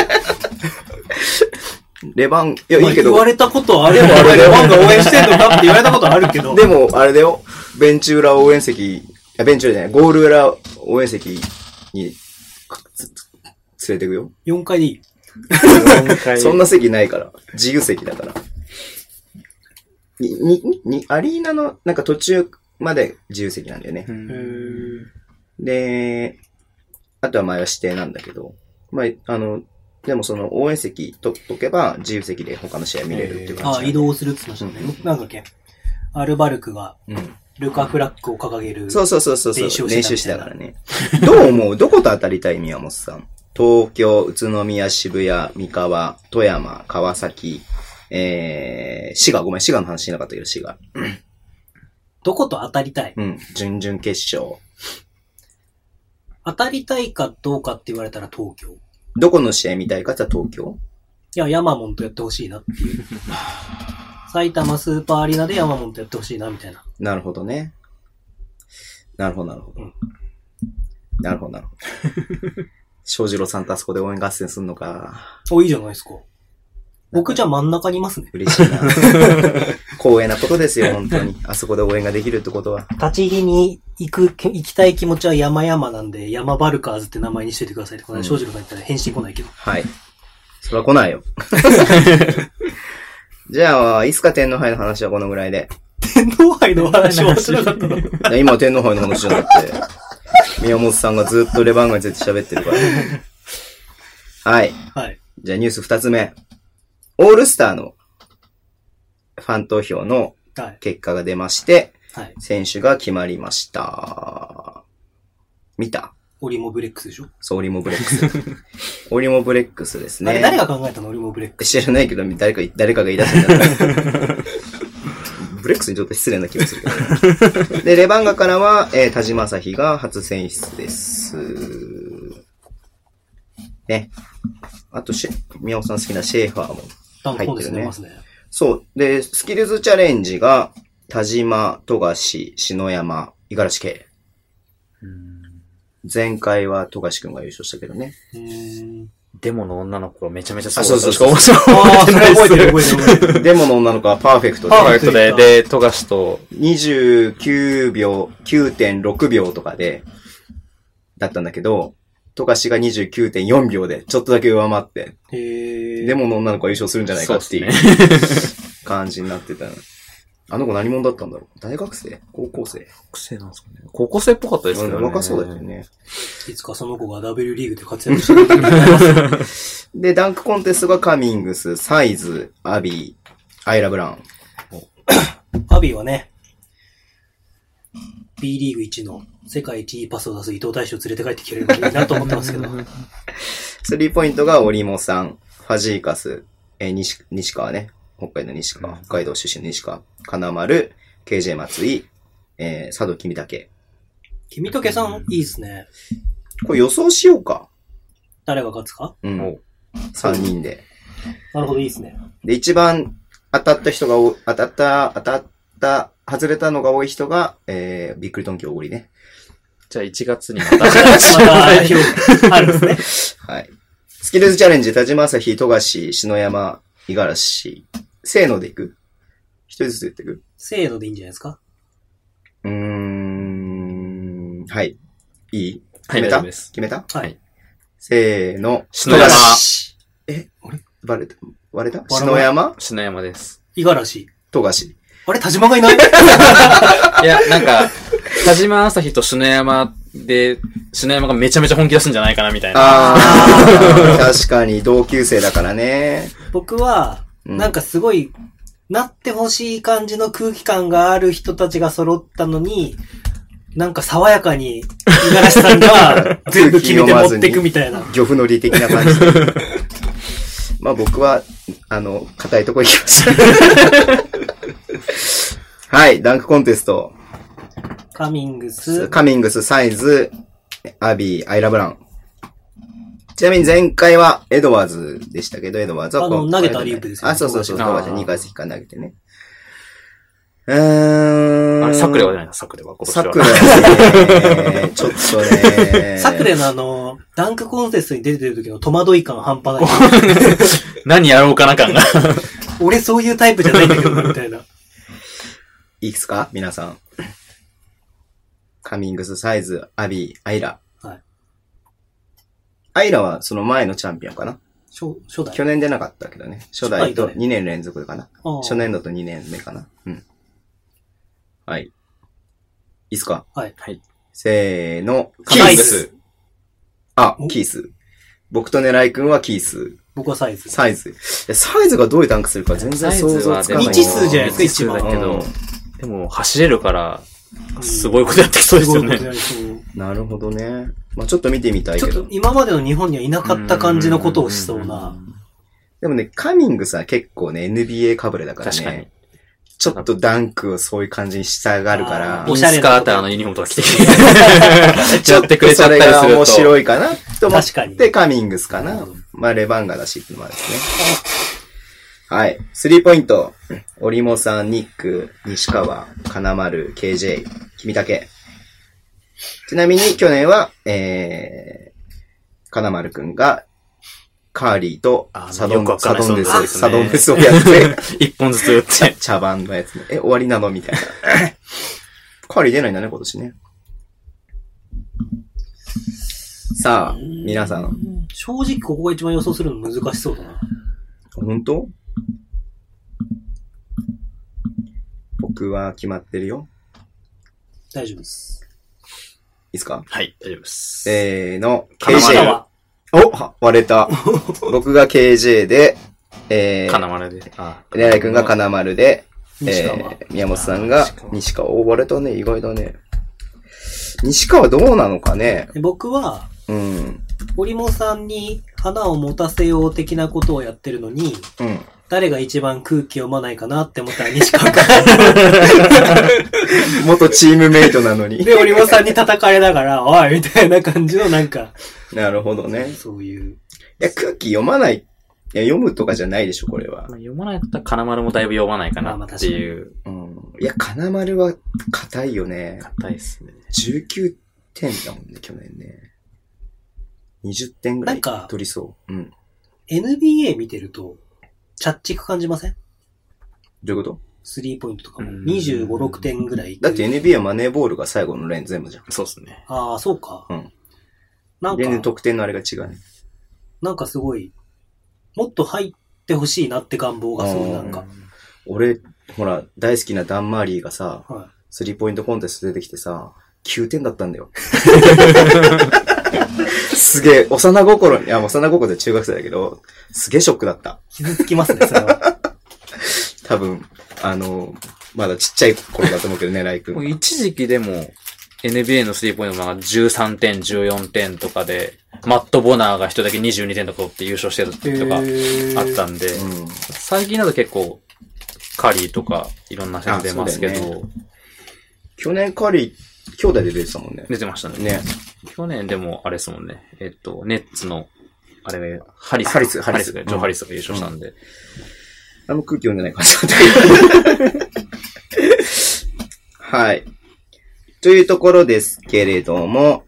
レバン、いや、いいけど。 言われたことあれば、レバンが応援してんのかって言われたことあるけど。 でも、あれだよ。ベンチ裏応援席、いや、ベンチ裏じゃない、ゴール裏応援席に、連れてくよ。 よんかいでいい。 よんかい。そんな席ないから。自由席だから。に、に、に、アリーナの、なんか途中まで自由席なんだよね。 へー。 で、あとは前は指定なんだけど、まあ、あの、でもその応援席取っとけば自由席で他の試合見れるっていう感じ、 ね。あ、移動するって言ってましたね。うん、なんだっけ。アルバルクが、ルカフラッグを掲げる。 そうそうそうそう。練習練習してたからね。どう思う？どこと当たりたい宮本さん。東京、宇都宮、渋谷、三河、富山、川崎、えー、滋賀、ごめん、滋賀の話しなかったけど、滋賀。 どこと当たりたい？ うん、準々決勝。 当たりたいかどうかって言われたら東京。 どこの試合見たいかって東京？ いや、ヤマモンとやってほしいなっていう。埼玉スーパーアリーナでヤマモンとやってほしいな、みたいな。 なるほどね。なるほど、なるほど。うん、なるほど、なるほど。翔士郎さんとあそこで応援合戦すんのか。 お、いいじゃないですか。僕じゃあ真ん中にいますね。 嬉しいな。光栄なことですよ、本当に。あそこで応援ができるってことは。 立ち木に行く、行きたい気持ちは山々なんで、山バルカーズって名前にしといてくださいって、この間翔士郎さん言ったら返信来ないけど。 はい。それは来ないよ。じゃあ、いつか天皇杯の話はこのぐらいで。 天皇杯の話はしなかったの？ 今天皇杯の話じゃなくて、宮本さんがずっとレバンガについて喋ってるから。はい。 はい。 じゃあニュース二つ目。オールスターのファン投票の結果が出まして、はい、選手が決まりました。見た？ オリモブレックスでしょ？ そう、オリモブレックス。オリモブレックスですね。 あれ誰が考えたの？オリモブレックス。 知らないけど、誰か、誰かが言い出したんだろう。ブレックスにちょっと失礼な気がするけど、ね。で、レバンガからは、えー、田島朝日が初選出です。ね。あとシェ、宮尾さん好きなシェーファーも入ってるね。 ねそう。で、スキルズチャレンジが、田島、富樫、篠山、五十嵐圭。前回は富樫くんが優勝したけどね。 デモの女の子がめちゃめちゃそうそうそう。 面白い。ああ、それ覚えてる覚えてる。デモの女の子はパーフェクトで。パーフェクトで、で、富樫と。 にじゅうきゅうびょう、きゅうてんろくびょうとかで、だったんだけど、富樫が にじゅうきゅうてんよんびょうで、ちょっとだけ上回って、 へデモの女の子が優勝するんじゃないかっていう感じになってた。あの子何者だったんだろう？大学生？高校生？ 高校生なんですかね。高校生っぽかったですよね。 若そうだったよね。 いつかその子が ダブリュー リーグで活躍してると思います。 で、ダンクコンテストがカミングス、サイズ、アビー、アイラ・ブラウン。 アビーはね、B リーグいちの世界一いいパスを出す伊藤大志を連れて帰ってきてくれればいいなと思ってますけど。 スリーポイントがオリモさん、ファジーカス、えー、西、西川ね。北海道西川、北海道出身の西川、金丸、ケージェー 松井、えー、佐渡君竹。 君竹さん、いいっすね。 これ予想しようか。 誰が勝つか？ うん。さんにんで。 なるほど、いいっすね。 で、一番当たった人がお、当たった、当たった、外れたのが多い人が、えー、びっくりドンキー大栗ね。 じゃあいちがつにまた。また、 あるんですね。はい。スキルズチャレンジ、田島朝日、富樫、篠山、五十嵐。せーのでいく？一人ずつ言っていく？ せーのでいいんじゃないですか？ うーん。はい。いい？ 決めた？はい、決めた？ はい。 せーの。 篠山。 え？あれ？バレた？割れた？篠山？ 篠山です。 五十嵐。 富樫。 あれ？田島がいない？いや、なんか、田島朝日と篠山で、篠山がめちゃめちゃ本気出すんじゃないかなみたいな。 ああ、確かに同級生だからね。 僕は、なんかすごいなってほしい感じの空気感がある人たちが揃ったのに、なんか爽やかに、五十嵐さんが全部決めて持ってくみたいな。 漁夫の利的な感じで。まあ僕は、あの、硬いとこ行きました。はい、ダンクコンテスト。 カミングス。 カミングス、サイズ、アビー、アイラブラウン。ちなみに前回はエドワーズでしたけど、エドワーズはあの、投げたリープですよね。あ、そうそうそう、富樫にかい席から投げてね。うーん。 あれ、サクレはじゃないのサクレは。 サクレはね、ちょっとね。 サクレのあの、ダンクコンテストに出てる時の戸惑い感半端ない。 何やろうかな感が。 俺そういうタイプじゃないんだけど、みたいな。 いいですか皆さん。カミングス、サイズ、アビー、アイラ。はい。アイラはその前のチャンピオンかな初、初代。 去年出なかったけどね。初代とにねん連続かな。初年度とにねんめかな。うん。はい。いいっすかはい。はい。 せーの。キース。あ、キース。僕と狙いくんはキース。 僕はサイズ。 サイズ。サイズがどういうダンクするか全然想像つかない。 未知数じゃないですか、一番。 だけど、でも走れるから、すごいことやってきそうですよね。 なるほどね。まあちょっと見てみたいけど。ちょっと今までの日本にはいなかった感じのことをしそうな。 でもね、カミングスは結構ね、エヌビーエー かぶれだからね。確かに。ちょっとダンクをそういう感じにしたがるから。 おしゃれな。スカーターのユニフォームとか着てちょっとくれちゃったりすると。それが面白いかなと思って。 確かに。 で、カミングスかな。まあレバンガだしっていうのもあるんですね。はい。スリーポイント。オリモさん、ニック、西川、金丸、ケージェー、君竹。ちなみに去年は、えー、金丸くんが、カーリーとサドン、サドンデス、サドンデスをやって、 一本ずつ打って。 茶番のやつね。え、終わりなのみたいな。カーリー出ないんだね、今年ね。さあ、皆さん。 正直ここが一番予想するの難しそうだな。 本当？僕は決まってるよ。 大丈夫です。 いいですか？ はい、大丈夫です。 せーの、ケージェー。お割れた。僕が ケージェー で、えー、 金丸で。ああ。ねらいくんが金丸で、えー、宮本さんが西川。お、割れたね、意外だね。西川どうなのかね？ 僕は、うん。折茂さんに花を持たせよう的なことをやってるのに、うん。誰が一番空気読まないかなって思ったら西川か。 元チームメイトなのに。 で、折茂さんに叩かれながら、おいみたいな感じのなんか。 なるほどね。 そういう。 いや、空気読まない。いや、読むとかじゃないでしょ、これは。 まあ、読まないだったら金丸もだいぶ読まないかなっていう。 うん、いや、金丸は硬いよね。 硬いっすね。 じゅうきゅうてんだもんね、去年ね。にじゅってんぐらい取りそう。うん。 エヌビーエー 見てると、チャッチク感じません？ どういうこと？ スリーポイントとかもにじゅうご、ろくてんぐらい。 だって エヌビーエー はマネーボールが最後のレーン全部じゃん。 そうっすね。 ああ、そうか。うん。 なんか。全然得点のあれが違うね。 なんかすごい、もっと入ってほしいなって願望がすごいなんか。 俺、ほら、大好きなダン・マーリーがさ、はい、スリーポイントコンテスト出てきてさ、きゅうてんだったんだよ。すげえ、幼心に、いや、幼心で中学生だけど、すげえショックだった。 傷つきますね、それは。 多分、あの、まだちっちゃい頃だと思うけどね、ライ君。 一時期でも、エヌビーエー のスリーポイントがじゅうさんてん、じゅうよんてんとかで、マット・ボナーが一人だけにじゅうにてんとか取って優勝してる時とかあったんで、うん、最近だと結構、カリーとかいろんな選手出ますけど、ね、 去年カリー、兄弟で出てたもんね。 出てましたね。 ね。 去年でもあれですもんね。えっと、ネッツの、あれが、 ハリス。ハリス、 ハリスが、ジョー・ハリスが優勝したんで。うん、 あの空気読んでない感じだった。はい。というところですけれども、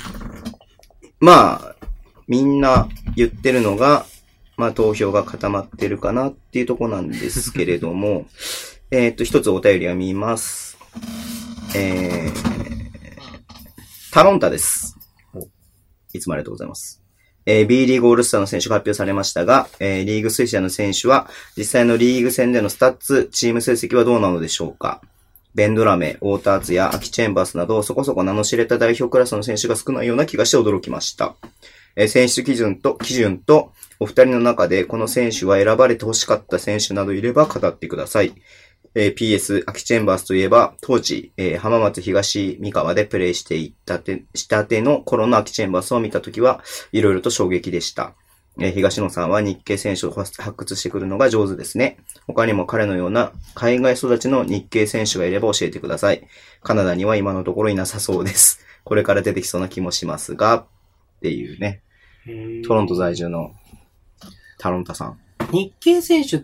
まあ、みんな言ってるのが、まあ投票が固まってるかなっていうところなんですけれども、えっと、一つお便りを見ます。えー、タロンタです。いつもありがとうございます。えー、B リーグオールスターの選手が発表されましたが、えー、リーグ推薦の選手は、実際のリーグ戦でのスタッツ、チーム成績はどうなのでしょうか？ベンドラメ、ウォーターツやアキチェンバースなど、そこそこ名の知れた代表クラスの選手が少ないような気がして驚きました。 えー、選出基準と、基準と、お二人の中でこの選手は選ばれて欲しかった選手などいれば語ってください。えー、ピーエス、秋チェンバースといえば、当時、えー、浜松東三河でプレイしていたて、したての頃の秋チェンバースを見たときは、いろいろと衝撃でした。えー、東野さんは日系選手を発掘してくるのが上手ですね。他にも彼のような海外育ちの日系選手がいれば教えてください。カナダには今のところいなさそうです。これから出てきそうな気もしますが、っていうね。トロント在住のタロンタさん。 日系選手って、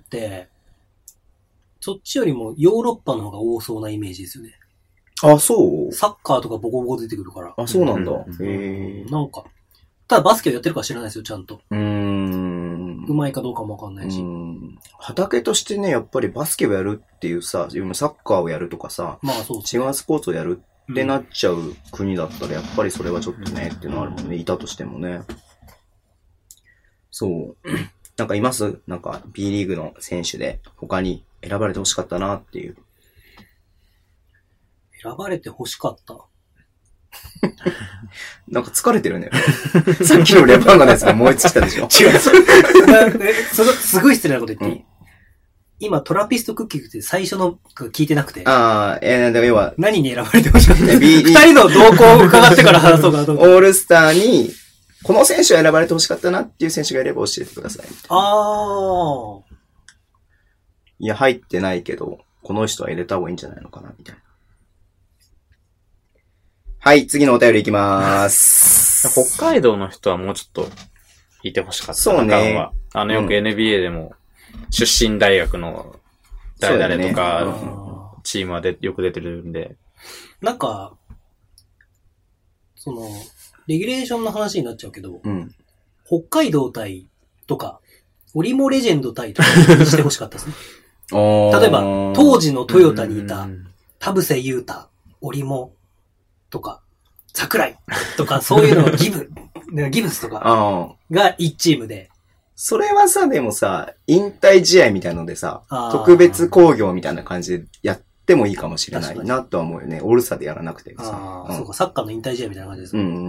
そっちよりもヨーロッパの方が多そうなイメージですよね。 あ、そうサッカーとかボコボコ出てくるから。 あ、そうなんだ。 うん、へー。なんか、ただバスケをやってるか知らないですよ、ちゃんと。 うーん。 うまいかどうかもわかんないし。 うん。畑としてね、やっぱりバスケをやるっていうさ、サッカーをやるとかさ、 まあそうですね、 違うスポーツをやるってなっちゃう国だったら、やっぱりそれはちょっとね、っていうのはあるもんね。いたとしてもね。そう。なんかいますなんか B リーグの選手で他に選ばれて欲しかったなっていう。 選ばれて欲しかったなんか疲れてるね。さっきのレバンガのやつが燃え尽きたでしょ。 違う。そのすごい失礼なこと言っていい、うん、今トラピストクッキングって最初の聞いてなくて。 ああ、えー、だから要は。 何に選ばれて欲しかった、ね、 B 二人の動向を伺ってから話そうかなと思って。 オールスターに、この選手は選ばれて欲しかったなっていう選手がいれば教えてください。 ああ。 いや、入ってないけど、この人は入れた方がいいんじゃないのかな、みたいな。はい、次のお便りいきまーす。 北海道の人はもうちょっといて欲しかった。 そうね。 あの、よく エヌビーエー でも、出身大学の誰々とか、ね、チームはでよく出てるんで。 なんか、その、レギュレーションの話になっちゃうけど、うん、北海道対とか、オリモレジェンド対とかにしてほしかったですね。例えば、当時のトヨタにいた、田臥勇太、オリモとか、桜井とか、そういうのをギブ、ギブスとかが一チームで。 それはさ、でもさ、引退試合みたいのでさ、特別興行みたいな感じでやってもいいかもしれないなとは思うよね。オールスターでやらなくてさ。 ああ、うん、そうか、サッカーの引退試合みたいな感じですね。 うんうんうん、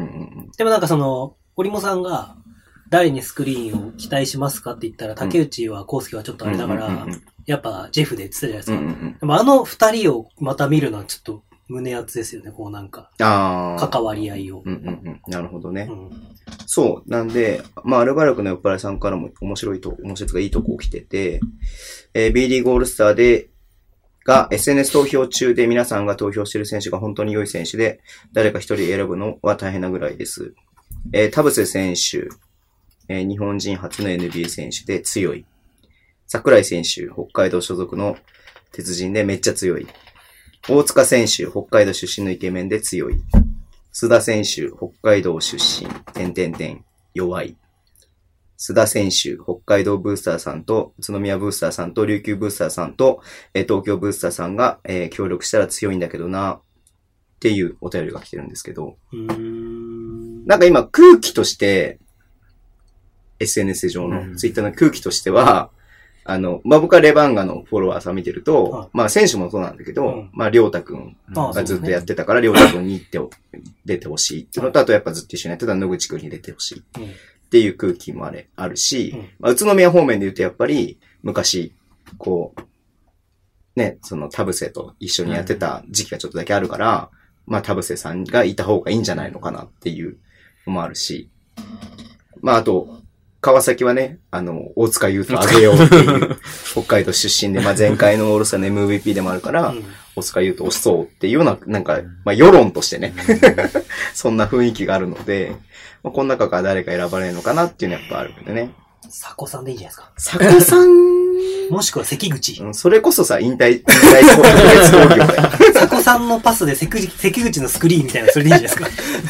でもなんかその、オリモさんが、誰にスクリーンを期待しますかって言ったら、竹内は康介はちょっとあれだから、うんうんうんうん、やっぱジェフでって言ってたじゃないですか。うんうん、でもあの二人をまた見るのはちょっと胸熱ですよね、こうなんか。ああ。関わり合いを。 うんうんうん。なるほどね。うん、そう。なんで、まあ、アルバルクの酔っ払いさんからも面白いと、面白いとかいいとこ来てて、えー、B リーグオールスターで、が エスエヌエス 投票中で皆さんが投票している選手が本当に良い選手で、誰か一人選ぶのは大変なぐらいです。えー、田臥選手、えー、日本人初の エヌビーエー 選手で強い。桜井選手、北海道所属の鉄人でめっちゃ強い。大塚選手、北海道出身のイケメンで強い。須田選手、北海道出身、点々点、弱い。須田選手、北海道ブースターさんと、宇都宮ブースターさんと、琉球ブースターさんと、えー、東京ブースターさんが、えー、協力したら強いんだけどな、っていうお便りが来てるんですけど。うーんなんか今空気として、エスエヌエス 上の、ツイッターの空気としては、あの、まあ、僕はレバンガのフォロワーさん見てると、はい、まあ、選手もそうなんだけど、うん、まあ、りょうたくんがずっとやってたから、りょうたくんに行って、出てほしいっていうのと、あとやっぱずっと一緒にやってた野口くんに出てほしいっていう空気もあれ、あるし、うん、まあ、宇都宮方面で言うとやっぱり、昔、こう、ね、その田臥と一緒にやってた時期がちょっとだけあるから、うん、まあ、田臥さんがいた方がいいんじゃないのかなっていうのもあるし、まあ、あと、川崎はね、あの、大塚優斗を上げようっていう、北海道出身で、まあ、前回のオールスターの エムブイピー でもあるから、うん、大塚優斗を押そうっていうような、なんか、まあ、世論としてね、そんな雰囲気があるので、まあ、この中から誰か選ばれるのかなっていうのはやっぱあるんでね。 佐古さんでいいじゃないですか。 佐古さんもしくは関口。 うん、それこそさ、引退、引退特別投票だよ。 佐古さんのパスで関口、関口のスクリーンみたいな、それでいいじゃない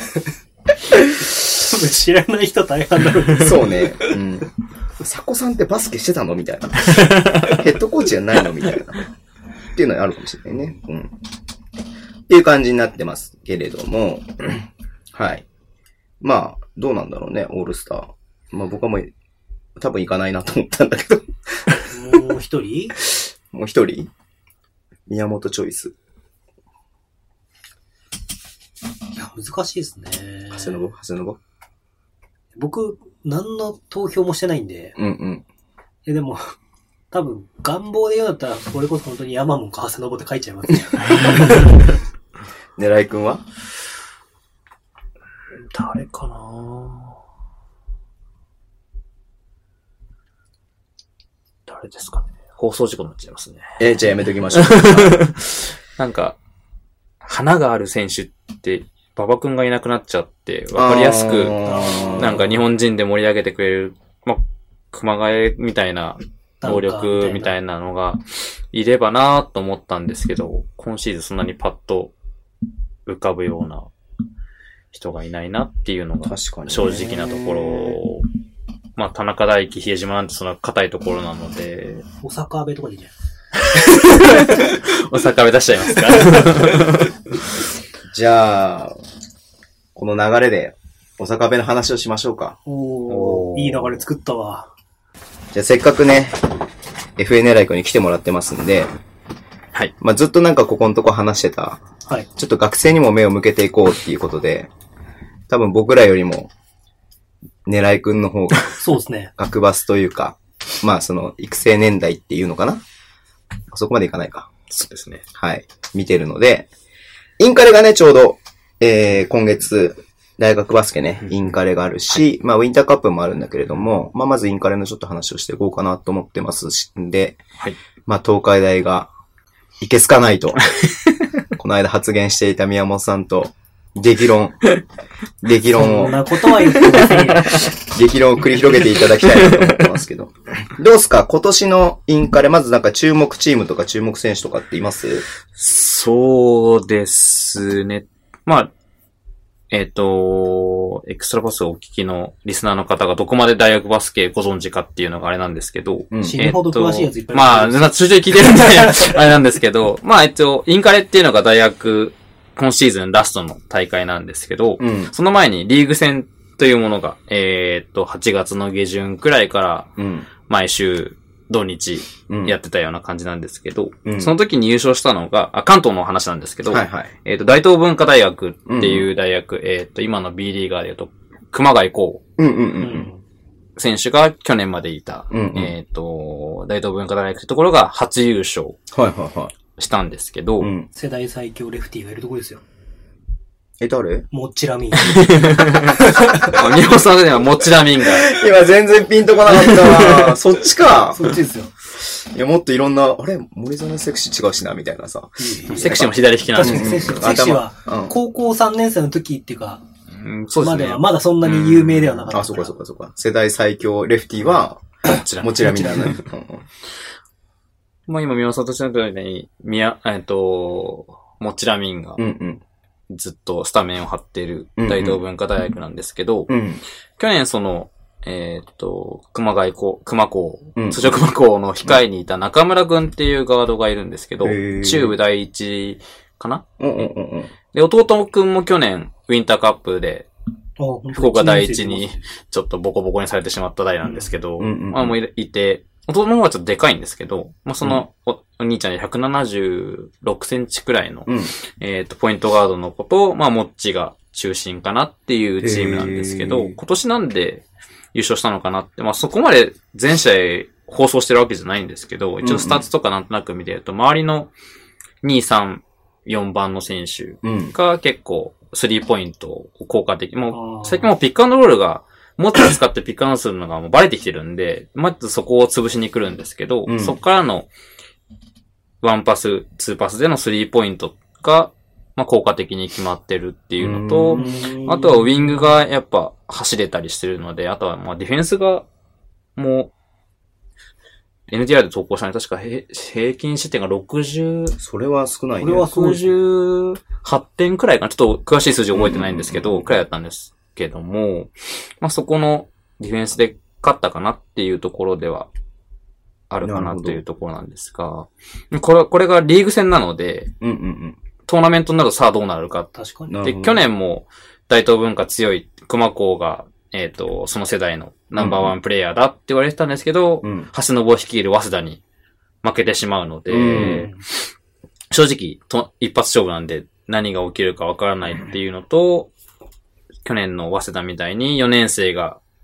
ですか。多分知らない人大半だろうね。 そうね。うん。佐古さんってバスケしてたのみたいな。ヘッドコーチじゃないのみたいな。っていうのがあるかもしれないね。うん。っていう感じになってますけれども。はい。まあ、どうなんだろうね、オールスター。まあ僕はもう、多分行かないなと思ったんだけど。 もう一人もう一人宮本チョイス。 いや、難しいですね。 長谷信長谷信僕、何の投票もしてないんで。 うんうん。 え、でも、多分、願望で言うんだったら、これこそ本当に山門か長谷信って書いちゃいますね。 狙いくんは誰かな誰ですかね。放送事故になっちゃいますね。 えー、じゃあやめときましょう。 なんか、花がある選手って、馬場くんがいなくなっちゃって、わかりやすく、なんか日本人で盛り上げてくれる、まあ、熊谷みたいな能力みたいなのがいればなと思ったんですけど、今シーズンそんなにパッと浮かぶような人がいないなっていうのが正直なところ。まあ、田中大輝、比江島なんてその硬いところなので。 お坂部とかでいいじゃん。 お坂部出しちゃいますかじゃあ、この流れで、お坂部の話をしましょうか。 おー、いい流れ作ったわ。 じゃあせっかくね、エフエヌ ライクに来てもらってますんで、 はい。 まあ、ずっとなんかここのとこ話してた、 はい。 ちょっと学生にも目を向けていこうっていうことで、多分僕らよりも、狙いくんの方が、 そうですね。 学バスというか、まあその育成年代っていうのかな、そこまでいかないか。 そうですね。 はい。見てるので、インカレがね、ちょうど、えー、今月、大学バスケね、インカレがあるし、はい、まあウィンターカップもあるんだけれども、まあまずインカレのちょっと話をしていこうかなと思ってますんで、 はい。 まあ東海大が、いけすかないと、この間発言していた宮本さんと、激論、激論を。 そんなことは言ってませんよ。 激論を繰り広げていただきたいなと思ってますけど。どうすか今年のインカレ、まずなんか注目チームとか注目選手とかっています？ そうですね。まあ、えっと、エクストラパスをお聞きのリスナーの方がどこまで大学バスケご存知かっていうのがあれなんですけど。 うん、死ぬほど詳しいやついっぱいいまあ、通常聞いてるんで、あれなんですけど、まあ、えっと、インカレっていうのが大学、今シーズンラストの大会なんですけど、 うん、 その前にリーグ戦というものが、えー、っと、はちがつの下旬くらいから、毎週土日やってたような感じなんですけど、うん、その時に優勝したのが、あ、関東の話なんですけど、 はいはい、 えー、っと、大東文化大学っていう大学、うん、えー、っと、今の B リーガーで言うと、熊谷光選手が去年までいた、 うんうん、 えー、っと、大東文化大学ってところが初優勝。 はいはいはい。 したんですけど、うん、 世代最強レフティーがいるところですよ。 え、誰？ モッチラミン。 宮本さんではモッチラミンが。 今全然ピンとこなかったなそっちか。 そっちですよ。 いや、もっといろんな、あれ森園セクシー違うしな、みたいなさ。 セクシーも左利きなんです。確かにセクシー、セクシーは、高校さんねん生の時っていうか、 うん、そうですね。 まだ、まだそんなに有名ではなかった。 あ、そうかそうかそうか。世代最強レフティーは、モチラミンだね。 まあ今、宮本さんとしてのように、みや、えっと、モチラミンが、ずっとスタメンを張っている大東文化大学なんですけど、 うんうん、 去年その、えっと、熊谷高、熊高、通常熊高の控えにいた中村くんっていうガードがいるんですけど、中部第一かな、 うんうんうん、 で、弟くんも去年、ウィンターカップで、福岡第一にちょっとボコボコにされてしまった代なんですけど、まあもういて、弟の方はちょっとでかいんですけど、まあ、そのお、うん、お兄ちゃんでひゃくななじゅうろくセンチくらいの、 うん、 えっと、ポイントガードの子と、まあ、モッチが中心かなっていうチームなんですけど、今年なんで優勝したのかなって、まあ、そこまで全試合放送してるわけじゃないんですけど、一応スタッツとかなんとなく見てると、周りのに、さん、よんばんの選手が結構スリーポイント効果的。もう、最近もうピックアンドロールがもっと使ってピックアンドするのがもうバレてきてるんで、まずそこを潰しに来るんですけど、うん、そこからのワンパス、ツーパスでのスリーポイントが、まあ、効果的に決まってるっていうのと、あとはウィングがやっぱ走れたりしてるので、あとはまあディフェンスがもう、エヌティーアール で投稿したのに確か平均失点がろくじゅう、 それは少ないね。 これはろくじゅうはってんくらいかな。ちょっと詳しい数字覚えてないんですけど、くらいだったんですけども、まあそこのディフェンスで勝ったかなっていうところではあるかなというところなんですが、これ、これがリーグ戦なので、 うんうんうん、 トーナメントになるとさあどうなるか。 確かに。 で、去年も大東文化強い熊高が、えっと、その世代のナンバーワンプレイヤーだって言われてたんですけど、 うん、 橋信を率いる早稲田に負けてしまうので、うん、正直と、一発勝負なんで何が起きるかわからないっていうのと、去年の早稲田みたいによねん生が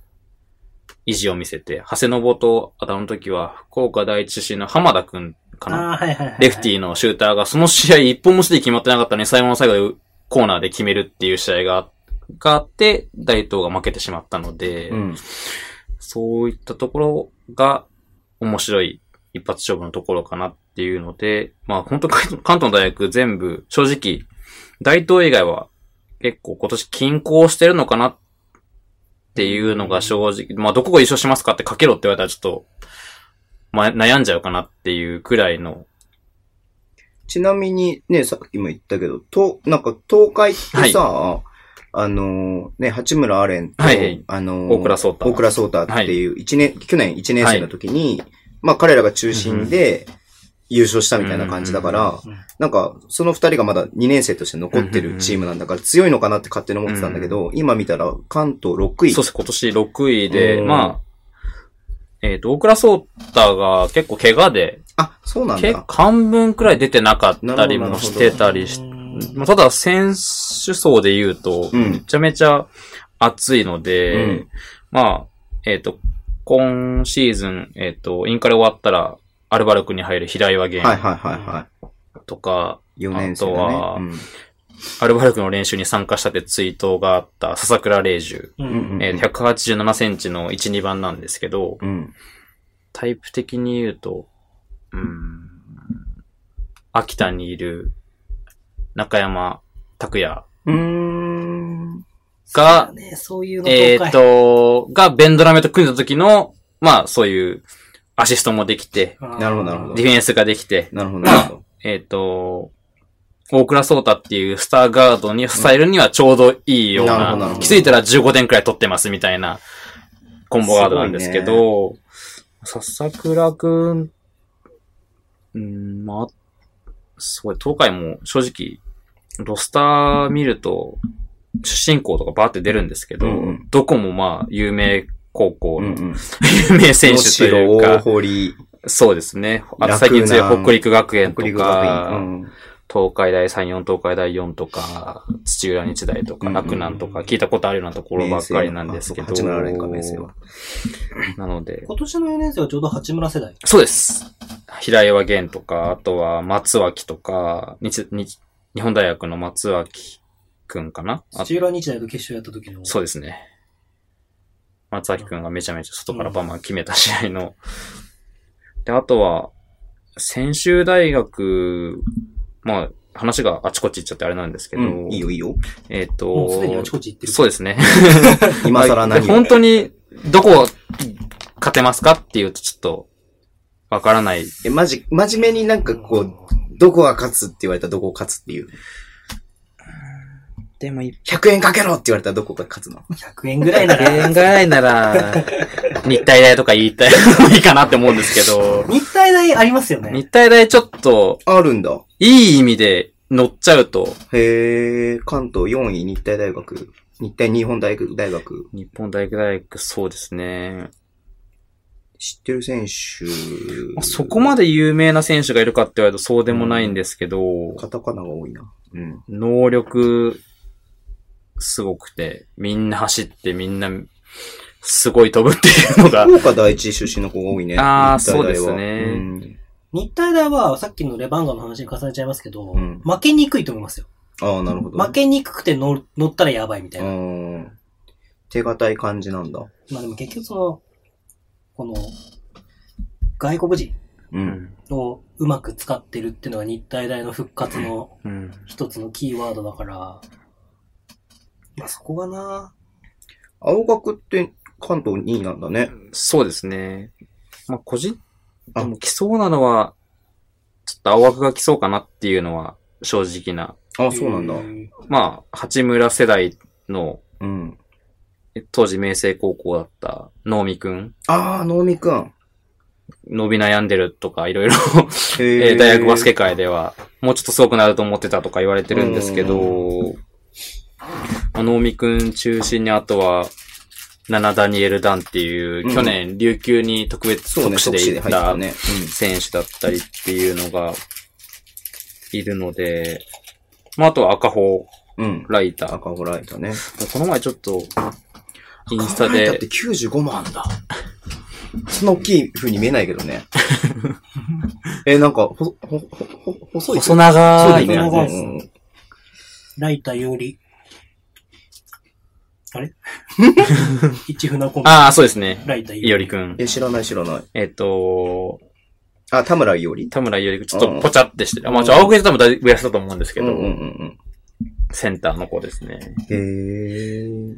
意地を見せて、長谷信と、あとあの時は、福岡第一出身の浜田くんかな。 はいはいはいはい、 レフティーのシューターが、その試合一本もして決まってなかったのに、最後の最後でコーナーで決めるっていう試合が、があって、大東が負けてしまったので、うん、そういったところが面白い一発勝負のところかなっていうので、まあ本当関東の大学全部、正直、大東以外は結構今年均衡してるのかなっていうのが正直、まあどこが優勝しますかってかけろって言われたらちょっと、まあ悩んじゃうかなっていうくらいの。 ちなみにね、さっきも言ったけど、と、なんか東海ってさ、はい、あのー、ね、八村アレンと、はい、あのー、 大倉聡太。 大倉聡太っていう一年、はい、去年一年生の時に、はい、まあ彼らが中心で優勝したみたいな感じだから、うんうん、なんかその二人がまだにねん生として残ってるチームなんだから強いのかなって勝手に思ってたんだけど、うん、今見たら関東ろくい。 そうです、今年ろくいで、うん、まあ、えっ、ー、と、大倉聡太が結構怪我で、 あ、そうなんだ。 半分くらい出てなかったりもしてたりして、ただ選手層で言うと、めちゃめちゃ熱いので、うん、まあ、えっ、ー、と、今シーズン、えっ、ー、と、インカレ終わったら、アルバルクに入る平岩源。 はいはいはいはい。 とか、 よねん生、ね、 あとは、うん、アルバルクの練習に参加したってツイートがあった笹倉玲樹。うんうんうん、えー、ひゃくはちじゅうななセンチのいち、にばんなんですけど、うん、タイプ的に言うと、うん、秋田にいる中山拓也が、 ね、そういうのえっと、がベンドラメと組んだ時の、まあそういうアシストもできて、 なるほどなるほど。 ディフェンスができて、 なるほどなるほど。 えっと、大倉聡太っていうスターガードに支えるにはちょうどいいような、な気づいたらじゅうごてんくらい取ってますみたいなコンボガードなんですけど、笹倉くん、うん、まあ、すごい、東海も正直、ロスター見ると、出身校とかバーって出るんですけど、うんうん、どこもまあ、有名高校の、うんうん、有名選手というか、 大堀、 そうですね。あと最近強い北陸学園とか、うん、東海大さんじゅうよん、東海大よんとか、土浦日大とか、洛南とか、聞いたことあるようなところばっかりなんですけど。 八村連か、明生は。 なので。 今年のよねん生はちょうど八村世代。 そうです。平岩源とか、あとは松脇とか、日、日、日本大学の松脇くんかな？ 土浦日大と決勝やった時の。 そうですね。松脇くんがめちゃめちゃ外からバンバン決めた試合の。うん、で、あとは、専修大学、まあ、話があちこち行っちゃってあれなんですけど。うん、 いいよいいよ。 えっ、ー、と。 もうすでにあちこち行ってる。 そうですね。 今更何を。 本当に、どこ勝てますかっていうとちょっと、わからない。 え、まじ、真面目になんかこう、どこが勝つって言われたらどこを勝つっていう。 でも、 ひゃくえんかけろって言われたらどこが勝つの ? ひゃく 円ぐらいなら。 ひゃくえんぐらいなら、日体大とか言いたいのもいいかなって思うんですけど。 日体大ありますよね。 日体大ちょっと、 あるんだ。 いい意味で乗っちゃうと。 へー、関東よんい日体大学。日体日本大学大学。 日本大学大学、そうですね。 知ってる選手、 まあ、そこまで有名な選手がいるかって言われるとそうでもないんですけど、うん、 カタカナが多いな。 うん。能力、すごくて、みんな走ってみんな、すごい飛ぶっていうのが。 福岡第一出身の子が多いね。 ああ、そうですね、うん。 日体大はさっきのレバンガの話に重ねちゃいますけど、うん、負けにくいと思いますよ。 ああ、なるほど、ね。 負けにくくて乗乗ったらやばいみたいな。うん。手堅い感じなんだ。 まあでも結局その、この、外国人をうまく使ってるっていうのが日体大の復活の一つのキーワードだから、まあそこがな。 青学って関東にいなんだね。 そうですね。まあ個人、でも来そうなのは、ちょっと青学が来そうかなっていうのは正直な。 あ、そうなんだ。 まあ、八村世代の、うん、当時明星高校だった能見くん。 ああ、能見くん。 伸び悩んでるとかいろいろ大学バスケ界ではもうちょっとすごくなると思ってたとか言われてるんですけど、能見くん中心にあとはナナダニエル・ダンっていう、うん、去年琉球に特別特使で行った選手だったりっていうのがいるので、まあ、あとは赤穂ライター、 うん、赤穂ライターね。 この前ちょっとインスタで。 だってきゅうじゅうごまんあんだ。そんな大きい風に見えないけどね。え、なんか、ほ、ほ、ほ、ほ、細い。 細長い。 細長いですね。ライタより。あれ一船コンビ。 ああ、そうですね。 ライタいよりくん。 え、知らない知らない。 えっと、 あ、田村いより田村いよりくん、ちょっとポチャってしてる。まあ、ちょ、青くじ多分だいぶ痩せたと思うんですけど、 うんうんうん、 センターの子ですね。 へー。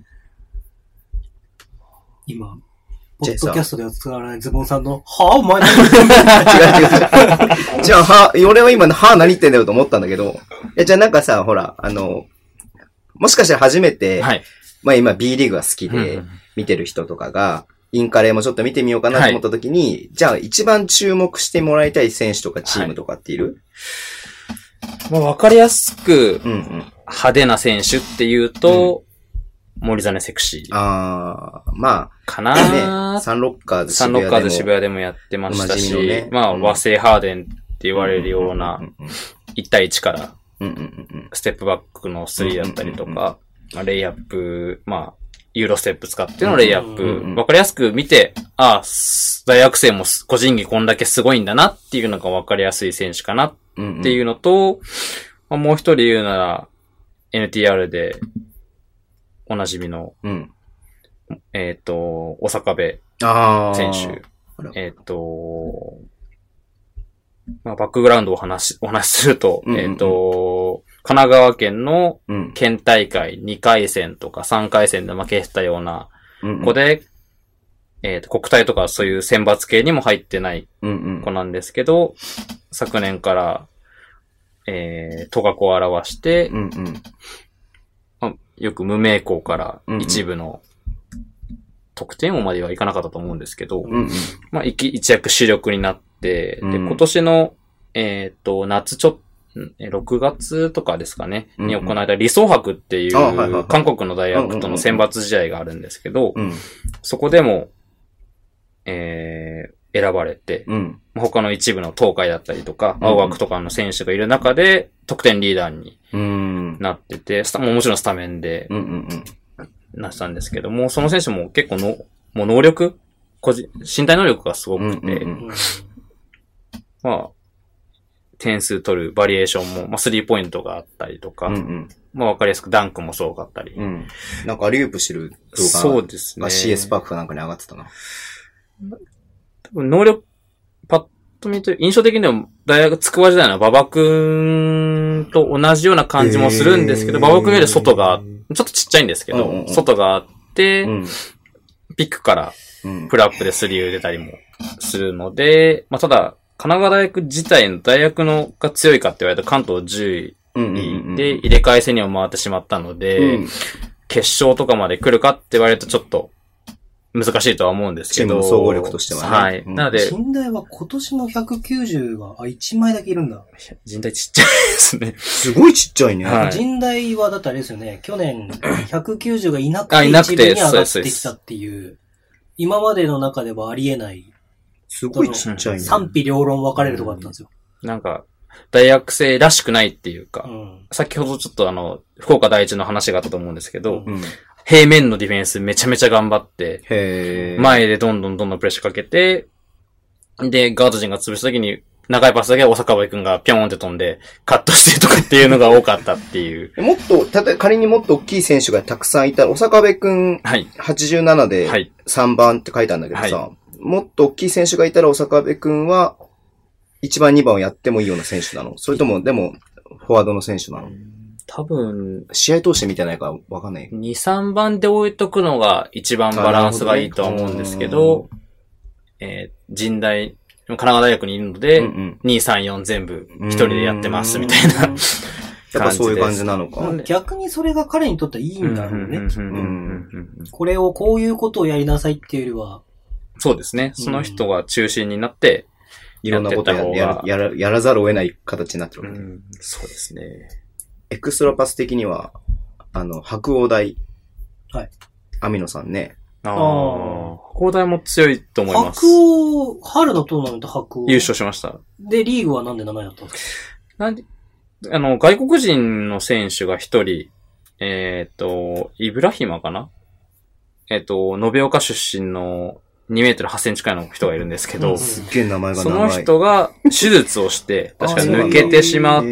今、ポッドキャストでは使わないズボンさんの、はぁお前何違う違う違う。じゃあ、は、俺は今、はぁ何言ってんだよと思ったんだけど、え、じゃあなんかさ、ほら、あの、もしかしたら初めて、はい、まあ今 B リーグが好きで見てる人とかが、インカレもちょっと見てみようかなと思った時に、はい、じゃあ一番注目してもらいたい選手とかチームとかっている？ はい、まあわかりやすく、派手な選手っていうと、うん森実セクシー。 ああ、まあ。 かなね。サンロッカーズ渋谷でも。サンロッカーズ渋谷でもやってましたし、ね、まあ、うん、和製ハーデンって言われるような、いち対いちから、ステップバックのスリーだったりとか、まあ、レイアップ、まあ、ユーロステップ使ってのレイアップ、わかりやすく見て、ああ、大学生も個人技こんだけすごいんだなっていうのがわかりやすい選手かなっていうのと、まあ、もう一人言うなら、エヌティーアール で、おなじみの、うん、えっ、ー、と、小坂部選手。えっ、ー、と、まあ、バックグラウンドをお話し、お話しすると、うんうんうん、えっ、ー、と、神奈川県の県大会にかい戦とかさんかい戦で負けてたような子で、うんうん、えっ、と、国体とかそういう選抜系にも入ってない子なんですけど、うんうん、昨年から、えー、頭角を現して、うんうんよく無名校から一部の得点王まではいかなかったと思うんですけど、うんうん、まあ一、一躍主力になって、うん、で、今年の、えっ、ー、と、夏ちょっと、ろくがつとかですかね、うんうん、に行われた理想博っていう、はいはいはい、韓国の大学との選抜試合があるんですけど、うん、そこでも、えー、選ばれて、うん、他の一部の東海だったりとか、青学とかの選手がいる中で、得点リーダーになってて、うん、もちろんスタメンでなってたんですけども、その選手も結構の、もう能力、個人、身体能力がすごくて、うんうんうん、まあ、点数取るバリエーションも、まあ、スリーポイントがあったりとか、うんうん、まあ、わかりやすくダンクもすごかったり。 うん、なんかアリウープしてる動画そうですね。 シーエス パークかなんかに上がってたな。 多分能力、パッと見て、印象的には大学筑波時代の馬場くんと同じような感じもするんですけど、馬場くんより外が、ちょっとちっちゃいんですけど、うんうんうん、外があって、うん、ピックからプルアップでスリーを入れたりもするので、まあ、ただ、神奈川大学自体の大学のが強いかって言われたら関東じゅういで入れ替え戦には回ってしまったので、うん、決勝とかまで来るかって言われるとちょっと難しいとは思うんですけど。 チームの総合力としてはね。 はい。うん、なので。 近大は今年のひゃくきゅうじゅうが、あ、いちまいだけいるんだ。 近大ちっちゃいですね。 すごいちっちゃいね。 はい、近大はだってあれですよね。去年ひゃくきゅうじゅうがいなくて一部に上がってきたっていう、今までの中ではありえない。 すごいちっちゃいね。 賛否両論分かれるとこだったんですよ。 うん、なんか、大学生らしくないっていうか、うん、先ほどちょっとあの、福岡第一の話があったと思うんですけど、うん、平面のディフェンスめちゃめちゃ頑張って、へ前でどんどんどんどんプレッシャーかけて、で、ガード陣が潰した時に、長いパスだけ大阪部君がピョーンって飛んで、カットしてとかっていうのが多かったっていう。 もっと、たと仮にもっと大きい選手がたくさんいたら、大阪部君、はい、はちじゅうななでさんばんって書いたんだけどさ、はい、もっと大きい選手がいたら大阪部君は、いちばんにばんをやってもいいような選手なの？それとも、でも、フォワードの選手なの？ 多分、 試合通して見てないからわかんない。 に、さんばんで置いとくのが一番バランスがいいとは思うんですけど、どえー、人大、神奈川大学にいるので、うんうん、に、さん、よん全部一人でやってますみたいな。やっぱそういう感じなのか。 逆にそれが彼にとってはいいんだろうね。これをこういうことをやりなさいっていうよりは。 そうですね。その人が中心になって、 いろんなことやややら、やらざるを得ない形になってるわけ、ね、 うん。そうですね。 エクストラパス的には、あの、白鴎大。 はい。 網野さんね。 ああ。白鴎大も強いと思います。 白鴎、春のトーナメント白鴎。 優勝しました。 で、リーグはなんで名前だったんですか？ なんで、あの、外国人の選手が一人、えっ、ー、と、イブラヒマかなえっと、延岡出身のにメートルはちセンチくらいの人がいるんですけど、 すっげえ名前がその人が手術をして、確か抜けてしまって、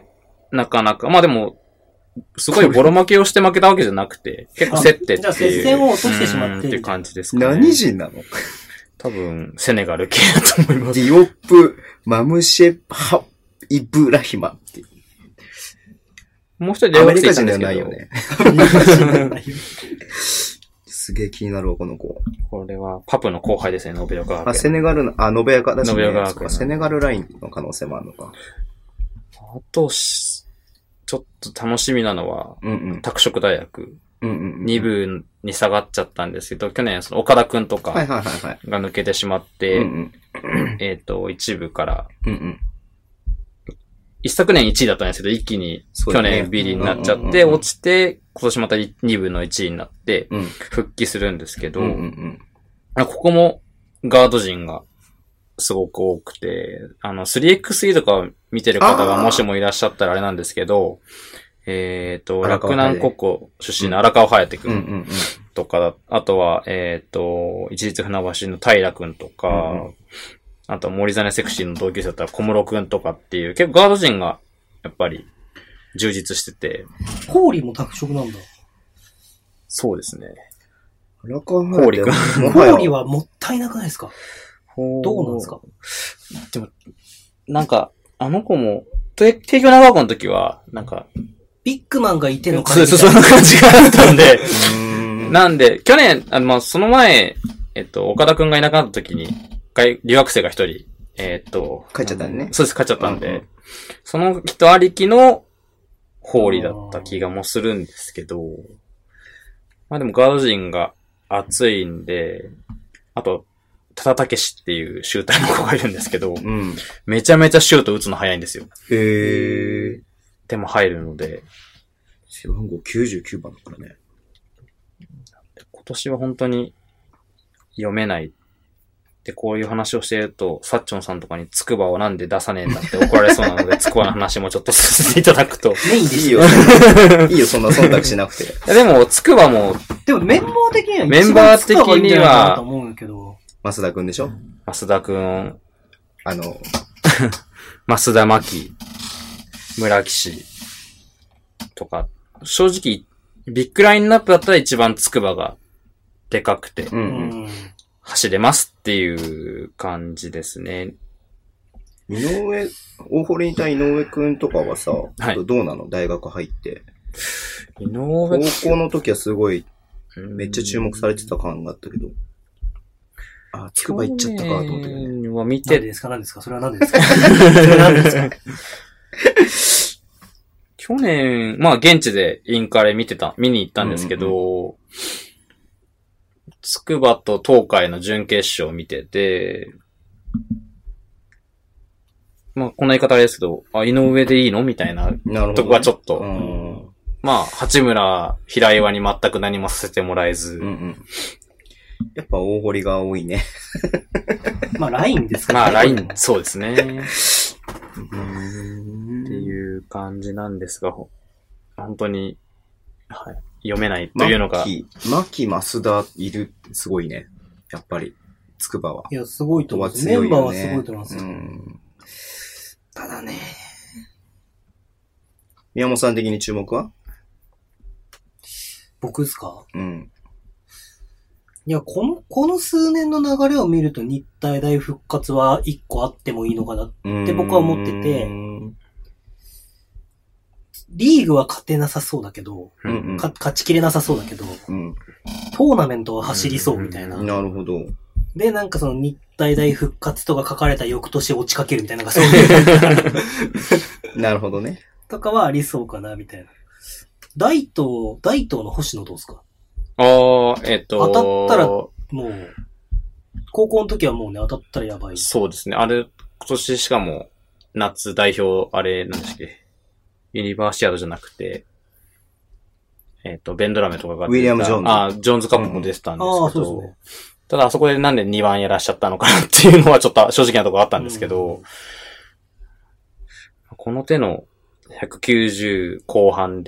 なかなか、まあでも、すごいボロ負けをして負けたわけじゃなくて、結構競ってっていう。 じゃあ接戦を落としてしまって。 っていう感じですかね。 何人なの？ 多分、セネガル系だと思います。 ディオップ・マムシェ・ハ・イブラヒマっていう。 もう一人留学生いたんですけど。アメリカ人ではないよね。すげえ気になるわ、この子。 これは、パプの後輩ですね、ノベヨカ。 あ、セネガルの、あ、ノベヨカだしね。 ノベヨカ。 セネガルラインの可能性もあるのか。 あと、ちょっと楽しみなのは、 うんうん、 拓殖大学。 うんうんうん、 に部に下がっちゃったんですけど、去年その岡田くんとかが抜けてしまって、えっと、いち部から、 うんうん、 一昨年いちいだったんですけど、一気に去年ビリになっちゃって、落ちて、今年またに部のいちいになって、復帰するんですけど、ここもガード陣がすごく多くて、あの、スリーエックスイー とか見てる方がもしもいらっしゃったらあれなんですけど、えっと、洛南高校出身の荒川隼くんとか、あとは、えっと、一律船橋の平くんとか、うんうん、あとは森実セクシーの同級生だったら小室くんとかっていう、結構ガード陣がやっぱり充実してて。 氷も拓殖なんだ。 そうですね。 荒川隼くん。 氷はもったいなくないですか？どうなんですか？ でも、なんか、あの子も、帝京長岡の時は、なんか、 ビッグマンがいての感じ。そうそう、そんな感じがあったんで。なんで、去年、あの、まあ、その前、えっと、岡田くんがいなかった時に、留学生が一人、えっと、 帰っちゃったね。 そうです、帰っちゃったんで、うんうん、その人ありきの、ホーリーだった気がもするんですけど、まあでもガード陣が熱いんで、あと、タタタケシっていうシューターの子がいるんですけど、うん、めちゃめちゃシュート打つの早いんですよ。 へー。 でも入るので。 背番号きゅうじゅうきゅうばんだからね。 今年は本当に読めない。で、こういう話をしていると、サッチョンさんとかにつくばをなんで出さねえんだって怒られそうなので、つくばの話もちょっとさせていただくと。 メインですいいよ。いいよ、そんな忖度しなくて。いやでも、つくばも、 でもメンバー的にはメンバー的には、 と思うけど。 増田くんでしょ？ 増田くん。 あの、 増田真希、村岸とか、正直、ビッグラインナップだったら一番つくばがでかくて、うんうん、走れますっていう感じですね。 井上、大堀にいた井上くんとかはさ、はい、どうなの？大学入って。 井上高校の時はすごい、めっちゃ注目されてた感があったけど。あ、つくば行っちゃったかと思ったけどね。 は見て。 何ですか何ですかそれは何ですかそれは何ですか去年、まあ現地でインカレ見てた、見に行ったんですけど、つくばと東海の準決勝を見てて、まあこんな言い方あれですけど、あ、井上でいいのみたいなとこはちょっと、まあ八村、平岩に全く何もさせてもらえず、うんうんやっぱ大堀が多いね。 まあラインですかね。まあライン、そうですね。っていう感じなんですが、本当に、はい、読めないというのが。 牧、牧、増田いる、すごいね。やっぱり、つくばは。 いや、すごいと思います。メンバーはすごいと思いますよ。うん、 ただね。宮本さん的に注目は？ 僕ですか？ うん。 いや、この、この数年の流れを見ると日体大復活は一個あってもいいのかなって僕は思ってて、リーグは勝てなさそうだけど、うんうん、か勝ちきれなさそうだけど、うん、トーナメントは走りそうみたいな。 うんうん、なるほど。 で、なんかその日体大復活とか書かれた翌年落ちかけるみたいな、なんかそういう。 なるほどね。 とかはありそうかな、みたいな。大東、大東の星野どうですか？ ああ、えっと。 当たったら、もう、高校の時はもうね、当たったらやばい。 そうですね。あれ、今年しかも、夏代表、あれ、なんでしたっけ？ユニバーシアードじゃなくて、えっと、ベンドラメとかが。 ウィリアム・ジョーンズ。 ああ、ジョーンズカップも出てたんですけど、うん、あそうですね。 ただ、あそこでなんでにばんやらしちゃったのかなっていうのはちょっと正直なところあったんですけど、うん、この手のひゃくきゅうじゅう後半で、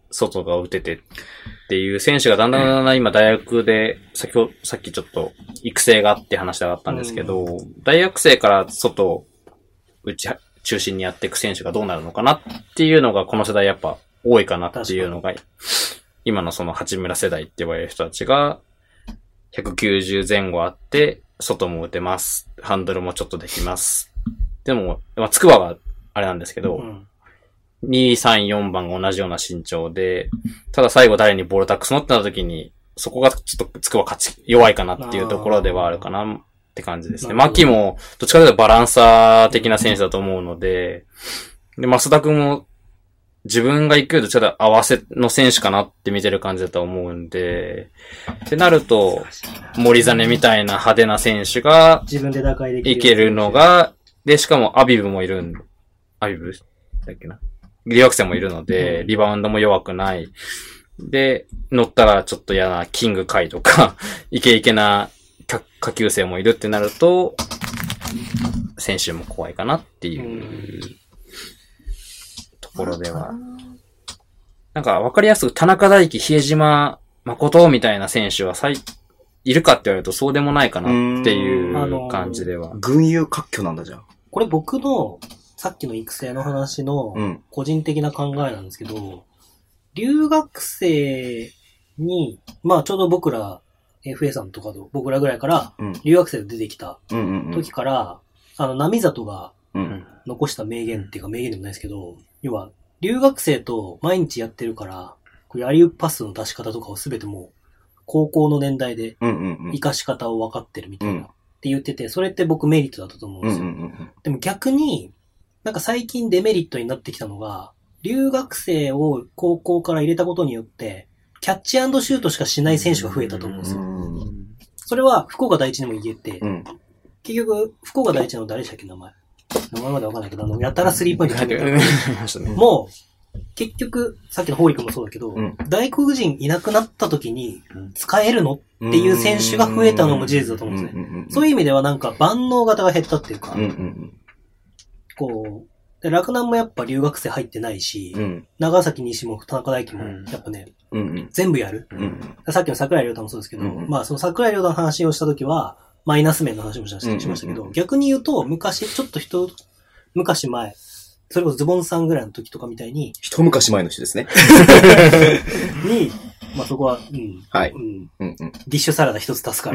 外が打ててっていう選手がだんだんだんだん今大学で、先ほど、さっきちょっと育成があって話があったんですけど、うん、大学生から外、うち、中心にやっていく選手がどうなるのかなっていうのがこの世代やっぱ多いかなっていうのが、今のその八村世代って言われる人たちが、ひゃくきゅうじゅうぜん後あって、外も打てます。ハンドルもちょっとできます。でも、まあ、つくばがあれなんですけど、うん、に、さん、よんばんが同じような身長で、ただ最後誰にボールタックスのってなった時に、そこがちょっとつくば勝ち、弱いかなっていうところではあるかなって感じですね。マキも、どっちかというとバランサー的な選手だと思うので、で、増田くんも、自分が行くよりどちらかと合わせの選手かなって見てる感じだと思うんで、ってなると、森実みたいな派手な選手が、 自分で打開できる。 いけるのが、で、しかもアビブもいるん、アビブだっけな。留学生もいるので、リバウンドも弱くない。で、乗ったらちょっと嫌なキングカイとか、イケイケな下級生もいるってなると、選手も怖いかなっていうところでは。なんかわかりやすく田中大輝、比江島誠みたいな選手はさい、いるかって言われるとそうでもないかなっていう感じでは。 群雄割拠なんだじゃん。 これ僕のさっきの育成の話の個人的な考えなんですけど、うん、留学生に、まあちょうど僕ら エフエー さんとかと僕らぐらいから留学生が出てきた時から、あの波里が残した名言っていうか名言でもないですけど、要は留学生と毎日やってるから、こういうアリウープパスの出し方とかをすべてもう高校の年代で活かし方を分かってるみたいなって言ってて、それって僕メリットだったと思うんですよ。でも逆に、なんか最近デメリットになってきたのが、留学生を高校から入れたことによって、キャッチ&シュートしかしない選手が増えたと思うんですよ。それは福岡第一にも言えて、結局、福岡第一の誰でしたっけ名前。名前までわかんないけど、あの、やたらスリーポイント決めた。もう、結局、さっきのホーリ君もそうだけど、うん、外国人いなくなった時に使えるのっていう選手が増えたのも事実だと思うんですね。そういう意味ではなんか万能型が減ったっていうか、うんうん、こう、で洛南もやっぱ留学生入ってないし、うん、長崎西も田中大輝もやっぱね、うんうん、全部やる、うんうん。さっきの桜井亮太もそうですけど、うんうん、まあその桜井亮太の話をした時は、マイナス面の話もしましたけど、うんうんうん、逆に言うと、昔、ちょっと人、昔前、それこそズボンさんぐらいの時とかみたいに。 一昔前の人ですね。 に、まあそこは、うん。はい。うんうんうん、ディッシュサラダ一つ足すから。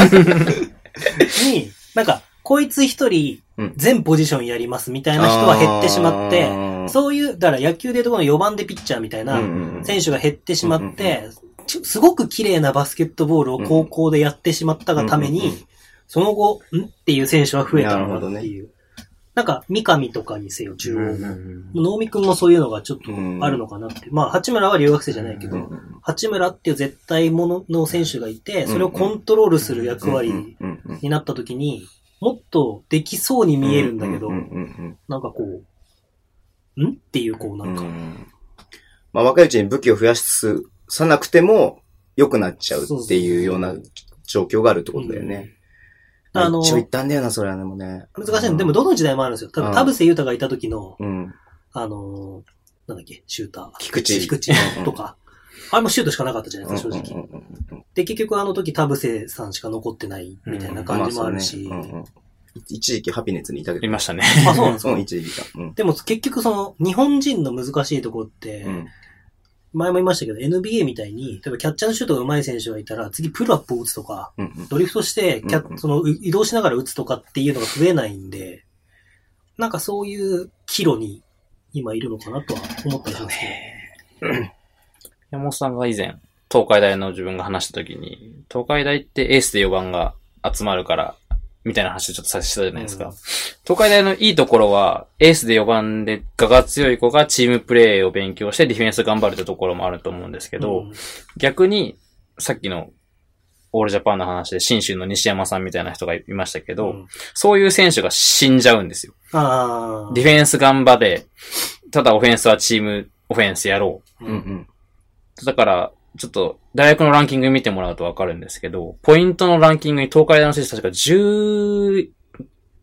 に、なんか、こいつ一人、全ポジションやりますみたいな人は減ってしまって、うん、そういう、だから野球でいうとこのよばんでピッチャーみたいな選手が減ってしまって、うんうんうん、すごく綺麗なバスケットボールを高校でやってしまったがために、うんうんうん、その後、んっていう選手は増えたのかっていう。な, なんか、三上とかにせよ、中央も。能見くんもそういうのがちょっとあるのかなって。まあ、八村は留学生じゃないけど、八村っていう絶対ものの選手がいて、それをコントロールする役割になった時に、もっとできそうに見えるんだけど、なんかこう、んっていう、こうなんか。 まあ、若いうちに武器を増やす。さなくても良くなっちゃうっていうような状況があるってことだよね。うん、あの、一応言ったんだよな、それはでもね。 難しいの。でもどの時代もあるんですよ。多分、田臥勇太がいた時の、うん、あの、なんだっけ、シューター。 菊池。 菊池とか。あれもシュートしかなかったじゃないですか、正直。で、結局あの時田臥さんしか残ってないみたいな感じもあるし。 一時期ハピネッツにいたけど。 いましたね。 あ、そうなんですか。 一時期いた。うん、 でも結局その、日本人の難しいところって、うん前も言いましたけど、エヌビーエー みたいに、例えばキャッチャーのシュートが上手い選手がいたら、次プルアップを打つとか、うんうん、ドリフトしてキャ、うんうん、その移動しながら打つとかっていうのが増えないんで、なんかそういう岐路に今いるのかなとは思ったりしますね。 山本さんが以前、東海大の自分が話した時に、東海大ってエースでよばんが集まるから、みたいな話をちょっとさせてたじゃないですか。うん、東海大のいいところは、エースでよばんで我が強い子がチームプレーを勉強してディフェンス頑張るってところもあると思うんですけど、うん、逆に、さっきのオールジャパンの話で新州の西山さんみたいな人がいましたけど、うん、そういう選手が死んじゃうんですよ。 あディフェンス頑張れ、ただオフェンスはチームオフェンスやろう。うんうん、だから、ちょっと、大学のランキング見てもらうとわかるんですけど、ポイントのランキングに東海大の選手たちがじゅう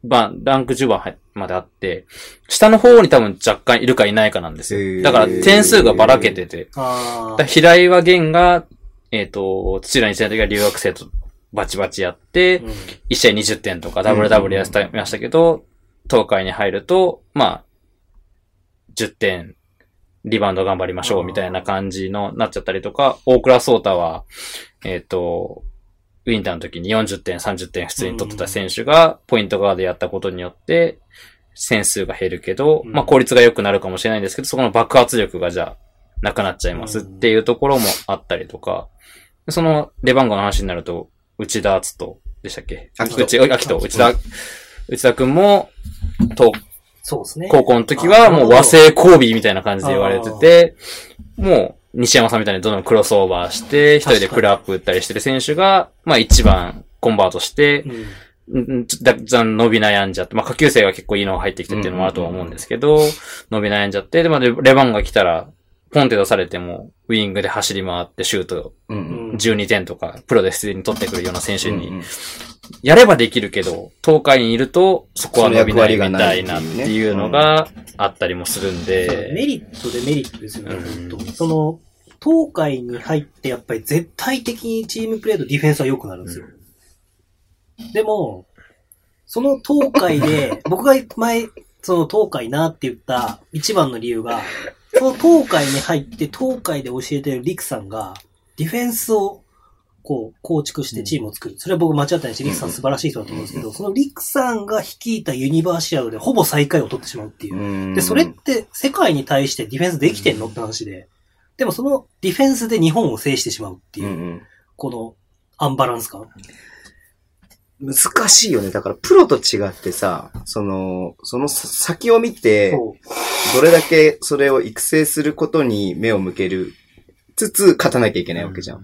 番、ランクじゅうばんまであって、下の方に多分若干いるかいないかなんですよ。だから点数がばらけてて。平岩源が、えっと、土浦日大の時は留学生とバチバチやって、うん、いち試合にじゅってんとかダブルダブルやってましたけど、東海に入ると、まあ、じゅってん、リバウンド頑張りましょうみたいな感じのなっちゃったりとか、大倉颯太は、えっと、ウィンターの時によんじゅってん、さんじゅってん普通に取ってた選手が、ポイントガードやったことによって、戦数が減るけど、まあ効率が良くなるかもしれないんですけど、そこの爆発力がじゃあ、なくなっちゃいますっていうところもあったりとか、そのレバンガの話になると、内田篤人でしたっけ？ 秋人。秋人。内田、内田くんも、と、 そうですね。 高校の時はもう和製コービーみたいな感じで言われてて、もう西山さんみたいにどんどんクロスオーバーして、一人でクルアップ打ったりしてる選手が、まあ一番コンバートして、うん、ちょっとだだん伸び悩んじゃって、まあ下級生が結構いいのが入ってきてっていうのもあるとは思うんですけど、伸び悩んじゃって、で、まあレバンが来たら、ポンって出されても、ウィングで走り回ってシュートじゅうにてんとか、プロですでに取ってくるような選手に、やればできるけど、東海にいると、そこは伸びないみたいなっていうのがあったりもするんで。 メリットでメリットですよね、うん、その、東海に入ってやっぱり絶対的にチームプレーとディフェンスは良くなるんですよ。うん、でも、その東海で、僕が前、その東海なって言った一番の理由が、その東海に入って東海で教えてるリクさんが、ディフェンスをこう構築してチームを作る。それは僕間違ってないし、リクさん素晴らしい人だと思うんですけど、そのリクさんが率いたユニバーシアードでほぼ最下位を取ってしまうっていう。で、それって世界に対してディフェンスできてんのって話で、でもそのディフェンスで日本を制してしまうっていう、このアンバランス感。 難しいよね。だからプロと違ってさ、その、その先を見て、どれだけそれを育成することに目を向けるつつ勝たなきゃいけないわけじゃん。うん、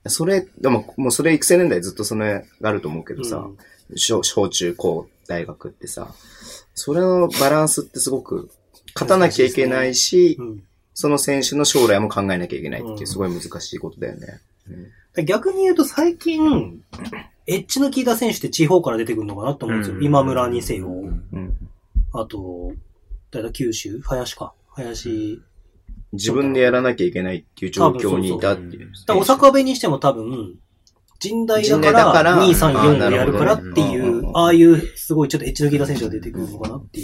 それ、でももうそれ育成年代ずっとそれがあると思うけどさ、うん、小, 小中高大学ってさ、それのバランスってすごく勝たなきゃいけないし、ね、うん、その選手の将来も考えなきゃいけないっていうすごい難しいことだよね。 うん、逆に言うと最近、エッジの効いた選手って地方から出てくるのかなと思うんですよ。うん、今村にせよ。うん、あと、だいたい九州林か。林。 自分でやらなきゃいけないっていう状況にいたっていう。 だから、お坂部にしても多分、神大だからに、さん、よんをやるからっていう、ああいうすごいちょっとエッジの効いた選手が出てくるのかなっていう。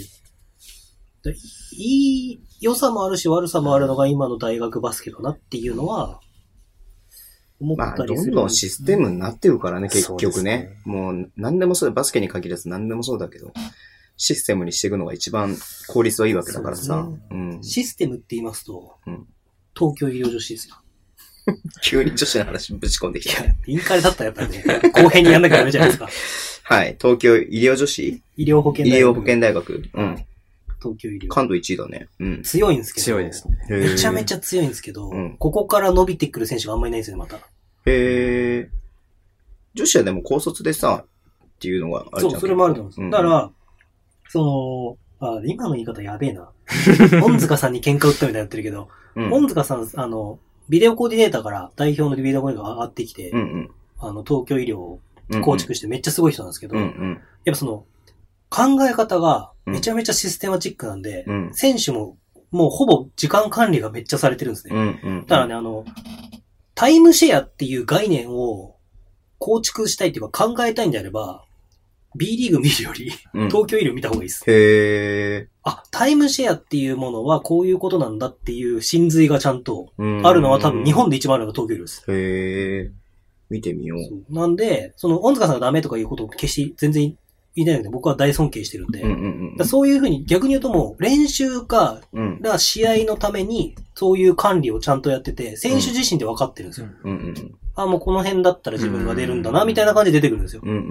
いい良さもあるし悪さもあるのが今の大学バスケかなっていうのは、思ったりする。 まあ、どんどんシステムになってるからね、結局ね。ねもう、何でもそう、バスケに限らず何でもそうだけど、システムにしていくのが一番効率はいいわけだからさ。ね、 うん、システムって言いますと、うん、東京医療女子ですよ。 急に女子の話ぶち込んできた。 インカレだったらやっぱりね、後編にやんなきゃダメじゃないですか。 はい。東京医療女子医療保険大学。 医療保険大学。うん。 東京医療。 関東いちいだね。うん。 強いんですけど。 強いですね。 めちゃめちゃ強いんですけど、うん、ここから伸びてくる選手があんまりいないんですよ、また。 へー。女子はでも高卒でさ、っていうのがあるじゃん。 そう、それもあると思うんです。うん、だから、その、あ、今の言い方やべえな。恩塚さんに喧嘩売ったみたいになってるけど、うん、恩塚さん、あの、ビデオコーディネーターから代表のビデオコーディネーターが上がってきて、うんうん、あの、東京医療を構築してめっちゃすごい人なんですけど、うんうん、やっぱその、考え方がめちゃめちゃシステマチックなんで、うん、選手ももうほぼ時間管理がめっちゃされてるんですね。うんうんうん、だからね、あの、タイムシェアっていう概念を構築したいっていうか考えたいんであれば、B リーグ見るより、東京医療見た方がいいです。 うん、へー。 あ、タイムシェアっていうものはこういうことなんだっていう真髄がちゃんとあるのは多分日本で一番あるのが東京医療です。 へー。見てみよう。 なんで、その、恩塚さんがダメとかいうことを決して全然言いたいので僕は大尊敬してるんで、うんうんうん、そういうふうに逆に言うともう練習か、が試合のためにそういう管理をちゃんとやってて、選手自身で分かってるんですよ。うんうんうん、あ、もうこの辺だったら自分が出るんだな、みたいな感じで出てくるんですよ。うんうんうん、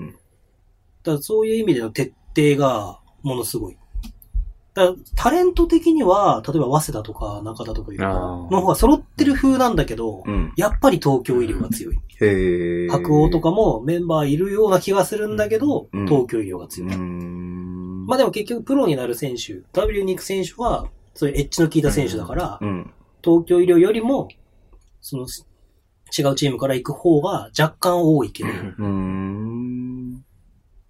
だからそういう意味での徹底がものすごい。だタレント的には、例えば早稲田とか中田とかいうの方が揃ってる風なんだけど、うん、やっぱり東京医療が強い。 へ白鸚とかもメンバーいるような気がするんだけど、うん、東京医療が強い。うん、まあでも結局プロになる選手、ダブリュー に行く選手は、そういうエッジの効いた選手だから、うんうん、東京医療よりも、その違うチームから行く方が若干多いけど、うん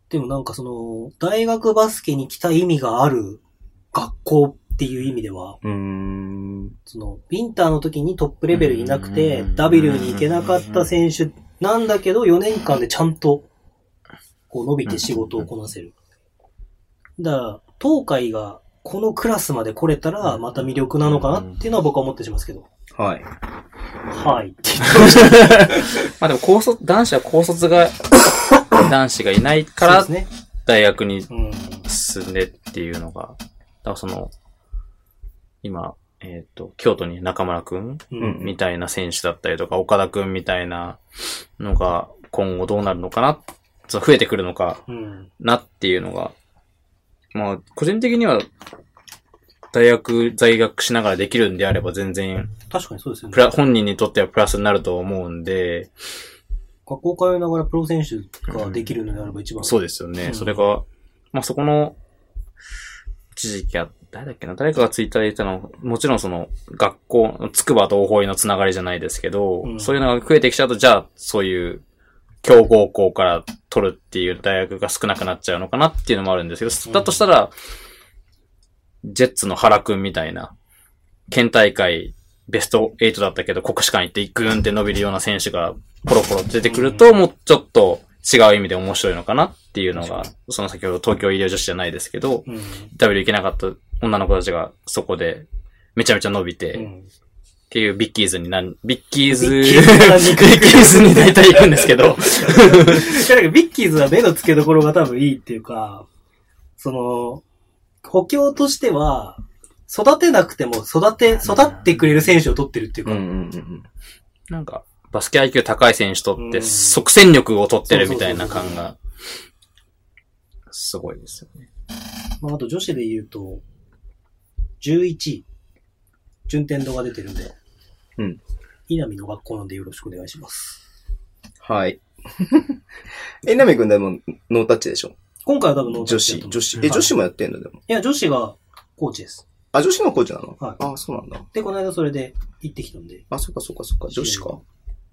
でもなんかその、大学バスケに来た意味がある学校っていう意味では、 うーんその、ウィンターの時にトップレベルいなくて、W に行けなかった選手なんだけど、よねんかんでちゃんと、こう伸びて仕事をこなせる。だから、東海がこのクラスまで来れたら、また魅力なのかなっていうのは僕は思ってしますけど。 はい。 はい。って言ってました。 まあでも高卒、男子は高卒が、男子がいないから、大学に進んでっていうのが、だからその、今、えっと、京都に中村くんみたいな選手だったりとか、岡田くんみたいなのが今後どうなるのかな、増えてくるのかなっていうのが、まあ、個人的には、大学在学しながらできるんであれば全然、 確かにそうですよね。 プラ、本人にとってはプラスになると思うんで、 学校通いながらプロ選手ができるのであれば一番、 うん。そうですよね。うん、それが、まあそこの、一時期は、誰だっけな、誰かがツイッターで言ったのは、もちろんその、学校、筑波と大堀のつながりじゃないですけど、うん、そういうのが増えてきちゃうと、じゃあ、そういう、強豪校から取るっていう大学が少なくなっちゃうのかなっていうのもあるんですけど、うん、だとしたら、ジェッツの原くんみたいな、県大会ベストはちだったけど国士舘行ってグーンって伸びるような選手がポロポロ出てくると、うん、もうちょっと違う意味で面白いのかなっていうのが、その先ほど東京医療女子じゃないですけど、うん、W 行けなかった女の子たちがそこでめちゃめちゃ伸びて、うん、っていうビッキーズになる、ビッキーズ、ビッキーズに大体行くんですけど。 ビッキーズは目の付けどころが多分いいっていうか、その、補強としては、育てなくても育て、育ってくれる選手を取ってるっていうか。うんうんうん、 なんか、バスケ アイキュー 高い選手取って、即戦力を取ってるみたいな感が、すごいですよね。 まあ、あと女子で言うと、じゅういちい、順天堂が出てるんで、うん。稲見の学校なんでよろしくお願いします。 はい。稲見くんでもノータッチでしょ？ 今回は多分ノータッチ。 女子、女子。え、女子もやってんのでも。 いや、女子がコーチです。 あ、女子のコーチなの？ はい。 あ、そうなんだ。 で、この間それで行ってきたんで。 あ、そっかそっかそっか。女子か。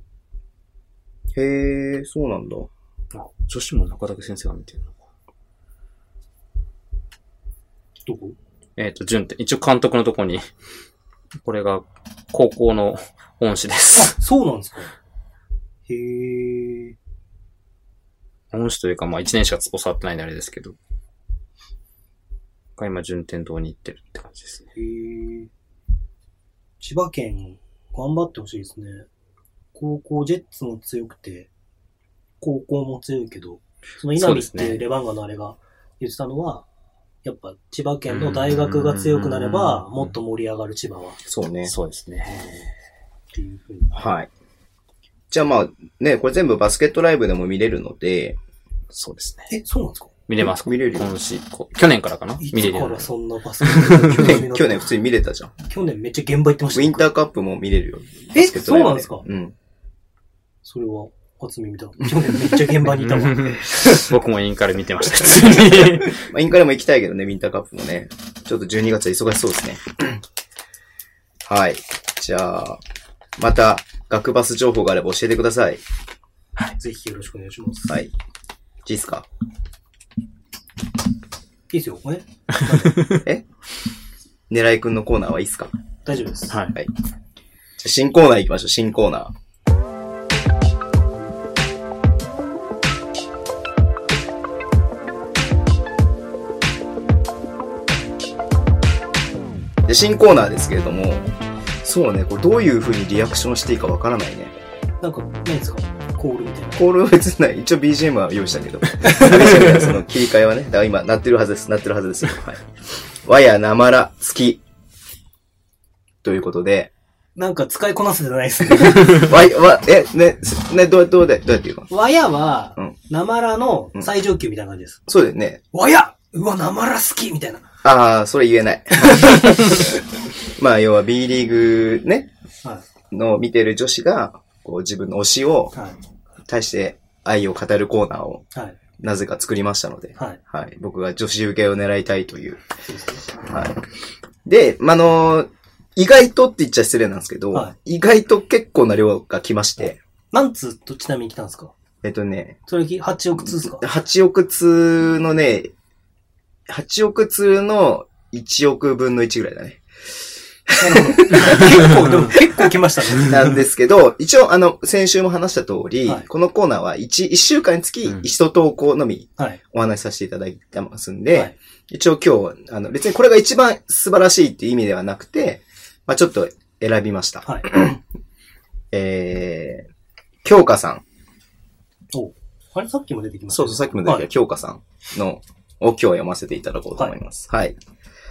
へえ、そうなんだ。 あ、女子も中竹先生が見てるのか。 どこ？ えっと、順って、一応監督のとこに、これが高校の恩師です。 あ、そうなんですか。へえ。 恩師というか、まあ一年しか教わってないんであれですけど。が今、順天堂に行ってるって感じですね。 へえ。千葉県、頑張ってほしいですね。高校、ジェッツも強くて、高校も強いけど、その稲見っていうレバンガのあれが言ってたのは、やっぱ千葉県の大学が強くなれば、もっと盛り上がる千葉は。 そうね。 そうですね。 っていうふうに。 はい。じゃあまあ、ね、これ全部バスケットライブでも見れるので、 そうですね。 え、そうなんですか？ 見れますか？ 見れるよ。 今週、去年からかな？見れるよ。 いつからそんなバスケット去年、去年普通に見れたじゃん。 去年めっちゃ現場行ってました。 ウィンターカップも見れるよ。 え、そうなんですか？ うん。 それは、初耳だ。去年めっちゃ現場にいたわ。 僕もインカレ見てました、普通に。 まあ、インカレも行きたいけどね、ウィンターカップもね。ちょっとじゅうにがつは忙しそうですね。はい。じゃあ、また、学バス情報があれば教えてください。 はい。ぜひよろしくお願いします。 はい。いいっすか？ いいっすよ。 ええ狙いくんのコーナーはいいっすか？ 大丈夫です。 はい。はい、じゃあ新コーナー行きましょう、新コーナー。で、新コーナーですけれども、そうね、これどういう風にリアクションしていいかわからないね。 なんか、ないですか？コールみたいな。 コールは別にない。一応 ビージーエム は用意したけど。ビージーエム はその切り替えはね。だから今、鳴ってるはずです。鳴ってるはずですよ。はい。わやなまら好き。ということで。 なんか使いこなせてないですね。 わ、わ、え、ね、ね、どう、どうで、どうやって言うの？ わやは、うん、なまらの最上級みたいな感じです。 うん、そうだよね。 わやうわ、なまら好きみたいな。 ああ、それ言えない。まあ、要は B リーグね、はい、の見てる女子が、こう自分の推しを、はい、対して愛を語るコーナーを、はい、なぜか作りましたので、はいはい、僕が女子受けを狙いたいという。はい、で、まあのー、意外とって言っちゃ失礼なんですけど、はい、意外と結構な量が来まして。 何通とちなみに来たんですか？ えっとね。 それはちおく通ですか？ はち 億通のね、はちおく通のいちおくぶんのいちぐらいだね。 結構、でも結構来ましたね。 なんですけど、一応あの、先週も話した通り、はい、このコーナーは 1, いっしゅうかんにつきいち投稿のみお話しさせていただいてますんで、はい、一応今日、あの、別にこれが一番素晴らしいっていう意味ではなくて、まあちょっと選びました。はい、えー、京香さん。 お、あれさっきも出てきました、 ね、そうそう、さっきも出てきた、はい、京香さんの、を今日読ませていただこうと思います。はい。はい、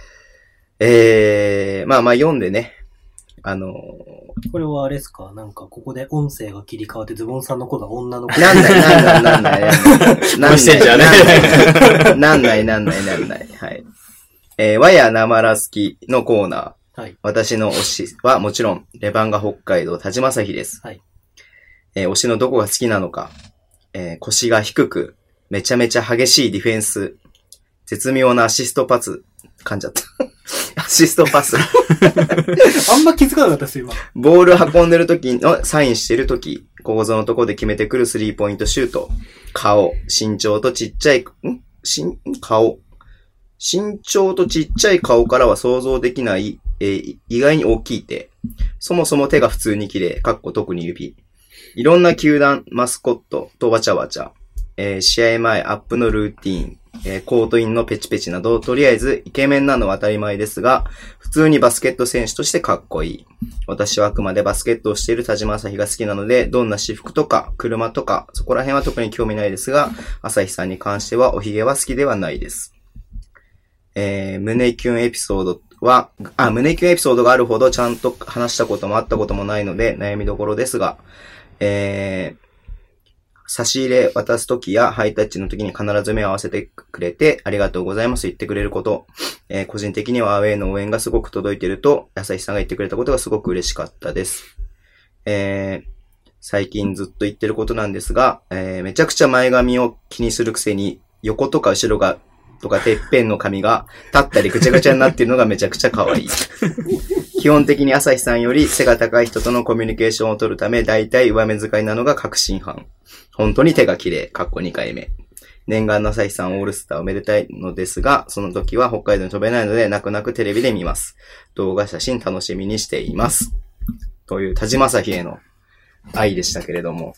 えー、まあまあ読んでね、あのー、 これはあれですか？なんか、ここで音声が切り替わってズボンさんの子が女の子。 なんない、なんない、なんない、なんない。 してんじゃねなんない、なんない、なんない。はい。えー、和やなまら好きのコーナー。はい。私の推しはもちろん、レバンガ北海道田島咲です。はい。えー、推しのどこが好きなのか。えー、腰が低く、めちゃめちゃ激しいディフェンス。絶妙なアシストパス。噛んじゃった。アシストパス。 あんま気づかなかったですよ、今。 ボール運んでる時のサインしてる時、ここぞのとこで決めてくるスリーポイントシュート。顔。身長とちっちゃい、んしん顔。身長とちっちゃい顔からは想像できない、えー、意外に大きい手。そもそも手が普通に綺麗。かっこ特に指。いろんな球団、マスコットとわちゃわちゃ。えー、試合前アップのルーティーン。えー、コートインのペチペチなど、とりあえずイケメンなのは当たり前ですが、普通にバスケット選手としてかっこいい。私はあくまでバスケットをしている田島朝日が好きなので、どんな私服とか車とか、そこら辺は特に興味ないですが、朝日さんに関してはおひげは好きではないです。えー、胸キュンエピソードは、あ、胸キュンエピソードがあるほどちゃんと話したこともあったこともないので、悩みどころですが、えー、差し入れ渡すときやハイタッチのときに必ず目を合わせてくれてありがとうございます言ってくれること、えー、個人的にはアウェイの応援がすごく届いていると朝日さんが言ってくれたことがすごく嬉しかったです。えー、最近ずっと言ってることなんですが、えー、めちゃくちゃ前髪を気にするくせに横とか後ろがとかてっぺんの髪が立ったりぐちゃぐちゃになっているのがめちゃくちゃ可愛い。基本的に朝日さんより背が高い人とのコミュニケーションを取るため大体上目遣いなのが確信犯。本当に手が綺麗。かっこにかいめ。念願の朝日さんオールスターおめでたいのですが、その時は北海道に飛べないので泣く泣くテレビで見ます。動画写真楽しみにしています。という田島朝日への愛でしたけれども。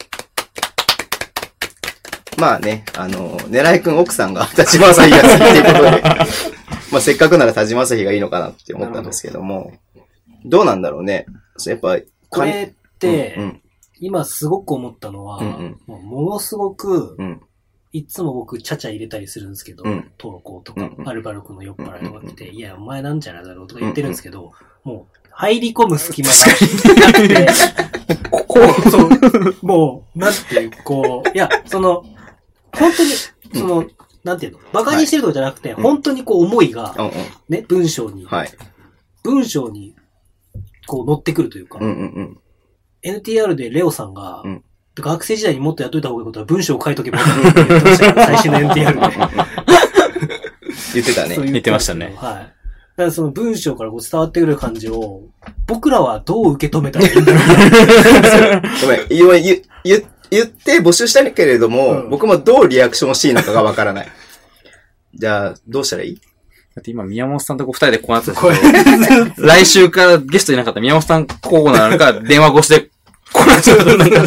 まあね、あの、狙いくん奥さんが田島朝日が好きっていうことで、まあせっかくなら田島朝日がいいのかなって思ったんですけども、どうなんだろうね。やっぱ、 これって、うんうん、今すごく思ったのは、うんうん、ものすごく、うん、いつも僕ちゃちゃ入れたりするんですけど、うん、投稿とか、うんうん、アルバルクの酔っ払いとか来て、うんうん、いや、お前なんじゃないだろうとか言ってるんですけど、うんうん、もう入り込む隙間がなくて、ここ、そう、もう、なんていう、こう、いや、その、本当に、その、うん、なんていうの、馬鹿にしてるとかじゃなくて、はい、本当にこう思いが、ね、うん、文章に、はい、文章に、こう乗ってくるというか、うんうんうん、エヌティーアール でレオさんが、うん、学生時代にもっとやっといた方がいいことは文章を書いとけばいいって言ってました最新の エヌティーアール で。 言ってたね。 言ってましたね。 はい。だからその文章からこう伝わってくる感じを、僕らはどう受け止めたらいいんだろうごめん、言, 言, 言, 言って募集したけれども、うん、僕もどうリアクションしていいのかがわからない。じゃあ、どうしたらいい？ だって今、宮本さんとこう二人でこうなってたけど、来週からゲストいなかった宮本さん交互なのか、電話越しでこうなっちゃうなんか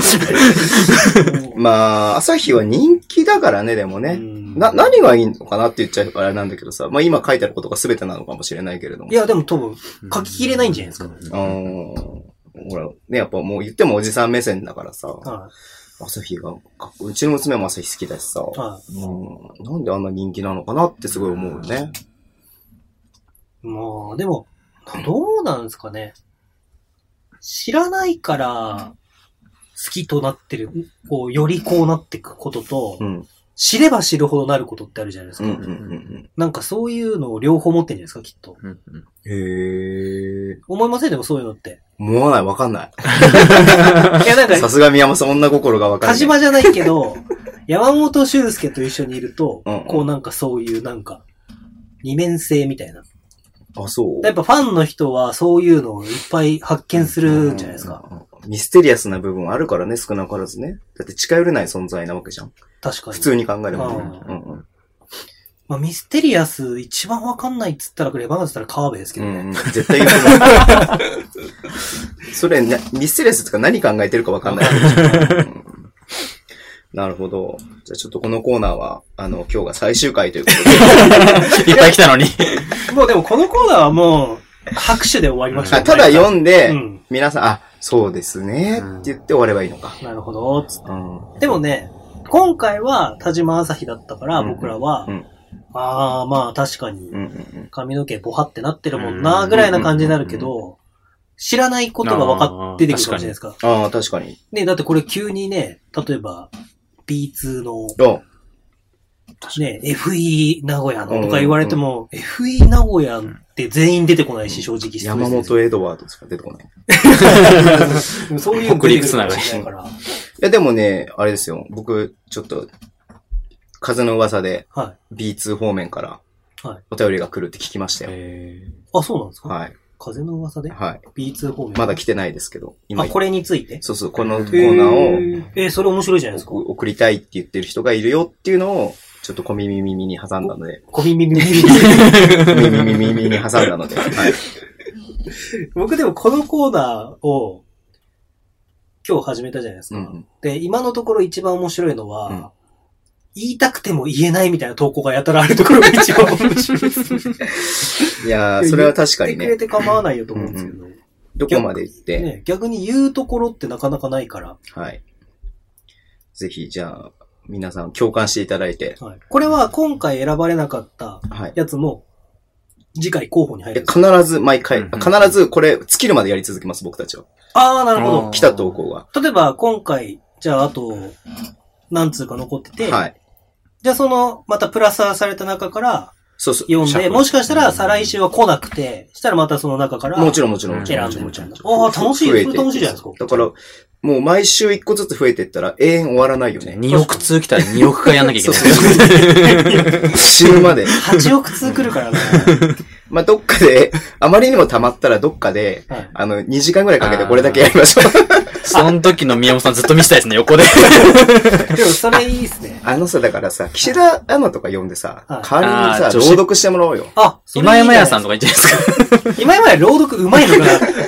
まあ、朝日は人気だからね、でもね。な、何がいいのかなって言っちゃうからあれなんだけどさ、まあ今書いてあることが全てなのかもしれないけれども。 いや、でも多分、書ききれないんじゃないですか。 うん。ほら、ね、やっぱもう言ってもおじさん目線だからさ。はい、朝日が、うちの娘も朝日好きだしさ、はい、うん。なんであんな人気なのかなってすごい思うよね。 まあ、でも、どうなんですかね。知らないから、好きとなってる、こう、よりこうなっていくことと、うん、知れば知るほどなることってあるじゃないですか。うんうんうんうん、なんかそういうのを両方持ってるんじゃないですか、きっと。うんうん、 へー。 思いませんでもそういうのって。 思わない、わかんない。 いや、なんか、 さすが宮本さん、女心がわかんない。 田島じゃないけど、山本修介と一緒にいると、うんうん、こうなんかそういうなんか、二面性みたいな。 あ、そう。 やっぱファンの人はそういうのをいっぱい発見するんじゃないですか。 ミステリアスな部分あるからね、少なからずね。だって近寄れない存在なわけじゃん。 確かに。 普通に考えればね。うんうん。 まあ、ミステリアス一番わかんないっつったら、レバンガだったら川辺ですけどね。うん、 絶対言うと思う。それ、ミステリアスとか何考えてるかわかんない。なるほど。じゃあちょっとこのコーナーは、あの、今日が最終回ということで。いっぱい来たのに。 もうでもこのコーナーはもう、拍手で終わりました、 ね。ただ読んで、うん、皆さん、あ、そうですね、って言って終わればいいのか。 なるほど、つって、うん。でもね、今回は田島朝日だったから、うん、僕らは、うん、ああ、まあ確かに、髪の毛ボハってなってるもんな、ぐらいな感じになるけど、知らないことが分かって出てくるかもしれないですか。 ああ、確かに。 ね、だってこれ急にね、例えば、ビーツー の、ね、エフイー 名古屋のとか言われても、うんうん、エフイー 名古屋って全員出てこないし、正直。 山本エドワードしか出てこない。 そういう北陸つながりから。いや、でもね、あれですよ。僕、ちょっと、風の噂で、ビーツー 方面から、お便りが来るって聞きましたよ。 あ、そうなんですか？ はい。 風の噂で？ はい。 ビーツー 方面。 まだ来てないですけど。 今。あ、これについて？ そうそう、このコーナーを。 えー、それ面白いじゃないですか。 送りたいって言ってる人がいるよっていうのを、ちょっと小耳耳に挟んだので。 小耳耳に。 小耳耳耳に挟んだので。はい。 僕でもこのコーナーを、今日始めたじゃないですか。うん、で、今のところ一番面白いのは、うん、言いたくても言えないみたいな投稿がやたらあるところが一番面白いですね。 いやー、それは確かにね。 言ってくれて構わないよと思うんですけど。うんうん、 どこまで行って、 ね。逆に言うところってなかなかないから。 はい。ぜひ、じゃあ、皆さん共感していただいて。 はい、これは今回選ばれなかったやつも、次回候補に入る、 はい。必ず毎回、うんうん、必ずこれ尽きるまでやり続けます、僕たちは。 ああ、なるほど。 来た投稿が。 例えば今回、じゃああと、何通か残ってて、 はい。 じゃあその、またプラスされた中から、 そうそう。 読んで、もしかしたら再来週は来なくて、したらまたその中から、 もちろんもちろん。 選んでみたいな。ああ、楽しい、それ楽しいじゃないですか。 だから、もう毎週一個ずつ増えていったら永遠終わらないよね。 におく通来たらにおく回やんなきゃいけない。 死ぬまで。 はちおく通来るからね。 まあ、どっかで、あまりにも溜まったらどっかで、はい、あの、にじかんぐらいかけてこれだけやりましょう。 その時の宮本さんずっと見せたいですね、横で。 でもそれいいですね。 あのさ、だからさ、岸田アナとか読んでさ、はい、代わりにさ、朗読してもらおうよ。 あ、 今山屋さんとかいいんじゃないですか。 今山屋朗読うまいのかな。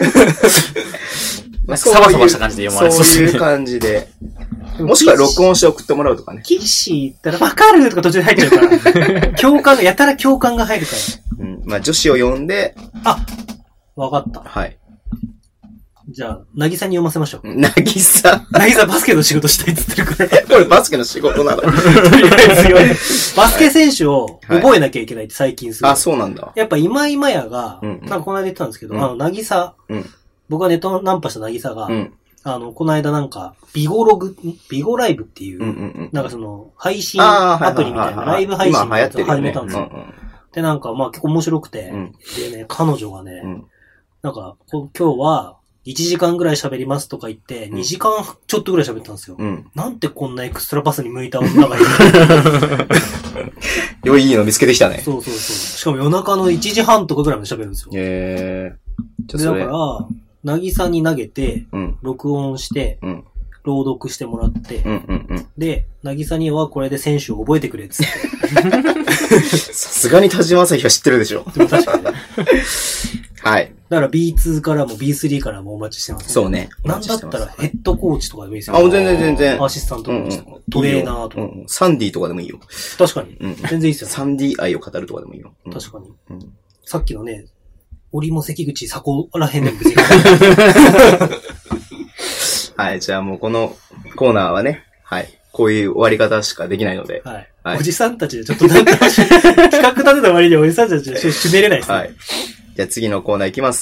まあ、サバサバした感じで読まれそうですね。そういう感じで。もしくは録音して送ってもらうとかね。 キッシー言ったらわかるとか途中で入っちゃうから。共感が、やたら共感が入るから。 うん。まあ女子を呼んで。 あ、わかった。 はい。 じゃあ、なぎさに読ませましょう。 なぎさなぎさバスケの仕事したいって言ってるから。 これバスケの仕事なの。とりあえずよ。バスケ選手を覚えなきゃいけないって最近する、 はい。あ、そうなんだ。 やっぱ今今やが、うんうん、なんかこの間言ってたんですけど、うん、あの、なぎさ、うん、僕がネットナンパしたなぎさが、うんあの、この間なんか、ビゴログ、ビゴライブっていう、うんうんうん、なんかその、配信アプリみたいな、ライブ配信みたいなやつを始めたんですよ。で、なんか、まあ結構面白くて、うん、でね、彼女がね、うん、なんか、今日はいちじかんぐらい喋りますとか言って、にじかんちょっとぐらい喋ったんですよ。うん、なんてこんなエクストラパスに向いた女がいるよいいの見つけてきたね。 そうそうそう。しかも夜中のいちじはんとかぐらいまで喋るんですよ。 へー。で、だから、なぎさに投げて、うん、録音して、うん、朗読してもらって、うんうんうん、で、なぎさにはこれで選手を覚えてくれっつって。 さすがに田島朝日は知ってるでしょ。 でも確かにね。 はい。 だから ビーツー からも ビースリー からもお待ちしてます、ね。 そうね。 なんだったらヘッドコーチとかでもいいですよ。 あ、全然全然。 アシスタントコーチとか、うんうん、トレーナーとか、うん。 サンディとかでもいいよ。 確かに。うん、全然いいですよ、ね。 サンディ愛を語るとかでもいいよ。 うん、確かに、うん。さっきのね、折も関口、そこら辺でも別に。 はい、じゃあもうこのコーナーはね、はい、こういう終わり方しかできないので。 はい。はい、おじさんたちでちょっとなんか、企画立てた割におじさんたちで締めれないですね。はい。 じゃあ次のコーナーいきます。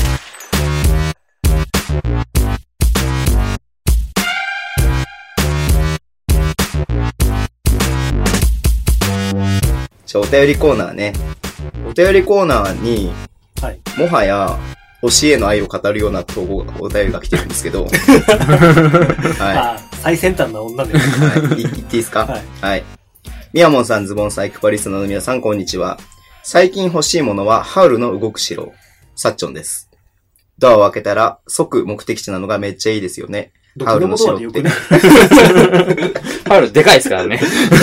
じゃあお便りコーナーね。お便りコーナーに、はい、もはや推しへの愛を語るような投稿お便りが来てるんですけど、 はい、最先端な女で、 はい、言っていいですか？はい。はい。みやもんさん、ズボンサイクパリスナの皆さん、こんにちは。最近欲しいものはハウルの動く城、サッチョンです。 ドアを開けたら即目的地なのがめっちゃいいですよね。ハウルの城って。 ハウルでかいですからね。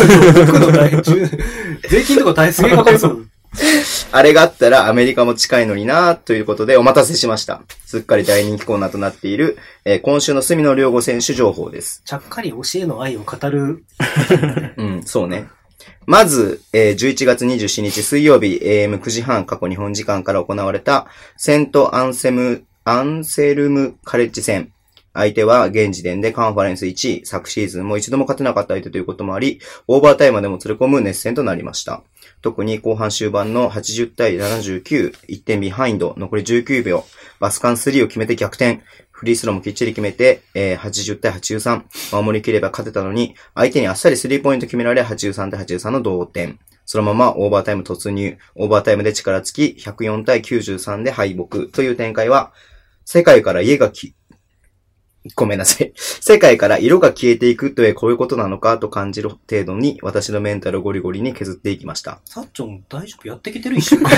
税金とか大すげえかかりそう。 あれがあったらアメリカも近いのになということでお待たせしました。すっかり大人気コーナーとなっている、えー、今週の隅野良吾選手情報です。 ちゃっかり教えの愛を語る。 うん、そうね。まず、えー、じゅういちがつにじゅうしちにち水曜日 エーエムくじはん過去日本時間から行われたセントアンセム、アンセルムカレッジ戦。相手は現時点でカンファレンスいちい、昨シーズンも一度も勝てなかった相手ということもあり、オーバータイムまでも連れ込む熱戦となりました。特に後半終盤のはちじゅうたいななじゅうきゅう、いってんビハインド、残りじゅうきゅうびょう、バスカンスリーを決めて逆転、フリースローもきっちり決めて、えー、はちじゅうたいはちじゅうさん、守り切れば勝てたのに、相手にあっさりスリーポイント決められはちじゅうさんたいはちじゅうさんの同点。そのままオーバータイム突入、オーバータイムで力尽き、ひゃくよんたいきゅうじゅうさんで敗北という展開は、世界から家がき、ごめんなさい。世界から色が消えていくとはこういうことなのかと感じる程度に私のメンタルをゴリゴリに削っていきました。 サッチョン大丈夫やってきてる一週間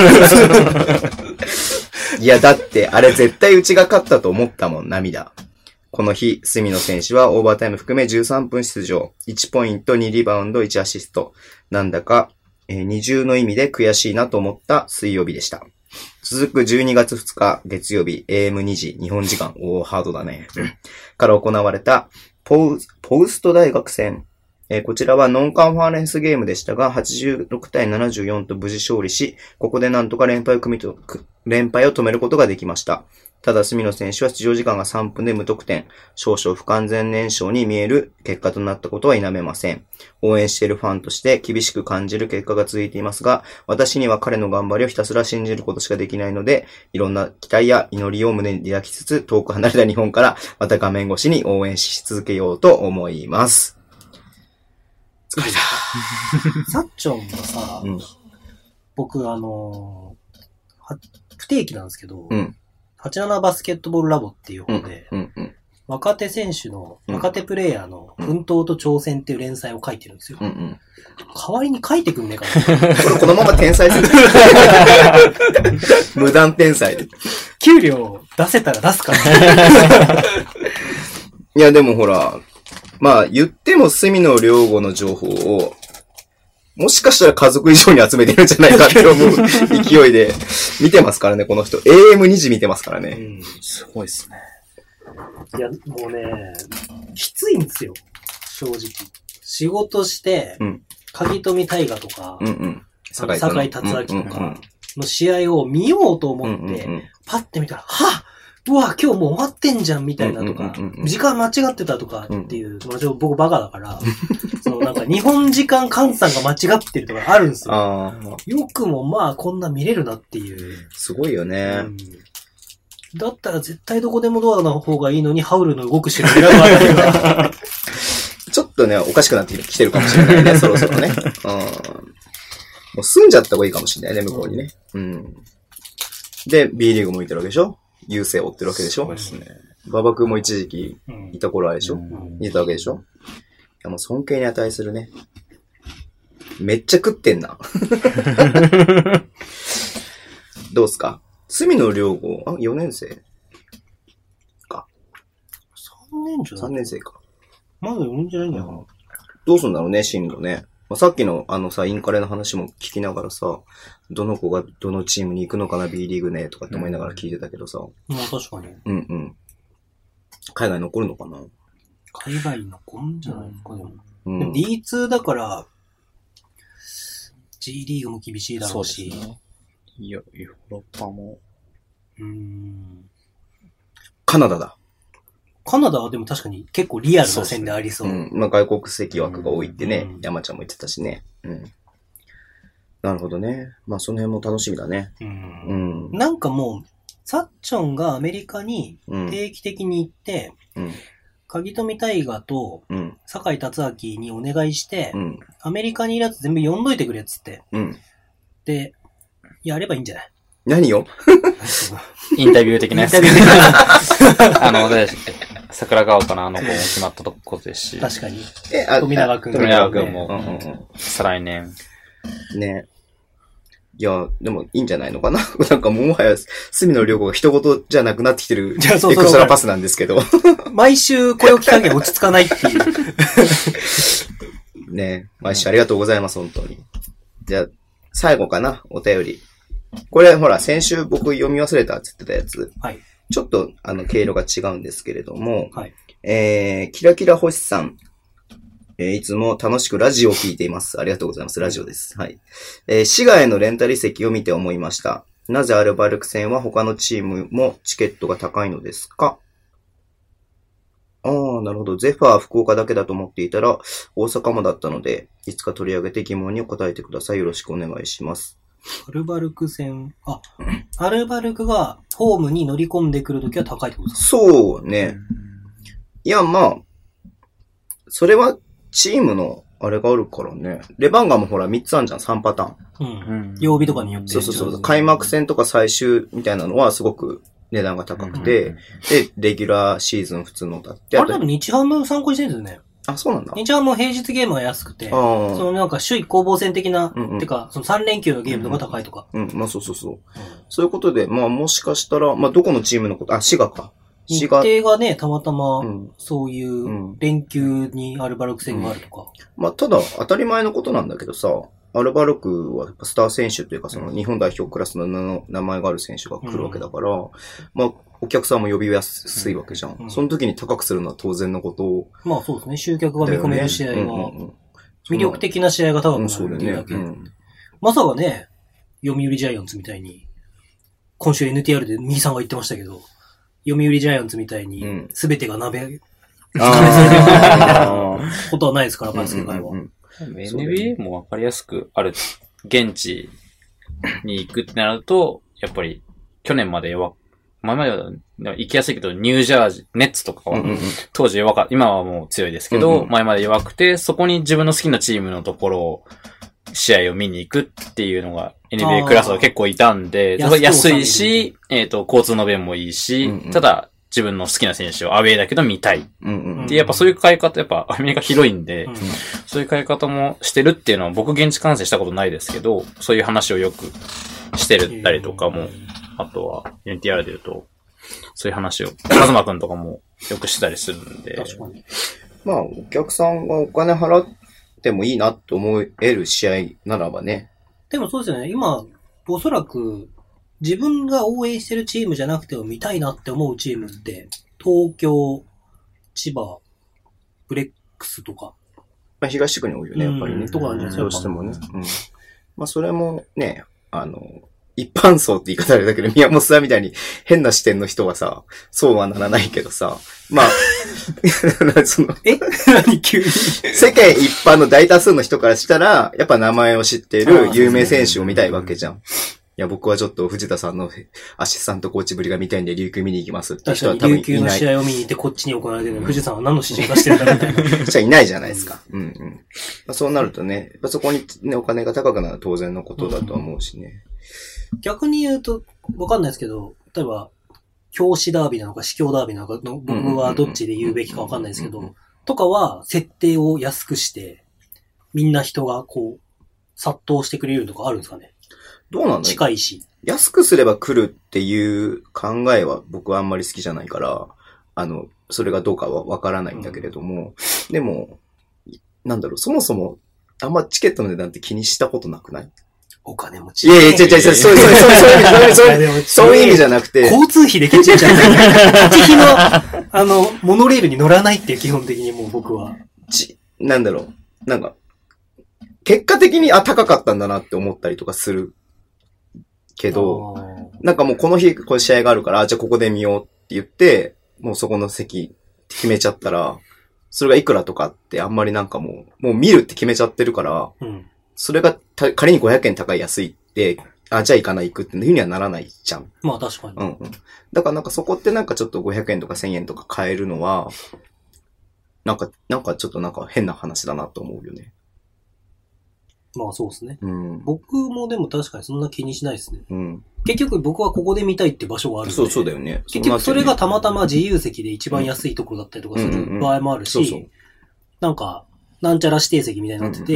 いやだってあれ絶対うちが勝ったと思ったもん涙。この日、隅野選手はオーバータイム含めじゅうさんぷん出場。いちポイント、にリバウンド、いちアシスト。なんだか、えー、二重の意味で悔しいなと思った水曜日でした。続くじゅうにがつふつか月曜日 エーエムにじ日本時間、おーハードだねから行われたポウ、ポウスト大学戦、えー、こちらはノンカンファレンスゲームでしたがはちじゅうろくたいななじゅうよんと無事勝利し、ここでなんとか連敗を組みと連敗を止めることができました。ただ隅野選手は出場時間がさんぷんで無得点、少々不完全燃焼に見える結果となったことは否めません。応援しているファンとして厳しく感じる結果が続いていますが、私には彼の頑張りをひたすら信じることしかできないので、いろんな期待や祈りを胸に抱きつつ、遠く離れた日本からまた画面越しに応援し続けようと思います。疲れた。 サッチョンがさ、うん、僕あのー、不定期なんですけど、うんはちじゅうななバスケットボールラボっていう本で、うんうんうん、若手選手の、若手プレイヤーの奮闘と挑戦っていう連載を書いてるんですよ。うんうん、代わりに書いてくんねえかな。 これこのまま天才する。無断天才で。 給料出せたら出すから。 いやでもほら、まあ言っても隅野良吾の情報を、もしかしたら家族以上に集めてるんじゃないかって思う勢いで見てますからね、この人。エーエムにじ 見てますからね。うん、 すごいっすね。 いや、もうね、きついんですよ。正直。仕事して、うん、鍵富大河とか、うんうん、酒井達明とかの試合を見ようと思って、うんうんうん、パッて見たら、はっうわ、今日もう終わってんじゃんみたいなとか、うんうんうんうん、時間間違ってたとかっていう、うん、僕バカだから、そのなんか日本時間換算が間違ってるとかあるんですよ。あよくもまあこんな見れるなっていう。 すごいよね、うん。 だったら絶対どこでもドアの方がいいのにハウルの動く城を選ぶあたりが。 ちょっとね、おかしくなってきてるかもしれないね、そろそろね。うん、もう住んじゃった方がいいかもしれないね、向こうにね。うん、で、B リーグもいてるわけでしょ優勢を追ってるわけでしょそうですね。馬場君も一時期いた頃あれでしょ、うん、いたわけでしょいやもう尊敬に値するね。めっちゃ食ってんな。どうすか隅野良吾、あ、よねん生か。 さんねんじゃない ?さん年生か。 まだよねんじゃないんだよ。 どうすんだろうね、進路ね。まあ、さっきのあのさ、インカレの話も聞きながらさ、どの子がどのチームに行くのかな B リーグねとかって思いながら聞いてたけどさ。 まあ確かに。 うんうん。海外残るのかな海外残るんじゃないかでも。うん、でも ディーツー だから、G リーグも厳しいだろうし。そうですね。 いや、ヨーロッパも。 うーん。 カナダだ。 カナダはでも確かに結構リアルな線でありそう。 そうそううん。まあ外国籍枠が多いってね、うん、山ちゃんも言ってたしね。うん。なるほどね。まあその辺も楽しみだね。うん。 うん、なんかもう、サッチョンがアメリカに定期的に行って、うん、鍵富大河と、酒井達明にお願いして、うん、アメリカにいるやつ全部読んどいてくれっつって。うん、で、やればいいんじゃない何よインタビュー的なやつ。インタビュー的なあの、で桜川かなあの子も決まったとこですし。 確かに。え、あ、富永くん。 富永くんも、うんうんうん、再来年。 ね。 いや、でもいいんじゃないのかななんかもはや、隅野良子が一言じゃなくなってきてるエクストラパスなんですけど。 毎週これを聞かなきゃ落ち着かないっていう。 ね毎週ありがとうございます、本当に。じゃあ、最後かな、お便り。これ、ほら、先週僕読み忘れたって言ってたやつ。 はい。 ちょっと、あの、経路が違うんですけれども、 はい。 えー、キラキラ星さん。えー、いつも楽しくラジオを聞いています。ありがとうございます。ラジオです。はい。えー、滋賀へのレンタル移籍を見て思いました。なぜアルバルク戦は他のチームもチケットが高いのですか？ああ、なるほど。ゼファー福岡だけだと思っていたら、大阪もだったので、いつか取り上げて疑問に答えてください。よろしくお願いします。 アルバルク戦、あ、アルバルクがホームに乗り込んでくるときは高いってことですか？ そうね。いや、まあ、それはチームのあれがあるからね。レバンガもほらみっつあるじゃん、さんパターン。 うん。曜日とかによって。 そうそうそう。開幕戦とか最終みたいなのはすごく値段が高くて、うん、で、レギュラーシーズン普通のだって。 あれ多分日ハム参考にしてるんですよね。 あ、そうなんだ。 日ハムも平日ゲームは安くて、そのなんか首位攻防戦的な、うんうん、てか、そのさん連休のゲームの方が高いとか。 うん、うん、まあそうそうそう。うん、そういうことで、まあもしかしたら、まあどこのチームのこと、あ、滋賀か。 日程がね、たまたま、そういう連休にアルバルク戦があるとか。 うん、まあ、ただ、当たり前のことなんだけどさ、アルバルクはスター選手というか、その日本代表クラスの名前がある選手が来るわけだから、うん、まあ、お客さんも呼びやすいわけじゃん。うんうん、その時に高くするのは当然のことを。 まあそうですね。集客が見込める試合は、魅力的な試合が高くなるっていうだけ。うんうん、まさかね、読売ジャイアンツみたいに、今週 エヌティーアール で右さんが言ってましたけど、読売ジャイアンツみたいに、すべてが鍋、うん、ことはないですから、バスケ界は。 エヌビーエー もわかりやすくある。現地に行くってなると、やっぱり、去年まで弱、前までは行きやすいけど、ニュージャージー、ネッツとかは、当時弱かった。今はもう強いですけど、前まで弱くて、そこに自分の好きなチームのところを、試合を見に行くっていうのが エヌビーエー クラスは結構いたんで、安いし、えっと、交通の便もいいし、うんうん、ただ自分の好きな選手をアウェーだけど見たい。うんうん、で、やっぱそういう買い方、やっぱアメリカ広いんで、うん、そういう買い方もしてるっていうのは僕現地観戦したことないですけど、そういう話をよくしてるったりとかも、あとは エヌティーアール で言うと、そういう話を、カズマくんとかもよくしたりするんで。確かに。 まあ、お客さんがお金払って、でもいいなと思える試合ならばね。 でもそうですよね。今、おそらく自分が応援してるチームじゃなくても見たいなって思うチームって、東京、千葉、ブレックスとか。 まあ、東地区に多いよね、やっぱりね。 とかなんじゃないですか。 どうしてもね。うん。まあ、それもね、あの、一般層って言い方あれだけど、宮本さんみたいに変な視点の人はさ、そうはならないけどさ、まあ、その、 え何急に世間一般の大多数の人からしたら、やっぱ名前を知っている有名選手を見たいわけじゃん。いや、僕はちょっと藤田さんのアシスタントコーチぶりが見たいんで、琉球見に行きますって人は多分いない。 琉球の試合を見に行ってこっちに行われてるのに、藤田さんは何の指示を出してるんだろうみたいな。 じゃあいないじゃないですか。うんうん。まあ、そうなるとね、やっぱそこにね、お金が高くなるのは当然のことだと思うしね。 逆に言うと、わかんないですけど、例えば、教師ダービーなのか、司教ダービーなのかの、僕はどっちで言うべきかわかんないですけど、とかは、設定を安くして、みんな人がこう、殺到してくれるとかあるんですかね？ どうなんだろう？ 近いし。 安くすれば来るっていう考えは僕はあんまり好きじゃないから、あの、それがどうかはわからないんだけれども、うん、でも、なんだろう、そもそも、あんまチケットの値段って気にしたことなくない？ お金持ち。 いやいや、違う違う違う、そういう、そういう、そういう、そういう、そういう意味じゃなくて。 交通費でケチっちゃう。立ち費の、あの、モノレールに乗らないっていう基本的にもう僕は。 ち、なんだろう。なんか、結果的に、あ、高かったんだなって思ったりとかするけど、なんかもうこの日、この試合があるから、じゃあここで見ようって言って、もうそこの席決めちゃったら、それがいくらとかってあんまりなんかもう、もう見るって決めちゃってるから、うんそれがた仮にごひゃくえん高い安いって、あ、じゃあ行かない行くっていうふうにはならないじゃん。 まあ確かに。 うんうん。だからなんかそこってなんかちょっとごひゃくえんとかせんえんとか買えるのは、なんか、なんかちょっとなんか変な話だなと思うよね。 まあそうですね。 うん。 僕もでも確かにそんな気にしないですね。 うん。 結局僕はここで見たいって場所があるんで。 そうそうだよね。 結局それがたまたま自由席で一番安いところだったりとかする場合もあるし、なんか、なんちゃら指定席みたいになってて、うんうんうんち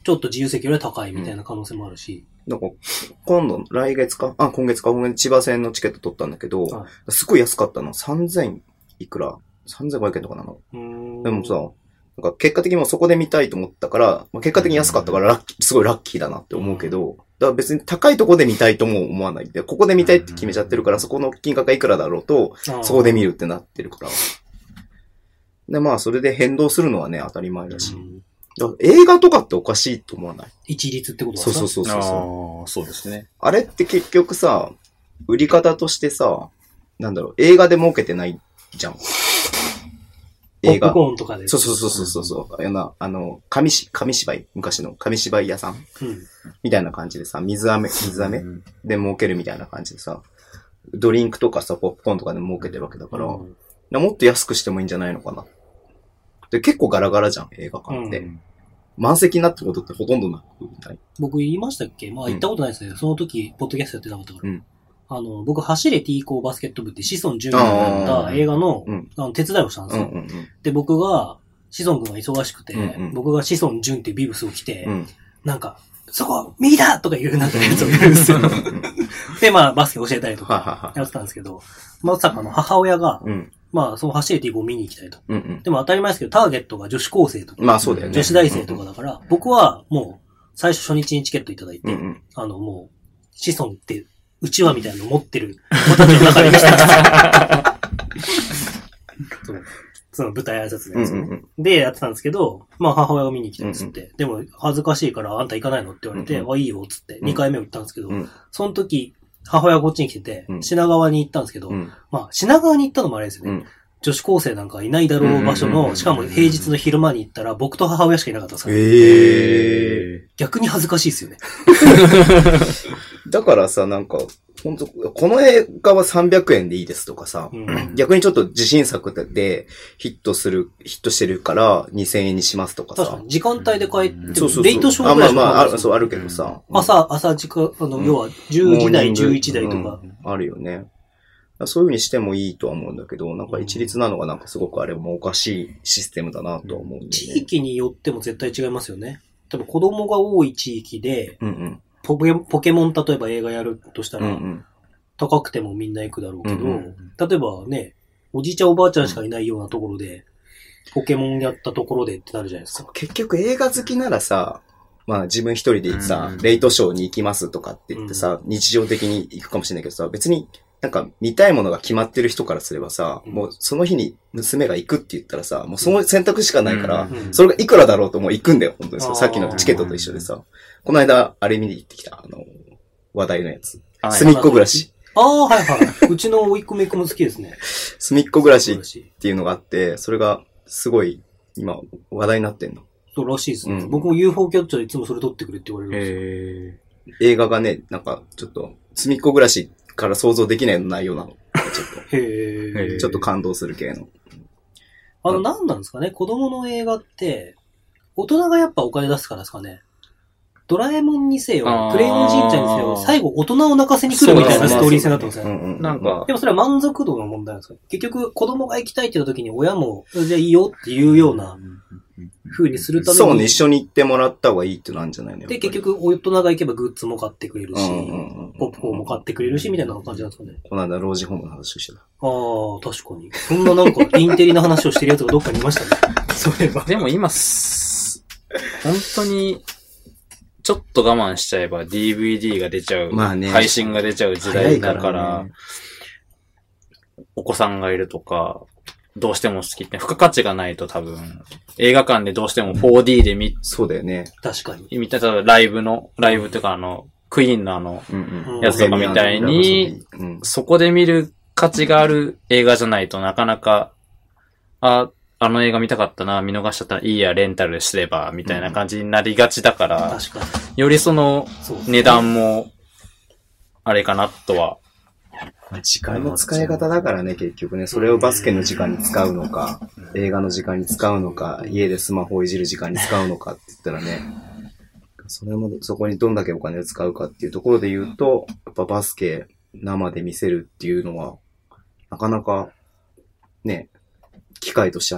ちょっと自由席より高いみたいな可能性もあるし。 うん、なんか、今度、来月かあ、今月か、今月千葉線のチケット取ったんだけど、はい、すごい安かったの。さんぜんいくら ?さんぜんごひゃくえんとかなの。でもさ、なんか結果的にもそこで見たいと思ったから、まあ、結果的に安かったからラッキー、すごいラッキーだなって思うけど、だから別に高いとこで見たいとも思わないんで、ここで見たいって決めちゃってるから、そこの金額がいくらだろうと、そこで見るってなってるから。で、まあ、それで変動するのはね、当たり前だし。だから映画とかっておかしいと思わない？ 一律ってことですか？ そうそうそうそう。 ああ、そうですね。 あれって結局さ、売り方としてさ、なんだろう、映画で儲けてないじゃん。 映画。ポップコーンとかで。 そうそうそうそうそう。あの、あの、紙し、紙芝居、昔の紙芝居屋さん、うん、みたいな感じでさ、水飴、水飴で儲けるみたいな感じでさ、ドリンクとかさ、ポップコーンとかで儲けてるわけだから、うん、もっと安くしてもいいんじゃないのかな。で、結構ガラガラじゃん、映画館って。うん、満席になってることってほとんどなくない？ 僕言いましたっけ？まあ言ったことないですけど、うん、その時、ポッドキャストやってなかったから。うん、あの、僕、走れ T 校バスケット部って志尊淳がやった映画の、うん、あの手伝いをしたんですよ。うんうんうん、で、僕が、志尊君が忙しくて、うんうん、僕が志尊淳っていうビブスを着て、うん、なんか、そこ、右だとか言うなんかやつを言うんですよ。で、まあ、バスケ教えたりとかやってたんですけど、まさかの母親が、うん、まあ、その走れ T 校を見に行きたいと、うんうん。でも当たり前ですけど、ターゲットが女子高生とか、 まあそうだよね。 女子大生とかだから、うんうん、僕はもう、最初初日にチケットいただいて、うんうん、あの、もう、志尊って、うちわみたいなの持ってる子たちの中に来たんですよ。その舞台挨拶のやつね、うんうん。で、やってたんですけど、まあ母親が見に来たんですって、うんうん。でも恥ずかしいからあんた行かないのって言われて、うんうん、あ、いいよっつってにかいめを行ったんですけど、うん、その時、母親がこっちに来てて、うん、品川に行ったんですけど、うん、まあ品川に行ったのもあれですよね。うん、女子高生なんかいないだろう場所の、しかも平日の昼間に行ったら僕と母親しかいなかったですから、ね。えー、逆に恥ずかしいですよね。 だからさ、なんか、本当この映画はさんびゃくえんでいいですとかさ、うん、逆にちょっと自信作でヒットする、ヒットしてるからにせんえんにしますとかさ。 確かに時間帯で買えて、 そうそうそう、 レイトショーぐらいしかあ、まあまあ、そうあるけどさ。 うん、朝、朝時間、あの、うん、要はじゅうじ台、じゅういち台とか、 うん。あるよね。そういう風にしてもいいとは思うんだけど、なんか一律なのがなんかすごくあれもおかしいシステムだなとは思うんで、ね。 地域によっても絶対違いますよね。多分子供が多い地域で、うんうん、ポケ、ポケモン例えば映画やるとしたら、うんうん、高くてもみんな行くだろうけど、うんうん、例えばね、おじいちゃんおばあちゃんしかいないようなところで、ポケモンやったところでってなるじゃないですか。 結局映画好きならさ、まあ自分一人でさ、うんうん、レイトショーに行きますとかって言ってさ、うん、日常的に行くかもしれないけどさ、別になんか見たいものが決まってる人からすればさ、うん、もうその日に娘が行くって言ったらさ、もうその選択しかないから、うんうん、それがいくらだろうともう行くんだよ、本当にさ。さっきのチケットと一緒でさ。この間、あれ見に行ってきた、あの、話題のやつ。すみっこ暮らし。 ああ、はいはい。うちの甥っ子めっ子も好きですね。 すみっこ暮らしっていうのがあって、それがすごい今話題になってんの。 そうらしいですね。うん、僕も ユーフォー キャッチャーでいつもそれ撮ってくれって言われるんですよ。 映画がね、なんかちょっと、すみっこ暮らしから想像できない内容なの。ちょっと。へちょっと感動する系の。 あの、何なんですかね、子供の映画って、大人がやっぱお金出すからですかね。ドラえもんにせよ、クレヨンしんちゃんにせよ、最後大人を泣かせに来るみたいなストーリー性になってますよね。なんか。でもそれは満足度の問題なんですか？結局子供が行きたいって言った時に親も、じゃあいいよっていうような風にするために。 そうね、一緒に行ってもらった方がいいってなんじゃないのよ。 で、結局大人が行けばグッズも買ってくれるし、ポップコーンも買ってくれるし、みたいな感じなんですかね。 この間、老人ホームの話をしてた。 ああ、確かに。そんななんかインテリな話をしてるやつがどっかにいましたね。そういえば。 でも今、本当に、ちょっと我慢しちゃえば ディーブイディー が出ちゃう、まあね、配信が出ちゃう時代だから、からね、お子さんがいるとか、どうしても好きって、付加価値がないと多分、映画館でどうしても フォーディー で見、 そうだよね。 確かに。 見たらライブの、ライブというかあの、クイーンのあの、やつとかみたいに、うんうん、そこで見る価値がある映画じゃないとなかなか、あ、あの映画見たかったな、見逃しちゃったらいいや、レンタルすれば、みたいな感じになりがちだから、うん、確かによりその値段も、あれかなとは。 時間の使い方だからね、結局ね。それをバスケの時間に使うのか、映画の時間に使うのか、家でスマホをいじる時間に使うのかって言ったらね、それもそこにどんだけお金を使うかっていうところで言うと、やっぱバスケ生で見せるっていうのは、なかなかね、機会としてはない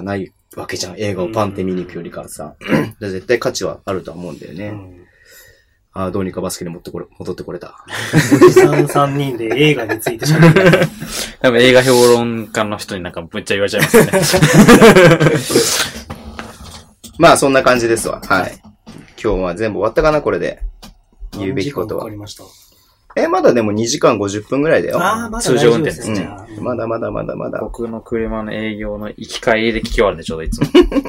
わけじゃん。映画をパンって見に行くよりからさ。絶対価値はあるとは思うんだよね。うん、ああ、どうにかバスケに持ってこれ、戻ってこれた。 おじさんさんにんで映画について喋る。 多分映画評論家の人になんかめっちゃ言われちゃいますね。 まあそんな感じですわ。はい。今日は全部終わったかなこれで。言うべきことは。 何時間かかりました？ え、まだでもにじかんごじゅっぷんぐらいだよ。 ああ、まだ大丈夫ですね。 うん、まだまだまだまだ。 僕の車の営業の行き帰りで聞き終わるんでちょうどいつも。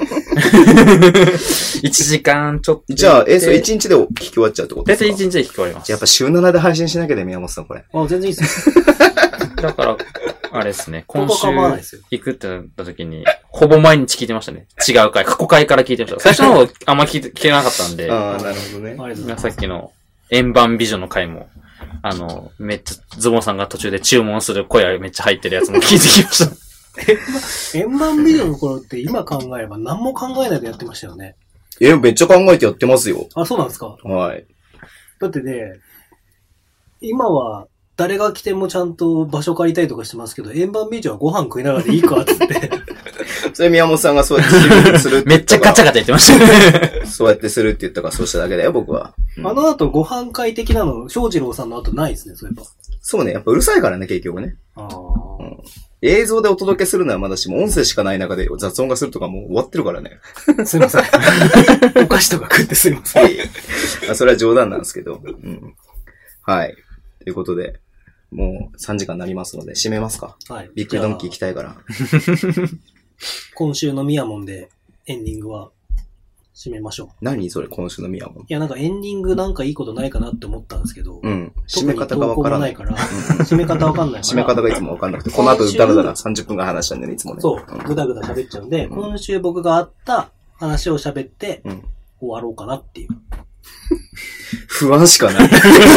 いちじかんちょっと。 じゃあ、え、それいちにちで聞き終わっちゃうってことですか？ 大体いちにちで聞き終わります。 やっぱ週ななで配信しなきゃで、宮本さんこれ。 あ、全然いいっすよ。 だから、あれですね。今週行くってなった時に、ほぼ毎日聞いてましたね。違う回、過去回から聞いてました。最初の方あんま聞いて、聞けなかったんで。 ああ、なるほどね。 さっきの円盤美女の回も。あの、めっちゃ、ズボンさんが途中で注文する声がめっちゃ入ってるやつも聞いてきました。円盤ビデオの頃って今考えれば何も考えないでやってましたよね。 え、めっちゃ考えてやってますよ。 あ、そうなんですか？ はい。 だってね、今は誰が来てもちゃんと場所借りたりとかしてますけど、円盤ビデオはご飯食いながらでいいかってって。 それ宮本さんがそうやってするってめっちゃガチャガチャ言ってましたね。そうやってするって言ったからそうしただけだよ、僕は。 うん、あの後ご飯会的なの、翔二郎さんの後ないですね、そういえば。 そうね、やっぱうるさいからね、結局ね。あうん、映像でお届けするのはまだしも、音声しかない中で雑音がするとかもう終わってるからね。 すいません。お菓子とか食ってすいません。 あそれは冗談なんですけど。うん、はい。ということで、もうさんじかんになりますので、締めますか。はい。ビッグドンキー行きたいから。 今週のミヤモンでエンディングは締めましょう。 何それ今週のミヤモン。 いやなんかエンディングなんかいいことないかなって思ったんですけど。 うん。締め方がわからない。 から。締め方わかんないから。 締め方がいつもわかんなくて、この後だらだらさんじゅっぷんが話したんでね、いつもね。 そう。ぐだぐだ喋っちゃうんで、うん、今週僕があった話を喋って、うん、終わろうかなっていう。 不安しかない。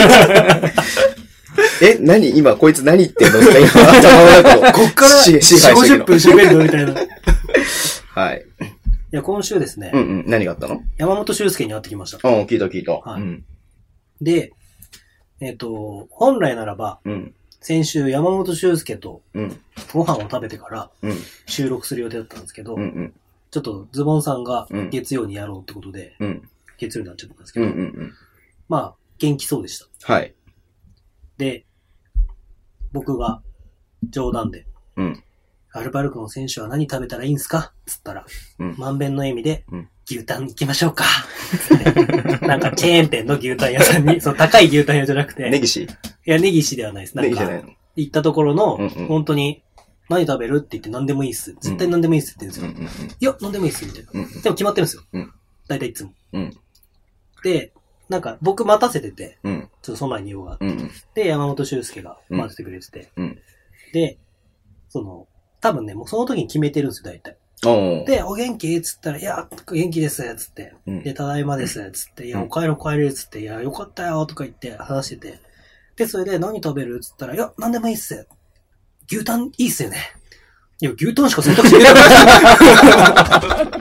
え、何今こいつ何言ってんのって今頭の中を。 こっからよんじゅう、ごじゅっぷん喋るのみたいな。 はい。 いや、今週ですね。 うんうん。何があったの？ 山本修介に会ってきました。 ああ、聞いた聞いた。 はい。うん、で、えっと、本来ならば、うん、先週山本修介とご飯を食べてから収録する予定だったんですけど、うんうん、ちょっとズボンさんが月曜にやろうってことで、うん、月曜になっちゃったんですけど、うんうんうん、まあ、元気そうでした。 はい。 で、僕が冗談で、うん、アルバルクの選手は何食べたらいいんすかつったら、うん、満遍の笑みで、うん、牛タン行きましょうかなんかチェーン店の牛タン屋さんに、そう高い牛タン屋じゃなくて、 ネギシいや、ネギシではないです。なんか、行ったところの、うんうん、本当に、何食べるって言って何でもいいっす。絶対何でもいいっすって言うんですよ。うんうんうん、いや、何でもいいっす、みたいな、うんうん。でも決まってるんですよ。うん、大体いつも、うん。で、なんか僕待たせてて、うん、ちょっとその前に用があって、うん、で、山本修介が待っててくれてて、うん、で、その、多分ね、もうその時に決めてるんですよ、大体。で、お元気つったら、いや、元気です、つって、うん、で、ただいまです、つって、いや、お帰りお帰り、つって、いや、よかったよ、とか言って話してて、で、それで何食べるつったら、いや、何でもいいっす。牛タンいいっすよね。いや、牛タンしか選択肢なかった。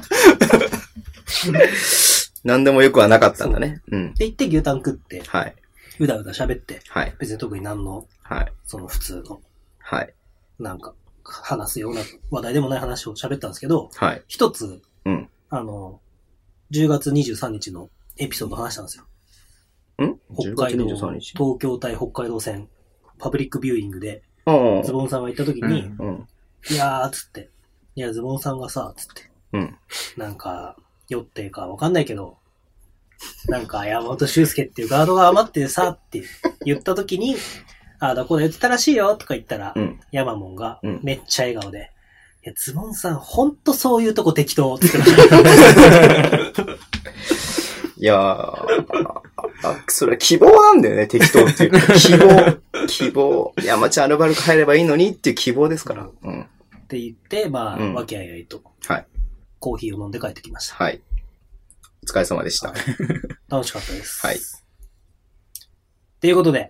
何でもよくはなかったんだね。うん。 って言って牛タン食って、 はい。 うだうだ喋って、 はい。 別に特に何の、 はい。 その普通の、 はい。 なんか、話すような話題でもない話を喋ったんですけど、 はい。 一つ、 うん。 あの、じゅうがつにじゅうさんにちのエピソード話したんですよ。ん北海道、東京対北海道線、パブリックビューイングで、ズボンさんが行った時に、うんうん、いやー、つって、いや、ズボンさんがさ、つって、 うん、 なんか、酔ってかわかんないけど、なんか、山本修介っていうガードが余ってさ、って言った時に、ああだこうだ言ってたらしいよ、とか言ったら、うん、ヤマモンがめっちゃ笑顔で、いや、ズボンさん、ほんとそういうとこ適当、って言ってました。 いやー、あ、それは希望なんだよね、適当っていう。希望、希望。いや、まあ、アルバルク入ればいいのにっていう希望ですから。うん。 って言ってって、まあ、うん、和気あいあいと、 はい。 コーヒーを飲んで帰ってきました。 はい。お疲れ様でした。はい、 楽しかったです。 はい。 ということで。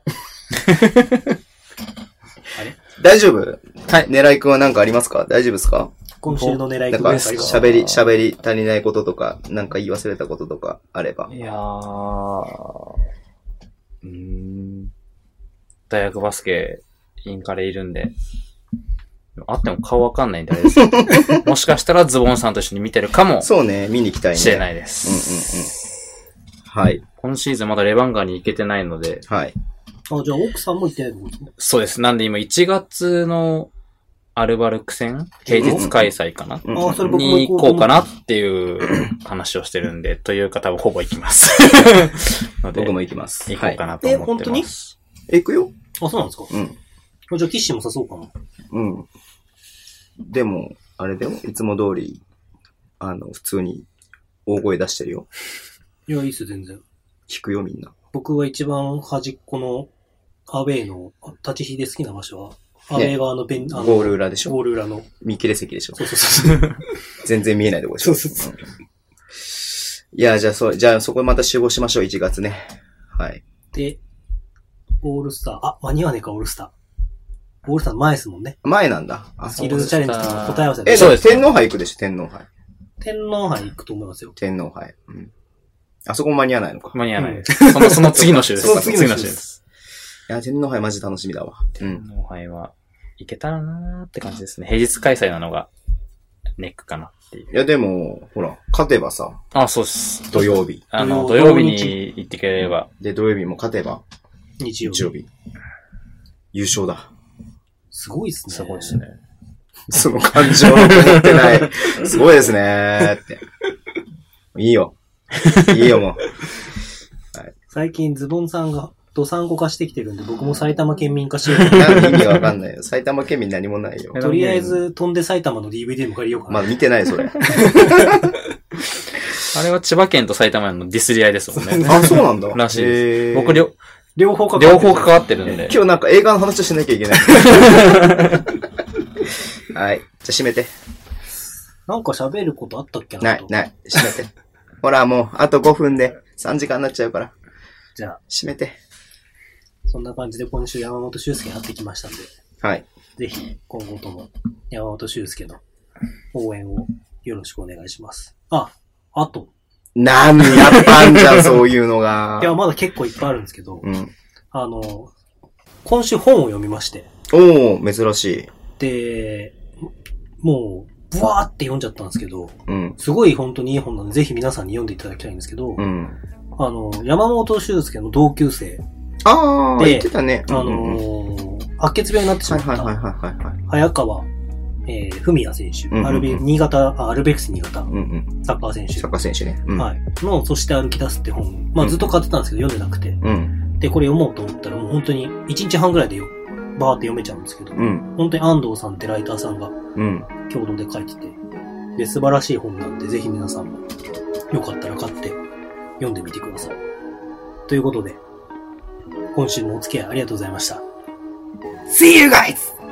あれ大丈夫？はい。狙いくんは何かありますか？大丈夫ですか？ 今週の狙いくんは喋り、喋り足りないこととか、なんか言い忘れたこととかあれば。 いやー、うーん。大学バスケ、インカレいるんで、 あっても顔わかんないんであれですけどもしかしたらズボンさんと一緒に見てるかも。 そうね、見に行きたいね。 しれないです。 うんうんうん。はい。 今シーズンまだレバンガーに行けてないので。 はい。 あ、じゃあ奥さんも行ってないってことですね。 そうです。なんで今いちがつのアルバルク戦平日開催かな、 うん、あ、それ僕もに行こうかなっていう話をしてるんで、というか多分ほぼ行きます。 ので僕も行きます。 行こうかなと思ってます。 え、本当に行くよ。 あ、そうなんですか？ うん。 じゃあ、キッシーも誘おうかな。 うん。でも、あれでも、いつも通り、あの、普通に大声出してるよ。 いや、いいっす、全然。 聞くよ、みんな。 僕は一番端っこのアウェイの立ち火で好きな場所は、アウェイ側のベン、 ね、あのゴール裏でしょ？ ゴール裏の。 見切れ席でしょ？ そうそうそう。 全然見えないとこでしょ？ そうそうそう。 いや、じゃあ、そう、じゃあ、そこでまた集合しましょう、いちがつね。はい。 で、オールスター、あ、間に合わねえか、オールスター。オールスター前ですもんね。 前なんだ。 あ、スキルズチャレンジとの答え合わせ。 え、そうです。天皇杯行くでしょ、天皇杯。 天皇杯行くと思いますよ。 天皇杯。うん。あそこも間に合わないのか。 間に合わないです。うん、その、その次の週です。 その次の週です。 いや、天皇杯マジ楽しみだわ。 天皇杯は、行けたらなーって感じですね。平日開催なのが、ネックかなっていう。 いや、でも、ほら、勝てばさ。 あ、そうです。 土曜日。 あの、土曜日に行ってくれれば。 で、土曜日も勝てば。 日曜日。 日曜日。優勝だ。 すごいですね。 すごいですね。 その感情を持ってない。すごいですねーって。いいよ。いいよ、もう。 はい、最近ズボンさんがドサンコ化してきてるんで、僕も埼玉県民化しようと。 なんで意味わかんないよ。埼玉県民何もないよ。 とりあえず、飛んで埼玉の ディーブイディー も借りようかな。 まあ見てない、それ。 あれは千葉県と埼玉のディスり合いですもんね。 あ、そうなんだ。 らしいです。僕両、 両方関わってる。 両方関わってるんで。 今日なんか映画の話をしなきゃいけない。はい。じゃあ閉めて。 なんか喋ることあったっけなない、ない。閉めて。ほら、もう、あとごふんでさんじかんになっちゃうから。 じゃあ。 閉めて。 そんな感じで今週山本修介に会ってきましたんで。 はい。 ぜひ、今後とも山本修介の応援をよろしくお願いします。あ、あと。 なんやったんじゃん、そういうのが。 いや、まだ結構いっぱいあるんですけど。 うん。 あの、今週本を読みまして。 おー、珍しい。 で、もう、ブワーって読んじゃったんですけど、 うん。 すごい本当にいい本なので、ぜひ皆さんに読んでいただきたいんですけど、 うん。 あの、山本修介の同級生。 あー、言ってたね。 あのー、白血病になってしまった。 はいはいはいはいはい。 早川、えー、文也選手。 うんうんうん、 アルベ、新潟、あ、アルベックス新潟。 うんうん。 サッカー選手。 サッカー選手ね。うん、 はい。の、そして歩き出すって本。まあ、ずっと買ってたんですけど、読んでなくて。 うん。 で、これ読もうと思ったら、もう本当に、一日半ぐらいでよ、バーって読めちゃうんですけど、 うん。 本当に安藤さんってライターさんが、 うん。 共同で書いてて、で、素晴らしい本なんで、ぜひ皆さんも、よかったら買って、読んでみてください。ということで、今週もお付き合いありがとうございました。 See you guys!